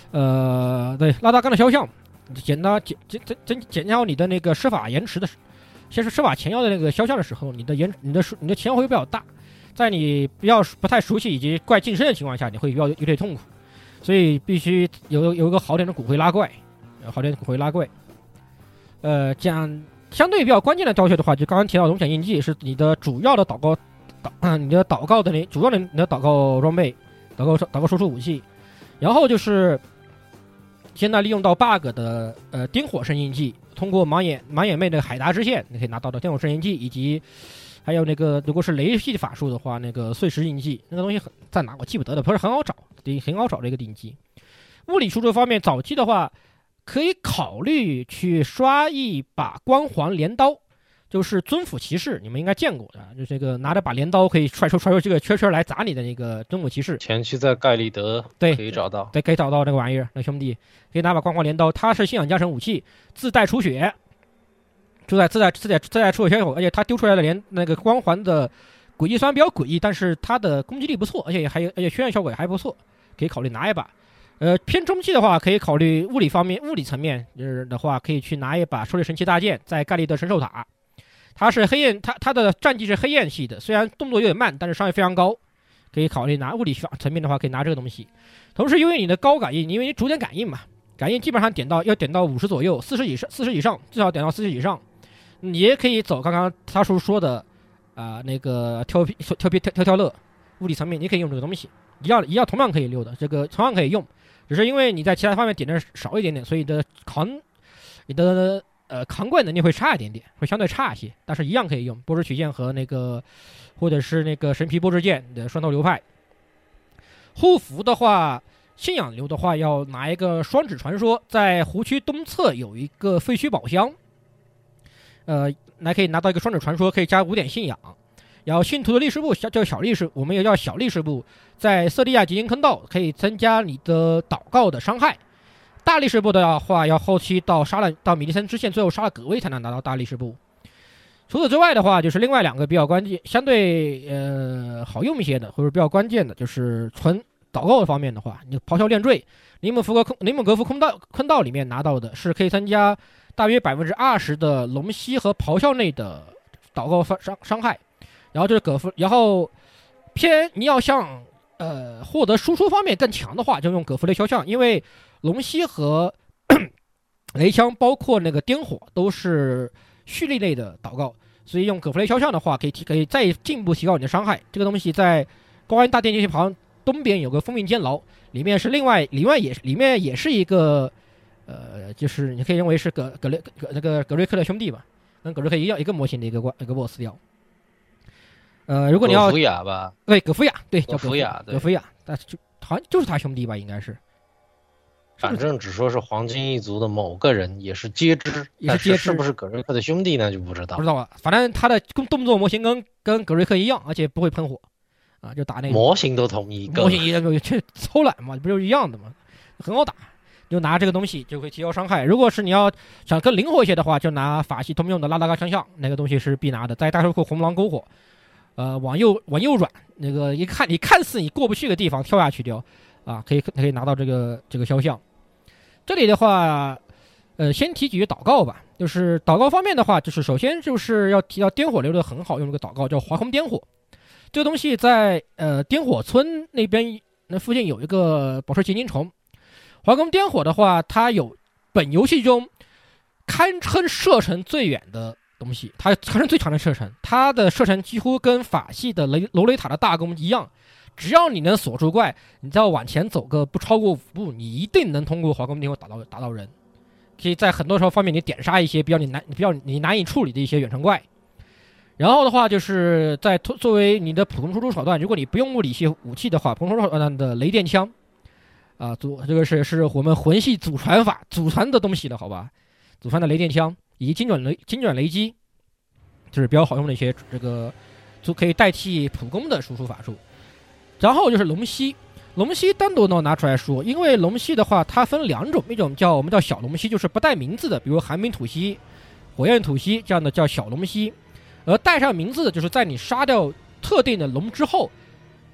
呃，对，拉达冈的肖像，减到减减减减掉你的那个施法延迟的，先是施法前要的那个肖像的时候，你的延你的你的前后会比较大，在你比较不太熟悉以及怪近身的情况下，你会比较有点痛苦，所以必须有有一个好点的骨灰拉怪，好点的骨灰拉怪。呃，讲相对比较关键的教学的话，就刚刚提到龙显印记是你的主要的祷告祷、呃，你的祷告的那主要的你的祷告装备，祷告祷告输出武器，然后就是现在利用到 bug 的呃丁火圣印记，通过马眼马眼妹的海达之线，你可以拿到的丁火圣印记，以及还有那个如果是雷系法术的话，那个碎石印记，那个东西很在哪我记不得了，不是很好找，很好找的一个印记。物理输出方面，早期的话。可以考虑去刷一把光环镰刀，就是尊府骑士，你们应该见过的，就是这个拿着把镰刀可以踹出踹出这个圈圈来砸你的那个尊府骑士。 前期在盖利德对可以找到， 对，可以找到那个玩意儿，那兄弟可以拿把光环镰刀，它是信仰加成武器，自带出血，自带自带自带自带出血血口，而且它丢出来的连那个光环的诡异虽然比较诡异，但是它的攻击力不错，而且还有而且渲染效果也还不错，可以考虑拿一把。呃，偏中期的话，可以考虑物理方面，物理层面就是的话，可以去拿一把狩猎神奇大剑，在盖利德神兽塔，它是黑焰，它它的战绩是黑焰系的，虽然动作有点慢，但是伤害非常高，可以考虑拿物理层面的话，可以拿这个东西。同时，因为你的高感应，因为你主点感应嘛，感应基本上点到要点到五十左右，四十以上，四十以上，至少点到四十以上，你也可以走刚刚他叔说的啊、呃、那个跳皮跳皮跳跳跳乐，物理层面你可以用这个东西，一样一样同样可以溜的，这个同样可以用。只是因为你在其他方面点的少一点点，所以你的扛，你的呃扛怪能力会差一点点，会相对差一些，但是一样可以用波之曲剑和那个，或者是那个神皮波之剑的双头流派。护符的话，信仰流的话要拿一个双指传说，在湖区东侧有一个废墟宝箱，呃，来可以拿到一个双指传说，可以加五点信仰。然后信徒的历史部叫小历史，我们也叫小历史部，在瑟利亚结晶坑道可以增加你的祷告的伤害。大历史部的话，要后期到杀了到米利森支线，最后杀了葛威才能拿到大历史部。除此之外的话，就是另外两个比较关键、相对呃好用一些的，或者比较关键的，就是纯祷告方面的话，你咆哮炼坠，尼姆福格空尼姆格夫空道坑道里面拿到的是可以增加大约百分之二十的龙息和咆哮内的祷告伤伤害。然后就是葛弗，然后偏你要像呃获得输出方面更强的话，就用葛弗雷肖像，因为龙息和雷枪包括那个颠火都是蓄力类的祷告，所以用葛弗雷肖像的话，可以提可以再进一步提高你的伤害。这个东西在光安大电击旁东边有个封印监牢，里面是另外里面也里面也是一个呃，就是你可以认为是葛葛雷葛那个葛瑞克的兄弟吧，跟葛瑞克一样一个模型的一个一个 boss 掉。呃，如果你要葛弗雅吧， 对，葛弗雅，对，叫葛弗雅， 葛弗雅，但是就好像就是他兄弟吧，应该是。 反正只说是黄金一族的某个人，也是皆知， 也是皆知， 是不是葛瑞克的兄弟呢？就不知道， 不知道啊。反正他的动作模型跟跟葛瑞克一样，而且不会喷火，啊，就打那个模型都同一个， 模型一样，就偷懒嘛，不就是一样的嘛，很好打。就拿这个东西就会提高伤害。如果是你要想更灵活一些的话，就拿法系通用的拉达嘎枪像，那个东西是必拿的，在大树库红狼篝火。呃，往右往右转，那个一看你看似你过不去的地方跳下去掉，啊，可以可以拿到这个这个肖像。这里的话，呃，先提几句祷告吧。就是祷告方面的话，就是首先就是要提到颠火流的很好用的一个祷告，叫华空颠火。这个东西在呃颠火村那边那附近有一个宝石结晶虫。华空颠火的话，它有本游戏中堪称射程最远的东西，它堪称最长的射程，它的射程几乎跟法系的雷楼雷塔的大弓一样，只要你能锁住怪，你再往前走个不超过五步，你一定能通过华弓电火打到打到人。可以在很多时候方面你点杀一些比较你难比较你难以处理的一些远程怪。然后的话就是在作为你的普通输出手段，如果你不用物理系武器的话，普通输出手段的雷电枪啊，祖这个是是我们魂系祖传法祖传的东西的好吧，祖传的雷电枪。以及精准雷精准雷击，就是比较好用的一些这个，就可以代替普攻的输出法术。然后就是龙息，龙息单独呢拿出来说，因为龙息的话，它分两种，一种叫我们叫小龙息，就是不带名字的，比如寒冰吐息、火焰吐息这样的叫小龙息，而带上名字的，就是在你杀掉特定的龙之后，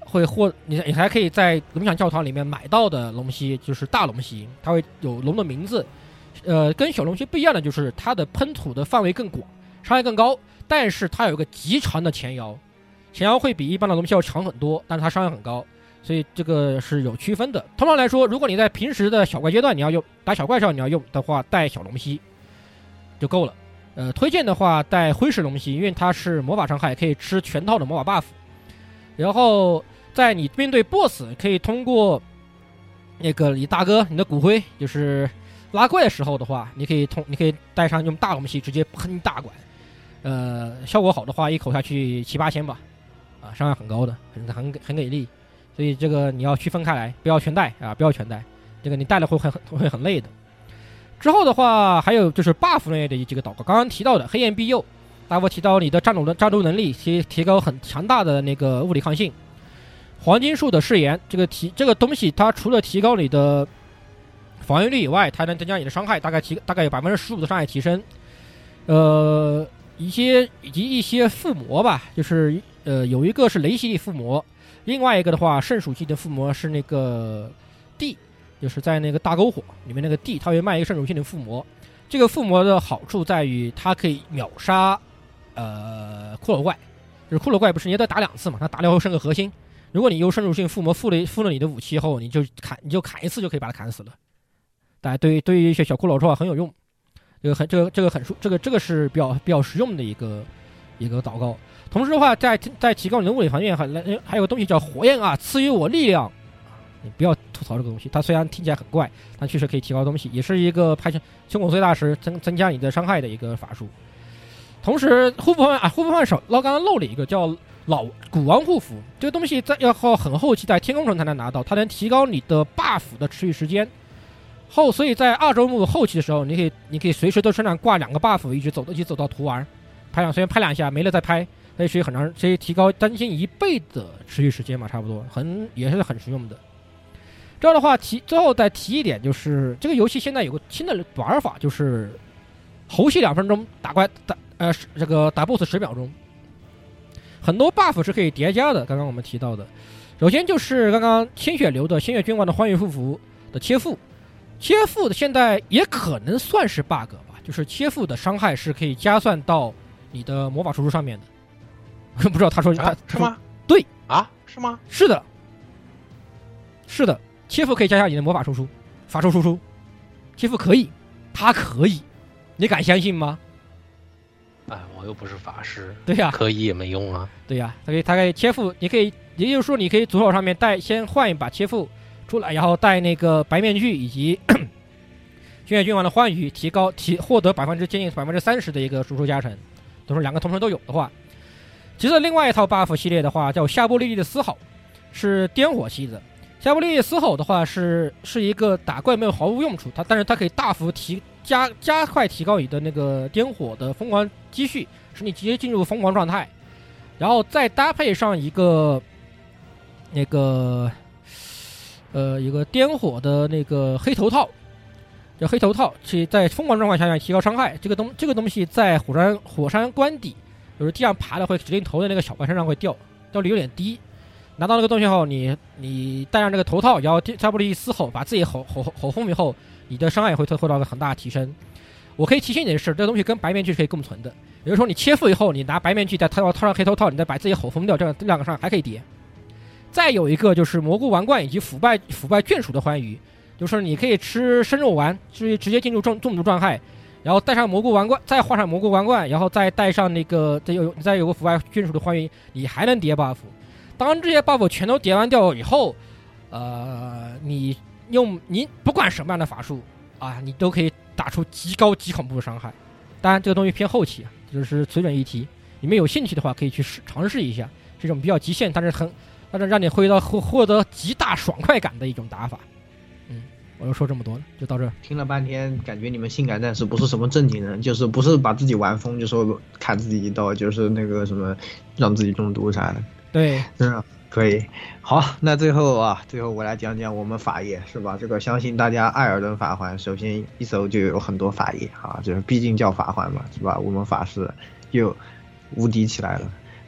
会获你你还可以在冥想教堂里面买到的龙息就是大龙息，它会有龙的名字，呃，跟小龙息不一样的就是它的喷吐的范围更广，伤害更高，但是它有一个极长的前摇，前摇会比一般的龙息要长很多，但是它伤害很高，所以这个是有区分的。通常来说，如果你在平时的小怪阶段你要用打小怪时候你要用的话，带小龙息就够了。呃，推荐的话带灰石龙息，因为它是魔法伤害，可以吃全套的魔法 buff。然后在你面对 boss 可以通过那个你大哥你的骨灰就是拉怪的时候的话，你可以通你可以带上用大龙息直接喷大管，呃，效果好的话一口下去七八千吧，啊，伤害很高的，很很很给力，所以这个你要区分开来，不要全带啊，不要全带，这个你带了会很会很累的。之后的话还有就是 buff 类的几个祷告，刚刚提到的黑焰庇佑，大夫提到你的战斗的战斗能力，提提高很强大的那个物理抗性。黄金树的誓言，这个提这个东西，它除了提高你的防御力以外，它能增加你的伤害，大概提大概有百分之十五的伤害提升。呃，一些以及一些附魔吧，就是呃有一个是雷系力附魔，另外一个的话圣属系的附魔是那个地，就是在那个大篝火里面那个地，它会卖一个圣属性的附魔。这个附魔的好处在于它可以秒杀呃骷髅怪，就是骷髅怪不是你得打两次嘛，它打了后剩个核心。如果你用圣属性附魔附了附了你的武器后，你就砍你就砍一次就可以把它砍死了。大家对于对于一些小骷髅说很有用，这个很这个这个很这个这个是比较比较实用的一个一个祷告。同时的话，在在提高你的物理防御，还还有个东西叫火焰啊，赐予我力量。你不要吐槽这个东西，它虽然听起来很怪，但确实可以提高东西，也是一个派凶火碎大石增增加你的伤害的一个法术。同时护符换啊，护符换手，刚刚漏了一个叫老古王护符，这个东西在要靠很后期在天空城才能拿到，它能提高你的 buff 的持续时间。后所以在二周目后期的时候，你可以你可以随时都身上挂两个 buff， 一直走一直走到图完，拍两虽然拍两下没了再拍，所以很长，所以提高将近一倍的持续时间嘛，差不多很也是很实用的。这样的话提最后再提一点，就是这个游戏现在有个新的玩法，就是猴戏两分钟打怪打呃这个打 boss 十秒钟。很多 buff 是可以叠加的，刚刚我们提到的，首先就是刚刚鲜血流的鲜血君王的欢愉护符的切腹，切腹的现在也可能算是 bug 吧，就是切腹的伤害是可以加算到你的魔法输出上面的。不知道他说他、啊、 是吗？ 对啊，是吗？ 是的，是的，切腹可以加上你的魔法输出，法术输出，切腹可以，他可以，你敢相信吗？ 哎，我又不是法师， 对呀、啊， 可以也没用啊。 对呀、啊，他可以，他可以切腹，你可以，也就是说，你可以左手上面带先换一把切腹出来，然后带那个白面具以及血君王的欢愉，提高提获得百分之接近百分之三十的一个输出加成，都是两个同时都有的话。其实另外一套 buff 系列的话，叫夏布利利的嘶吼，是颠火系的。夏布利利嘶吼的话是是一个打怪没有毫无用处，它但是它可以大幅提加加快提高你的那个颠火的疯狂积蓄，使你直接进入疯狂状态，然后再搭配上一个那个呃一个颠火的那个黑头套，叫黑头套，去在疯狂状态下提高伤害。这个东这个东西在火山火山关底，就是地上爬的会指定头的那个小怪身上会掉，掉率有点低。拿到那个东西后，你你戴上这个头套，然后夏布利嘶吼，把自己吼吼吼疯以后，你的伤害也会获到个很大的提升。我可以提醒你的是，这个东西跟白面具是可以共存的。也就是说，你切腹以后，你拿白面具再套套上黑头套，你再把自己吼疯掉，这样这两个伤害还可以叠。再有一个就是蘑菇丸罐以及腐败腐败眷属的欢愉，就是你可以吃生肉丸，直直接进入中中毒状态，然后带上蘑菇丸罐，再换上蘑菇丸罐，然后再带上那个再有再有个腐败眷属的欢愉，你还能叠 buff。当这些 buff 全都叠完掉以后，呃，你用你不管什么样的法术啊，你都可以打出极高极恐怖的伤害。当然，这个东西偏后期，就是随便一提。你们有兴趣的话，可以去试尝试一下，这种比较极限，但是很，但是让你获得获获得极大爽快感的一种打法。嗯，我就说这么多了，就到这。 听了半天，感觉你们性感战士不是什么正经人，就是不是把自己玩疯，就说砍自己一刀，就是那个什么让自己中毒啥的。 对， 嗯，可以。好，那最后啊，最后我来讲讲我们法页，是吧？这个相信大家艾尔登法环，首先一搜就有很多法页啊，就是毕竟叫法环嘛，是吧？我们法师又无敌起来了。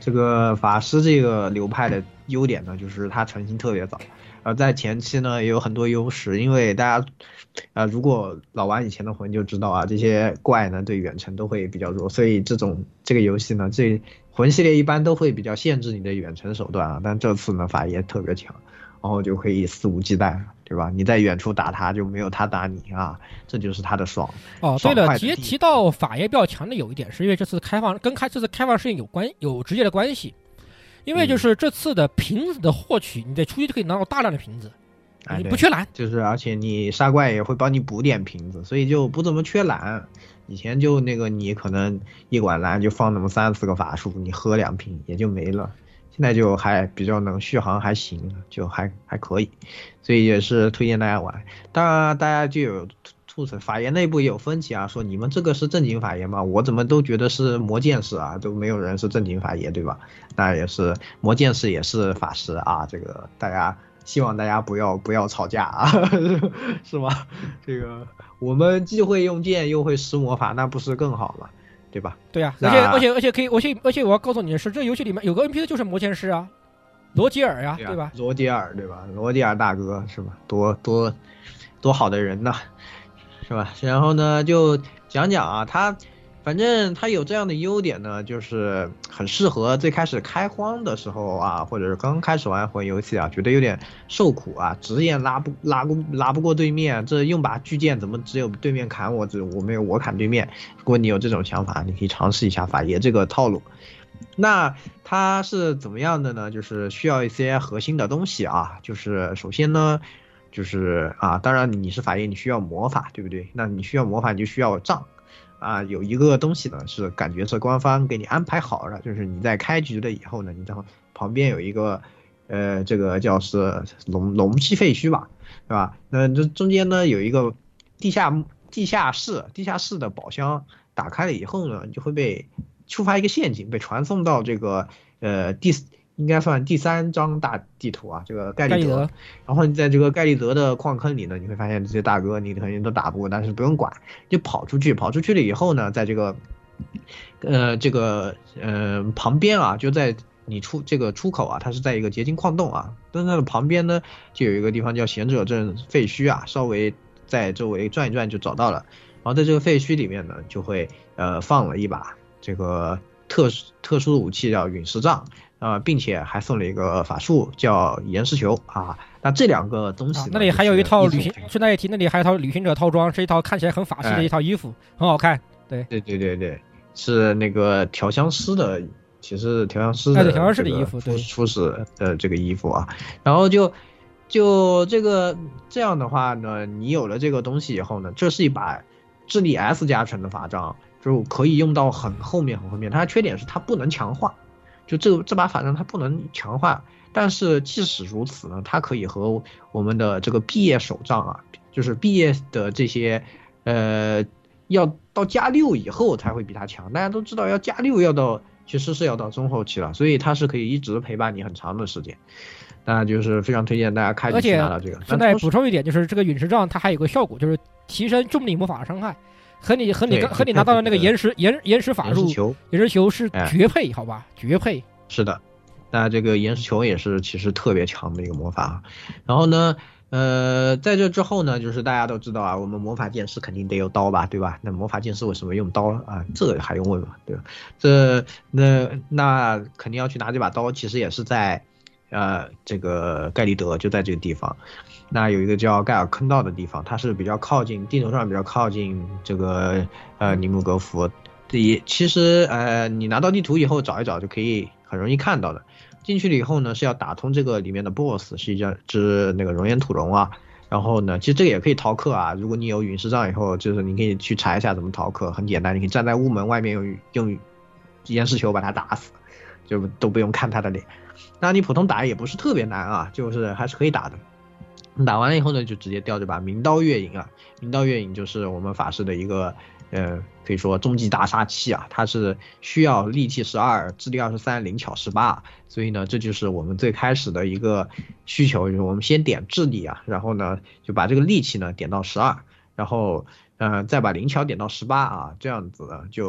这个法师这个流派的优点呢，就是它成型特别早，而在前期呢也有很多优势，因为大家，呃，如果老玩以前的魂就知道啊，这些怪呢对远程都会比较弱，所以这种这个游戏呢，这魂系列一般都会比较限制你的远程手段啊，但这次呢法爷特别强，然后就可以肆无忌惮，对吧？你在远处打他就没有他打你啊，这就是他的爽。 哦，对了，提提到法爷比较强的有一点，是因为这次开放跟开这次开放事件有关有直接的关系，因为就是这次的瓶子的获取，你在出去就可以拿到大量的瓶子，你不缺蓝， 就是而且你杀怪也会帮你补点瓶子，所以就不怎么缺蓝。以前就那个你可能一管蓝就放那么三四个法术，你喝两瓶也就没了。现在就还比较能续航还行，就还还可以，所以也是推荐大家玩。当然大家就有吐槽，法爷内部也有分歧啊，说你们这个是正经法爷吗？我怎么都觉得是魔剑士啊，都没有人是正经法爷，对吧？那也是魔剑士也是法师啊，这个大家希望大家不要不要吵架啊，是吗？这个我们既会用剑又会施魔法，那不是更好吗？对吧？ 对呀、啊，而且而且而且可以，而且而且我要告诉你的是，这游戏里面有个 N P C 就是魔剑师啊，罗杰尔呀、啊，对吧？ 罗杰尔对吧？罗杰尔大哥是吧？多多多好的人呐，是吧？然后呢，就讲讲啊，他反正他有这样的优点呢，就是很适合最开始开荒的时候啊，或者是刚开始玩魂游戏啊，觉得有点受苦啊，直线拉不拉不拉不过对面，这用把巨剑怎么只有对面砍我，只我没有我砍对面。如果你有这种想法，你可以尝试一下法爷这个套路。那它是怎么样的呢？就是需要一些核心的东西啊，就是首先呢，就是啊，当然你是法爷，你需要魔法，对不对？那你需要魔法，你就需要杖。啊，有一个东西呢，是感觉是官方给你安排好了，就是你在开局了以后呢，你在旁边有一个，呃，这个叫是龙龙息废墟吧，对吧？那这中间呢有一个地下地下室，地下室的宝箱打开了以后呢，你就会被触发一个陷阱，被传送到这个呃第应该算第三张大地图啊，这个盖利德。然后你在这个盖利德的矿坑里呢，你会发现这些大哥你肯定都打不过，但是不用管，就跑出去，跑出去了以后呢，在这个，呃，这个呃旁边啊，就在你出这个出口啊，它是在一个结晶矿洞啊，但是它的旁边呢，就有一个地方叫贤者镇废墟啊，稍微在周围转一转就找到了。然后在这个废墟里面呢，就会呃放了一把这个特特殊的武器叫陨石杖。呃，并且还送了一个法术叫岩石球啊。那这两个东西、啊， 那里还有一套旅行，顺带一提，那里还有一套旅行者套装，是一套看起来很法系的一套衣服，哎、很好看。对对对对对，是那个调香师的，其实调香师的、这个、 调香师的衣服，对， 初始的这个衣服啊。然后就就这个这样的话呢，你有了这个东西以后呢，这是一把智力 S 加成的法杖，就可以用到很后面很后面。它的缺点是它不能强化。就这这把法杖它不能强化，但是即使如此呢，它可以和我们的这个毕业手杖啊，就是毕业的这些，呃，要到加六以后才会比它强。大家都知道要加六要到其实是要到中后期了，所以它是可以一直陪伴你很长的时间。那就是非常推荐大家开局拿到这个。 现在补充一点，就是这个陨石杖它还有个效果，就是提升重力魔法伤害。和你和你和你拿到的那个岩石岩岩石法术球， 岩石球是绝配，好吧？绝配。 是的，那这个岩石球也是其实特别强的一个魔法。然后呢，呃，在这之后呢，就是大家都知道啊，我们魔法剑士肯定得有刀吧，对吧？那魔法剑士为什么用刀啊？这个还用问吗？对吧？这那那肯定要去拿这把刀，其实也是在呃这个盖利德，就在这个地方。那有一个叫盖尔坑道的地方，它是比较靠近地图上比较靠近这个呃尼姆格福。也其实呃你拿到地图以后找一找就可以很容易看到的。进去了以后呢，是要打通这个里面的 boss， 是一只那个熔岩土龙啊。然后呢，其实这个也可以逃课啊。如果你有陨石杖以后，就是你可以去查一下怎么逃课，很简单，你可以站在屋门外面用用岩石球把它打死，就都不用看他的脸。那你普通打也不是特别难啊，就是还是可以打的。打完了以后呢，就直接调这把明刀月影啊，明刀月影就是我们法师的一个呃，可以说终极大杀器啊，它是需要力气十二、智力二十三、灵巧十八，所以呢，这就是我们最开始的一个需求，就是我们先点智力啊，然后呢就把这个力气呢点到十二，然后呃再把灵巧点到十八啊，这样子呢就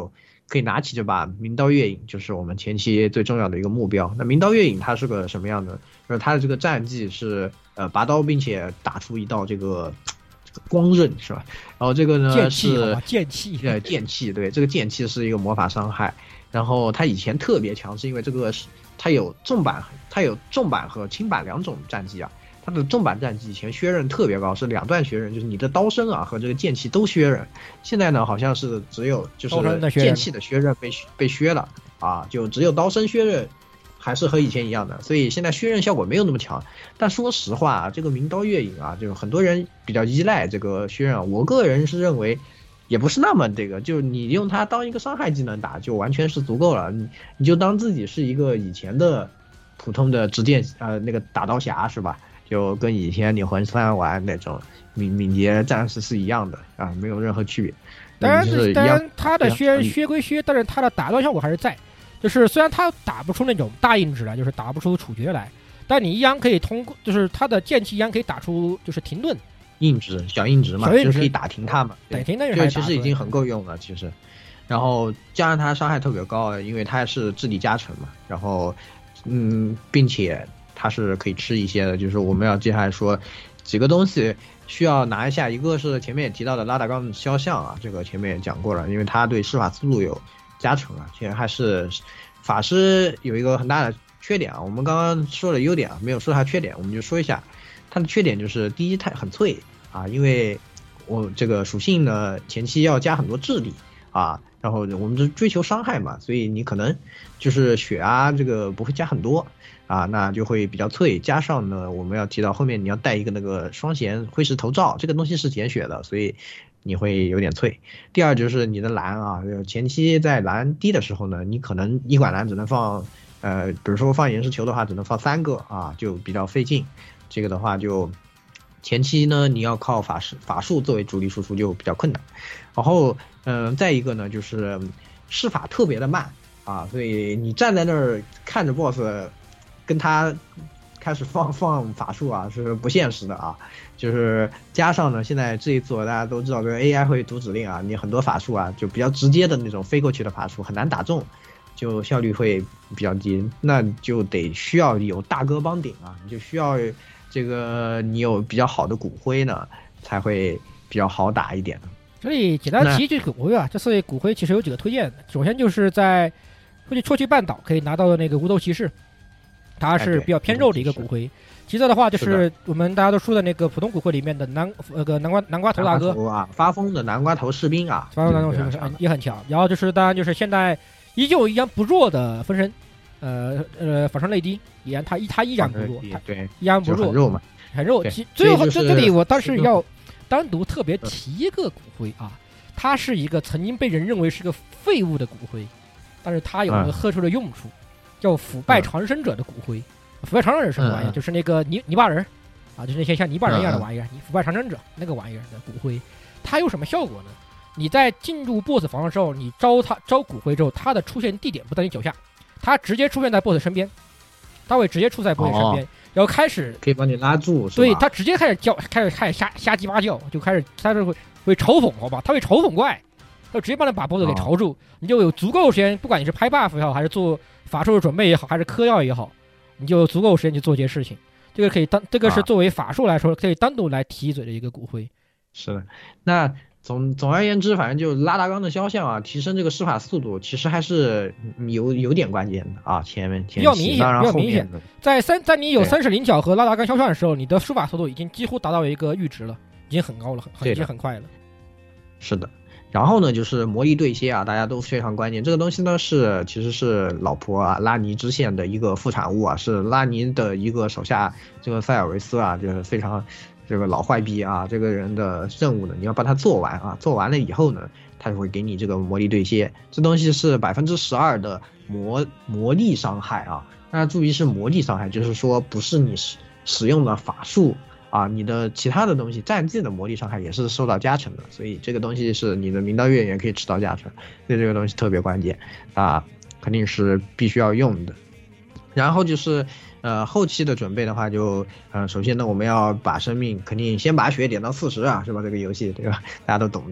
可以拿起这把明刀月影，就是我们前期最重要的一个目标。那明刀月影它是个什么样的？就是它的这个战绩是呃拔刀，并且打出一道这个这个光刃，是吧？然后这个呢是剑气， 呃剑气，对，这个剑气是一个魔法伤害。然后它以前特别强，是因为这个是它有重版，它有重版和轻版两种战绩啊。它的重版战绩以前削刃特别高，是两段削刃，就是你的刀身啊和这个剑气都削刃。现在呢，好像是只有就是剑气的削刃被被削了啊，就只有刀身削刃还是和以前一样的，所以现在削刃效果没有那么强。但说实话啊，这个明刀月影啊，就很多人比较依赖这个削刃啊，我个人是认为也不是那么这个，就是你用它当一个伤害技能打就完全是足够了，你你就当自己是一个以前的普通的直剑呃那个打刀侠是吧？就跟以前你魂三玩那种敏敏捷战士是一样的啊，没有任何区别。 当然，当然他的削削归削，但是他的打断效果还是在。就是虽然他打不出那种大硬直来，就是打不出处决来，但你一样可以通过，就是他的剑气一样可以打出就是停顿。 硬直小硬直嘛，就可以打停他嘛， 打停的就其实已经很够用了，其实。然后加上他伤害特别高，因为他是智力加成嘛，然后嗯，并且。它是可以吃一些的，就是我们要接下来说几个东西需要拿一下，一个是前面也提到的拉达冈的肖像啊，这个前面也讲过了，因为它对施法速度有加成啊，其实还是法师有一个很大的缺点啊，我们刚刚说了优点啊，没有说它缺点，我们就说一下它的缺点，就是第一它很脆啊，因为我这个属性呢前期要加很多智力啊，然后我们就追求伤害嘛，所以你可能就是血啊这个不会加很多。啊，那就会比较脆，加上呢，我们要提到后面你要带一个那个双弦灰石头罩，这个东西是减血的，所以你会有点脆。第二就是你的蓝啊，前期在蓝低的时候呢，你可能一管蓝只能放，呃，比如说放岩石球的话，只能放三个啊，就比较费劲。这个的话就前期呢，你要靠法师法术作为主力输出就比较困难。然后，嗯、呃，再一个呢，就是施法特别的慢啊，所以你站在那儿看着 boss。跟他开始放放法术啊，是不现实的啊。就是加上呢，现在这一座大家都知道，这个 A I 会读指令啊，你很多法术啊，就比较直接的那种飞过去的法术很难打中，就效率会比较低。那就得需要有大哥帮顶啊，你就需要这个你有比较好的骨灰呢，才会比较好打一点。 这里简单提一句骨灰啊，这次骨灰其实有几个推荐，首先就是在出去戳去半岛可以拿到的那个无头骑士。它是比较偏肉的一个骨灰，其次的话就是我们大家都说的那个普通骨灰里面的南那个南瓜南瓜头大哥啊，发疯的南瓜头士兵啊， 发疯南瓜头士兵也很强。然后就是当然就是现在依旧一样不弱的分身，呃呃法伤泪滴，依然他依他依然不弱， 对， 依然不弱， 很肉嘛， 很肉。最后这这里我当时要单独特别提一个骨灰啊，它是一个曾经被人认为是个废物的骨灰，但是它有一个特殊的用处。叫腐败长生者的骨灰，嗯、腐败长生者是什么玩意儿？嗯、就是那个泥泥巴人，啊，就是那些像泥巴人一样的玩意儿。你、嗯、腐败长生者那个玩意儿的骨灰，它有什么效果呢？你在进入 boss 房的时候，你招它招骨灰之后，它的出现地点不在你脚下，它直接出现在 boss 身边，它会直接出在 boss 身边，哦、然后开始可以把你拉住， 对，它直接开始叫，开始开始瞎瞎鸡巴叫，就开始它是会会嘲讽，好吧？它会嘲讽怪。就直接帮你把 boss 给嘲住，哦、你就有足够时间，不管你是拍 buff 也好，还是做法术的准备也好，还是嗑药也好，你就有足够时间去做这些事情。这个可以当，这个是作为法术来说，可以单独来提一嘴的一个骨灰。 是的，那总总而言之，反正就拉达冈的肖像啊，提升这个施法速度，其实还是有有点关键的啊。前面前比较明显，比较明显。在三在你有三十灵角和拉达冈肖像的时候，你的施法速度已经几乎达到一个阈值了，已经很高了，很已经很快了。 是的。然后呢，就是魔力对接啊，大家都非常关键。这个东西呢是其实是老婆啊拉尼支线的一个副产物啊，是拉尼的一个手下这个塞尔维斯啊，就是非常这个老坏逼啊，这个人的任务呢，你要把它做完啊，做完了以后呢，他就会给你这个魔力对接。这东西是百分之十二的魔魔力伤害啊，大家注意是魔力伤害，就是说不是你使使用的法术。啊，你的其他的东西战绩的魔力伤害也是受到加成的，所以这个东西是你的明刀月也可以吃到加成，所以这个东西特别关键啊，肯定是必须要用的。然后就是呃后期的准备的话就，就呃首先呢我们要把生命肯定先把血点到四十啊，是吧？这个游戏对吧？大家都懂的。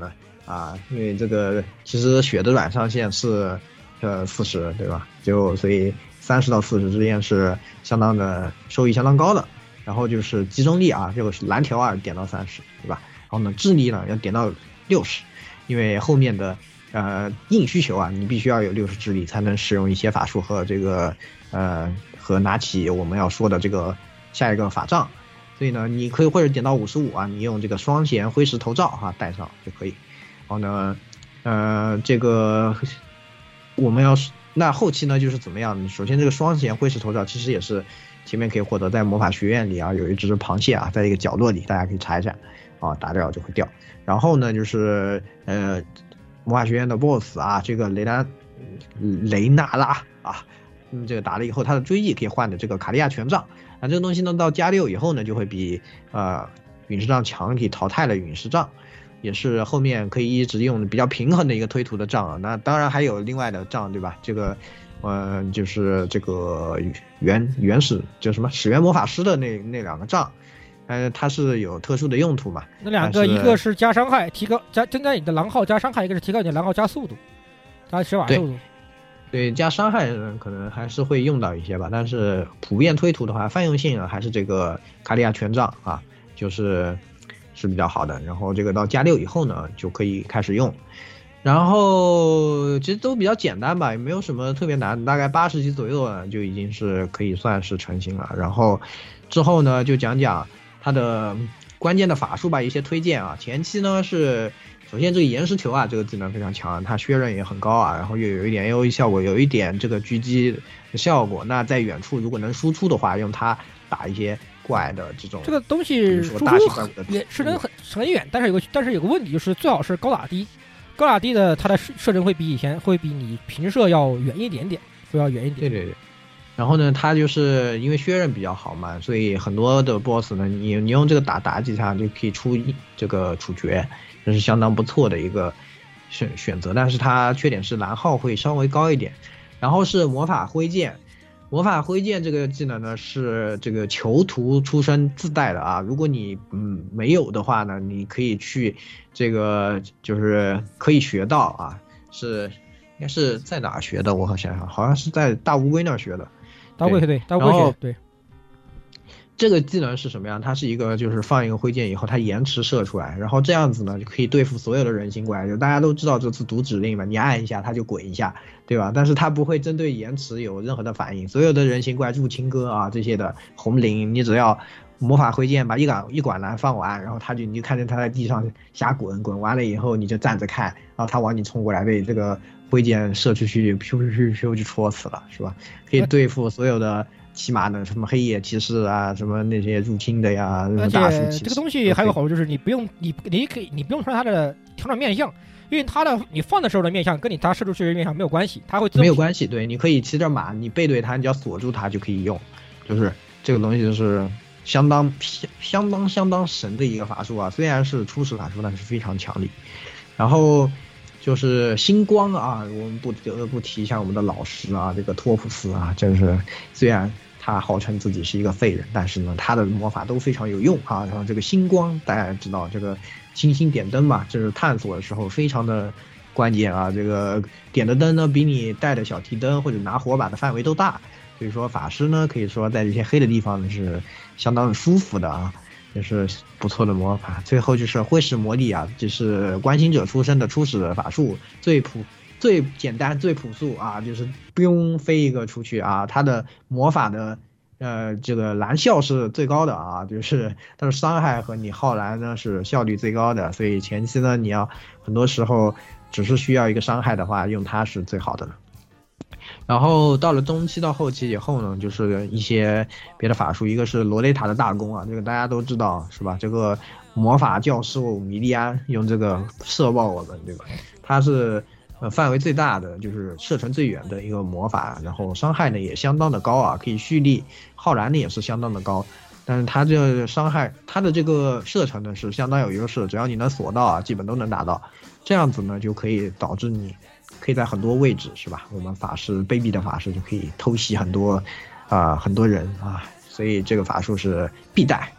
啊，因为这个其实血的软上限是呃四十，对吧？就所以三十到四十之间是相当的收益相当高的。然后就是集中力啊，这个是蓝条啊点到三十，对吧？然后呢智力呢要点到六十，因为后面的呃硬需求啊，你必须要有六十智力才能使用一些法术和这个呃和拿起我们要说的这个下一个法杖。所以呢，你可以或者点到五十五啊，你用这个双弦灰石头罩哈、啊、带上就可以。然后呢，呃，这个我们要那后期呢就是怎么样？首先这个双弦灰石头罩其实也是前面可以获得，在魔法学院里啊有一只螃蟹啊，在一个角落里，大家可以查一下啊，打掉就会掉。然后呢就是呃魔法学院的 boss 啊，这个雷达雷纳拉啊，嗯，这个打了以后，他的追忆可以换的这个卡利亚权杖。那这个东西呢，到加六以后呢，就会比呃陨石杖强，可以淘汰了陨石杖，也是后面可以一直用比较平衡的一个推图的杖啊。那当然还有另外的杖，对吧？这个呃就是这个原原始叫什么始源魔法师的那那两个杖，呃它是有特殊的用途嘛。 那两个一个是加伤害，提高加增加你的狼号加伤害，一个是提高你的狼号加速度，加施法速度。 对，加伤害可能还是会用到一些吧，但是普遍推图的话，泛用性啊还是这个卡利亚权杖啊，就是是比较好的。然后这个到加六以后呢，就可以开始用。然后其实都比较简单吧，也没有什么特别难，大概八十级左右呢就已经是可以算是成型了。然后之后呢，就讲讲它的关键的法术吧，一些推荐啊。前期呢是。首先这个岩石球啊，这个技能非常强，它削刃也很高啊，然后又有一点 A O E 效果，有一点这个狙击的效果。那在远处如果能输出的话，用它打一些怪的这种这个东西输出也是能很很远，但是有个但是有个问题就是最好是高打低，高打低的它的射程会比以前会比你平射要远一点点，会要远一点。 对对对。然后呢，它就是因为削刃比较好嘛，所以很多的 boss 呢，你你用这个打打几下就可以出这个处决。这是相当不错的一个选选择，但是它缺点是蓝耗会稍微高一点。然后是魔法挥剑，魔法挥剑这个技能呢是这个囚徒出身自带的啊。如果你嗯没有的话呢，你可以去这个就是可以学到啊，是应该是在哪学的？我好想想，好像是在大乌龟那儿学的。 大乌龟对，大乌龟学对。 这个技能是什么样？它是一个就是放一个挥剑以后，它延迟射出来，然后这样子呢就可以对付所有的人形怪。就大家都知道这次读指令嘛，你按一下它就滚一下，对吧？但是它不会针对延迟有任何的反应。所有的人形怪、入侵哥啊这些的红灵，你只要魔法挥剑把一管一管蓝放完，然后它就你就看见它在地上瞎滚，滚完了以后你就站着看，然后它往你冲过来，被这个挥剑射出去，咻咻咻咻就戳死了，是吧？可以对付所有的。起码的什么黑夜骑士啊，什么那些入侵的呀， 而且这个东西还有好处就是你不用你你可以你不用穿它的调整面向，因为它的你放的时候的面向跟你它射出去的面向没有关系，它会没有关系。对，你可以骑着马，你背对它，你只要锁住它就可以用，就是这个东西就是相当相当相当神的一个法术啊，虽然是初始法术，但是非常强力。然后就是星光啊，我们不得不提一下我们的老师啊，这个托普斯啊，就是虽然。他号称自己是一个废人，但是呢，他的魔法都非常有用啊。然后这个星光，大家知道这个星星点灯嘛，这是探索的时候非常的关键啊。这个点的灯呢，比你带的小提灯或者拿火把的范围都大，所以说法师呢，可以说在这些黑的地方是相当舒服的啊，也是不错的魔法。最后就是灰石魔力啊，这是观星者出身的初始法术，最普。最简单最朴素啊，就是不用飞一个出去啊，它的魔法的呃这个蓝效是最高的啊，就是它的伤害和你耗蓝呢是效率最高的，所以前期呢你要很多时候只是需要一个伤害的话，用它是最好的了。然后到了中期到后期以后呢，就是一些别的法术，一个是罗雷塔的大弓啊，这个大家都知道是吧？这个魔法教授米利安用这个射爆我们，对吧？它是。呃，范围最大的就是射程最远的一个魔法，然后伤害呢也相当的高啊，可以蓄力，耗蓝呢也是相当的高，但是它这个伤害，它的这个射程呢是相当有优势，只要你能锁到啊，基本都能打到，这样子呢就可以导致你可以在很多位置是吧？我们法师卑鄙的法师就可以偷袭很多啊、呃、很多人啊，所以这个法术是必带。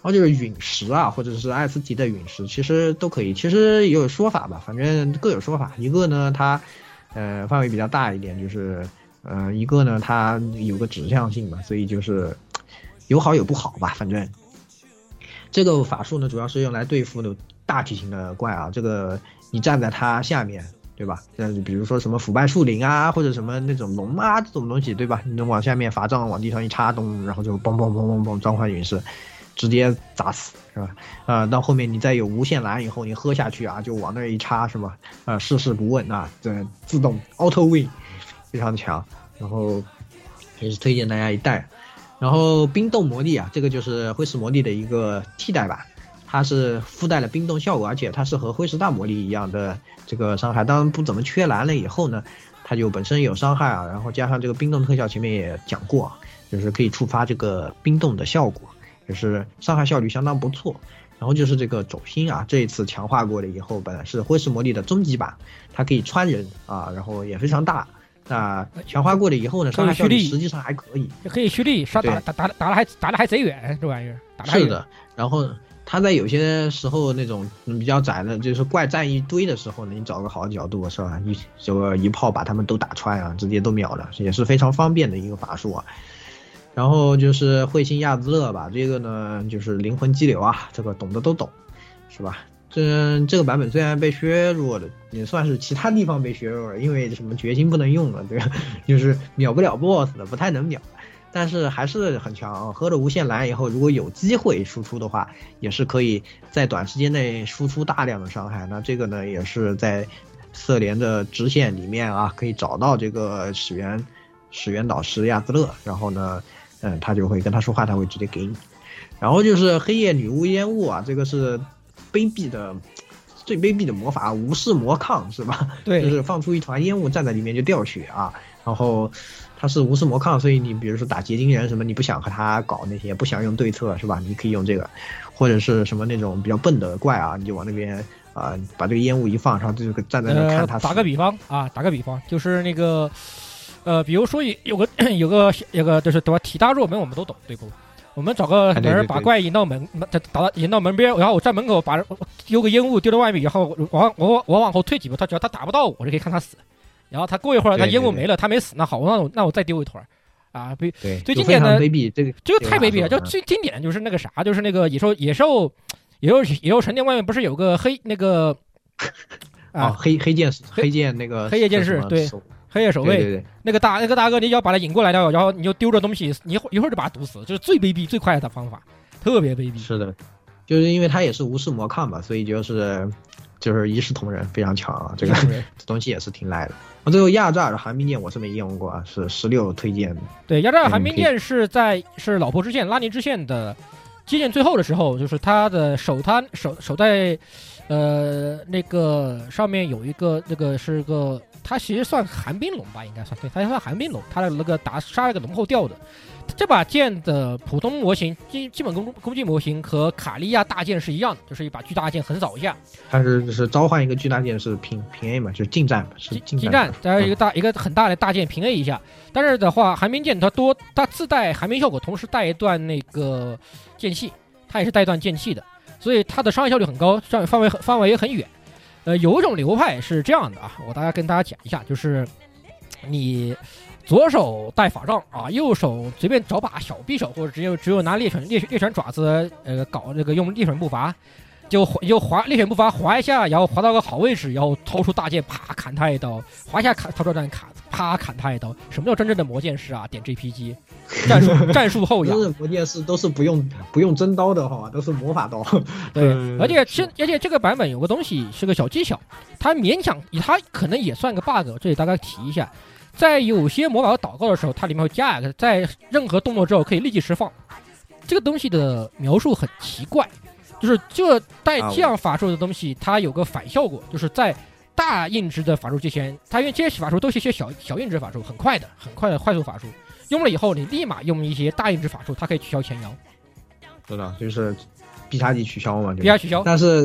后就是陨石啊，或者是艾斯提的陨石，其实都可以。其实也有说法吧，反正各有说法。一个呢，它呃范围比较大一点，就是呃一个呢它有个指向性嘛，所以就是有好有不好吧。反正这个法术呢，主要是用来对付的大体型的怪啊。这个你站在它下面，对吧？像比如说什么腐败树林啊，或者什么那种龙啊这种东西，对吧？你能往下面法杖往地上一插，咚，然后就嘣嘣嘣嘣嘣召唤陨石。直接砸死是吧？呃，到后面你再有无限蓝以后，你喝下去啊，就往那一插是吧？呃，事事不问啊，这自动 auto win 非常强，然后也是推荐大家一带。然后冰冻魔力啊，这个就是灰石魔力的一个替代版，它是附带了冰冻效果，而且它是和灰石大魔力一样的这个伤害。当然不怎么缺蓝了以后呢，它就本身有伤害啊，然后加上这个冰冻特效，前面也讲过，就是可以触发这个冰冻的效果。就是伤害效率相当不错，然后就是这个走心啊，这一次强化过了以后，本来是灰石魔力的终极版，它可以穿人啊，然后也非常大。那强化过了以后呢，伤害效率实际上还可以， 可以蓄力，杀打打打打的还打的还贼远，这玩意儿打的是的。然后它在有些时候那种比较窄的，就是怪站一堆的时候呢，你找个好角度是吧？一这个一炮把他们都打穿啊，直接都秒了，也是非常方便的一个法术啊。然后就是彗星亚兹勒吧，这个呢就是灵魂激流啊，这个懂的都懂，是吧？这这个版本虽然被削弱了，也算是其他地方被削弱了，因为什么决心不能用了，对吧？就是秒不了 boss 的，不太能秒，但是还是很强。喝了无限蓝以后，如果有机会输出的话，也是可以在短时间内输出大量的伤害。那这个呢，也是在色联的支线里面啊，可以找到这个始源始源导师亚兹勒，然后呢。嗯，他就会跟他说话，他会直接给你。然后就是黑夜女巫烟雾啊，这个是卑鄙的、最卑鄙的魔法，无视魔抗是吧？ 对， 就是放出一团烟雾，站在里面就掉血啊。然后它是无视魔抗，所以你比如说打结晶人什么，你不想和他搞那些，不想用对策是吧？你可以用这个，或者是什么那种比较笨的怪啊，你就往那边啊、呃、把这个烟雾一放，然后这个站在那看他、呃。 打个比方啊，打个比方，就是那个。呃，比如说有个有个有个就是对吧？体大弱门我们都懂，对不？我们找个人把怪引到门，打到引到门边，然后我站门口把丢个烟雾丢到外面，然后往我我往后退几步，他只要他打不到我，我就可以看他死。然后他过一会儿，他烟雾没了，他没死，那好，那我那我再丢一团啊。比最经典的卑鄙，这个这个太卑鄙了。就最经典就是那个啥，就是那个野兽野兽野兽野兽神殿外面不是有个黑那个啊黑黑剑士黑剑那个黑夜剑士对。黑夜守卫， 对对对那个大那个大哥，你只要把他引过来的，然后你就丢着东西，你一会儿就把他毒死，就是最卑鄙最快的方法，特别卑鄙。 是的，就是因为他也是无视魔抗嘛，所以就是就是一视同仁，非常强啊。这个这东西也是挺赖的。我最后亚扎尔寒冰剑我是没用过啊，是十六推荐的。 对，亚扎尔寒冰剑是在是老婆支线拉尼支线的接近最后的时候，就是他的手摊手手带，呃，那个上面有一个那个是个。它其实算寒冰龙吧，应该算对，它算寒冰龙，它的那个打杀了个龙后掉的。这把剑的普通模型基基本攻攻击模型和卡利亚大剑是一样的，就是一把巨大剑横扫一下。 它是就是召唤一个巨大剑是平平 A 嘛，就是近战是近近战，再一个大、嗯、一个很大的大剑平 A 一下。但是的话，寒冰剑它多它自带寒冰效果，同时带一段那个剑气，它也是带一段剑气的，所以它的伤害效率很高，伤范围范围也很远。呃，有一种流派是这样的啊，我大概跟大家讲一下，就是你左手带法杖啊，右手随便找把小匕首，或者只有只有拿猎犬猎猎犬爪子，呃，搞这个用猎犬步伐，就就滑猎犬步伐滑一下，然后滑到个好位置，然后掏出大剑，啪砍他一刀，滑一下砍掏出弹砍，啪砍他一刀。什么叫真正的魔剑士啊？点 J P G， 战术战术后仰。 魔剑士都是不用不用真刀的哈，都是魔法刀。 对，而且这而且这个版本有个东西是个小技巧，它勉强它可能也算个 bug， 这里大概提一下。在有些魔法祷告的时候，它里面会加一个，在任何动作之后可以立即释放。这个东西的描述很奇怪，就是这带这样法术的东西，它有个反效果，就是在大硬直的法术之前，它因为这些法术都是一些小小硬直法术，很快的、很快的快速法术，用了以后，你立马用一些大硬直法术，它可以取消前摇。 是的，就是必杀技取消嘛， 必杀取消。 但是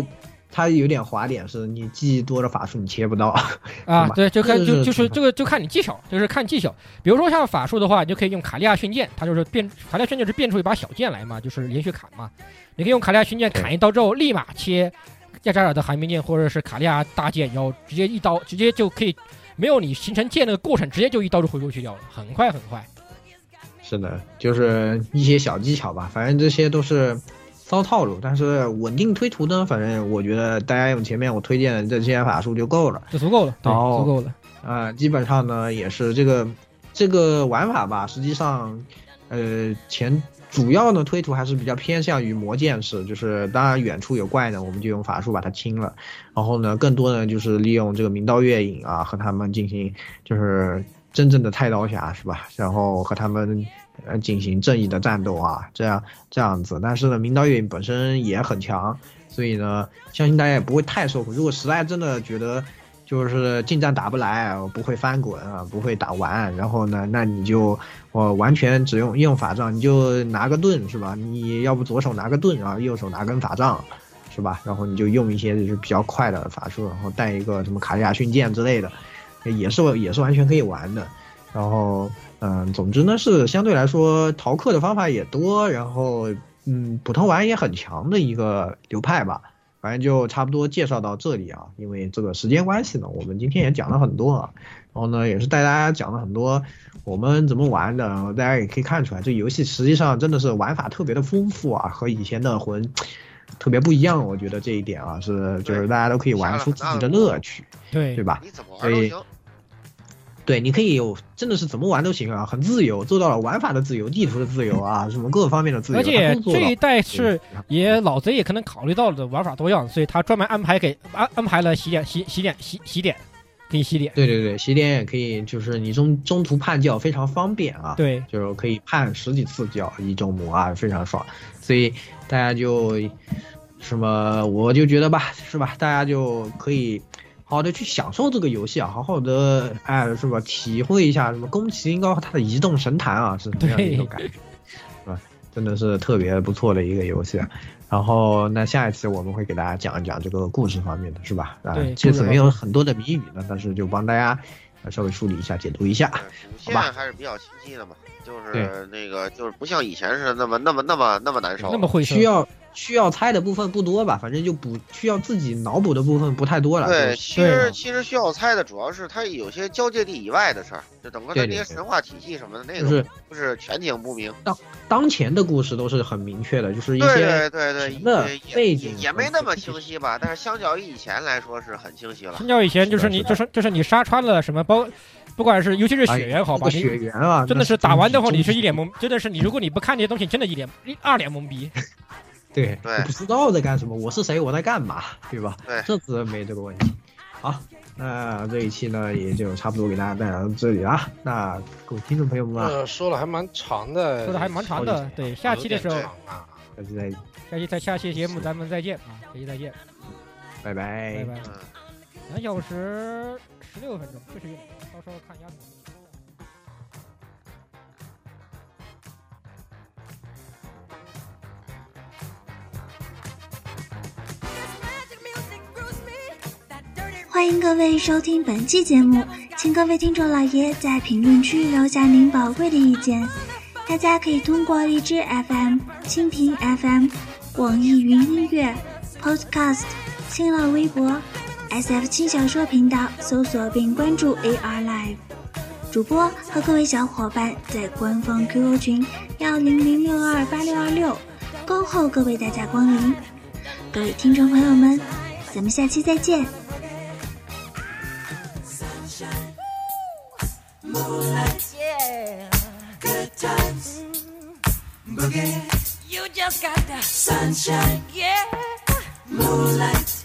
它有点滑点，是你记多的法术你切不到啊。对，就看就就是这个就看你技巧，就是看技巧。比如说像法术的话，你就可以用卡利亚训剑，它就是变卡利亚训剑是变出一把小剑来嘛，就是连续砍嘛。你可以用卡利亚训剑砍一刀之后，立马切亚扎尔的寒冰剑或者是卡利亚大剑，然后直接一刀直接就可以，没有你形成剑那个过程，直接就一刀就回过去掉了，很快很快。 是的，就是一些小技巧吧，反正这些都是骚套路，但是稳定推图呢，反正我觉得大家用前面我推荐的这些法术就够了， 就足够了，对，足够了。 啊、呃，基本上呢也是这个这个玩法吧，实际上，呃，前主要呢推图还是比较偏向于魔剑式，就是当然远处有怪呢，我们就用法术把它清了，然后呢更多呢就是利用这个明刀月影啊和他们进行就是真正的太刀侠是吧，然后和他们。呃，进行正义的战斗啊，这样这样子，但是呢，明刀月影本身也很强，所以呢，相信大家也不会太受苦。如果实在真的觉得就是近战打不来，不会翻滚啊，不会打完，然后呢，那你就我、呃、完全只用用法杖，你就拿个盾是吧？你要不左手拿个盾啊，右手拿根法杖是吧？然后你就用一些就是比较快的法术，然后带一个什么卡利亚训剑之类的，也是也是完全可以玩的。然后。嗯，总之呢是相对来说逃课的方法也多，然后嗯普通玩也很强的一个流派吧。反正就差不多介绍到这里啊，因为这个时间关系呢，我们今天也讲了很多啊，然后呢也是带大家讲了很多我们怎么玩的，然后大家也可以看出来，这游戏实际上真的是玩法特别的丰富啊，和以前的魂特别不一样。我觉得这一点啊是就是大家都可以玩出自己的乐趣，对对吧？ 你怎么玩都行。 对，你可以有真的是怎么玩都行啊，很自由，做到了玩法的自由、地图的自由啊，什么各方面的自由。 而且这一代是也老贼也可能考虑到了玩法多样，所以他专门安排给安安排了洗点、洗洗点、洗洗点，可以洗点。 对对对，洗点也可以，就是你中中途叛教非常方便啊。对，就是可以叛十几次教一周目啊，非常爽。所以大家就什么，我就觉得吧，是吧？大家就可以。好的去享受这个游戏啊，好好的哎是吧，体会一下什么宫崎英高和他的移动神坛啊是什么样的一种感觉，是吧？真的是特别不错的一个游戏。然后那下一次我们会给大家讲一讲这个故事方面的，是吧？啊，这次没有很多的谜语呢，但是就帮大家稍微梳理一下、解读一下。 主线还是比较清晰的嘛，就是那个就是不像以前是那么那么那么那么难受， 那么会需要。需要猜的部分不多吧，反正就不需要自己脑补的部分不太多了。 对，其实其实需要猜的主要是它有些交界地以外的事儿，就整个它那些神话体系什么的，那个不是全景不明。 当当前的故事都是很明确的，就是一些对对对对背景也没那么清晰吧，但是相较于以前来说是很清晰了。 相较以前就是你就是就是你杀穿了什么包。不管是尤其是血缘好吧， 哎、血缘啊， 真的是打完之后你是一脸懵，真的是你如果你不看这些东西，真的一脸一二脸懵逼。 对，我不知道在干什么，我是谁，我在干嘛，对吧？ 对， 这次没这个问题。好，那这一期呢也就差不多给大家带来到这里啦。那各位听众朋友们， 呃，说了还蛮长的， 说的还蛮长的。对，下期的时候， 下期再， 下期在下期节目咱们再见啊，下期再见， 拜拜， 拜拜。两小时十六分钟，确实有点，到时候看压轴。 欢迎各位收听本期节目，请各位听众老爷在评论区留下您宝贵的意见。大家可以通过荔枝 F M、蜻蜓 F M、网易云音乐、Podcast、新浪微博、S F 轻小说频道搜索并关注 A R Live。主播和各位小伙伴在官方 Q Q 群幺零零六二八六二六恭候各位大驾光临。各位听众朋友们，咱们下期再见。 Moonlight, yeah, good times, boogie. You just got the sunshine, yeah. Moonlight.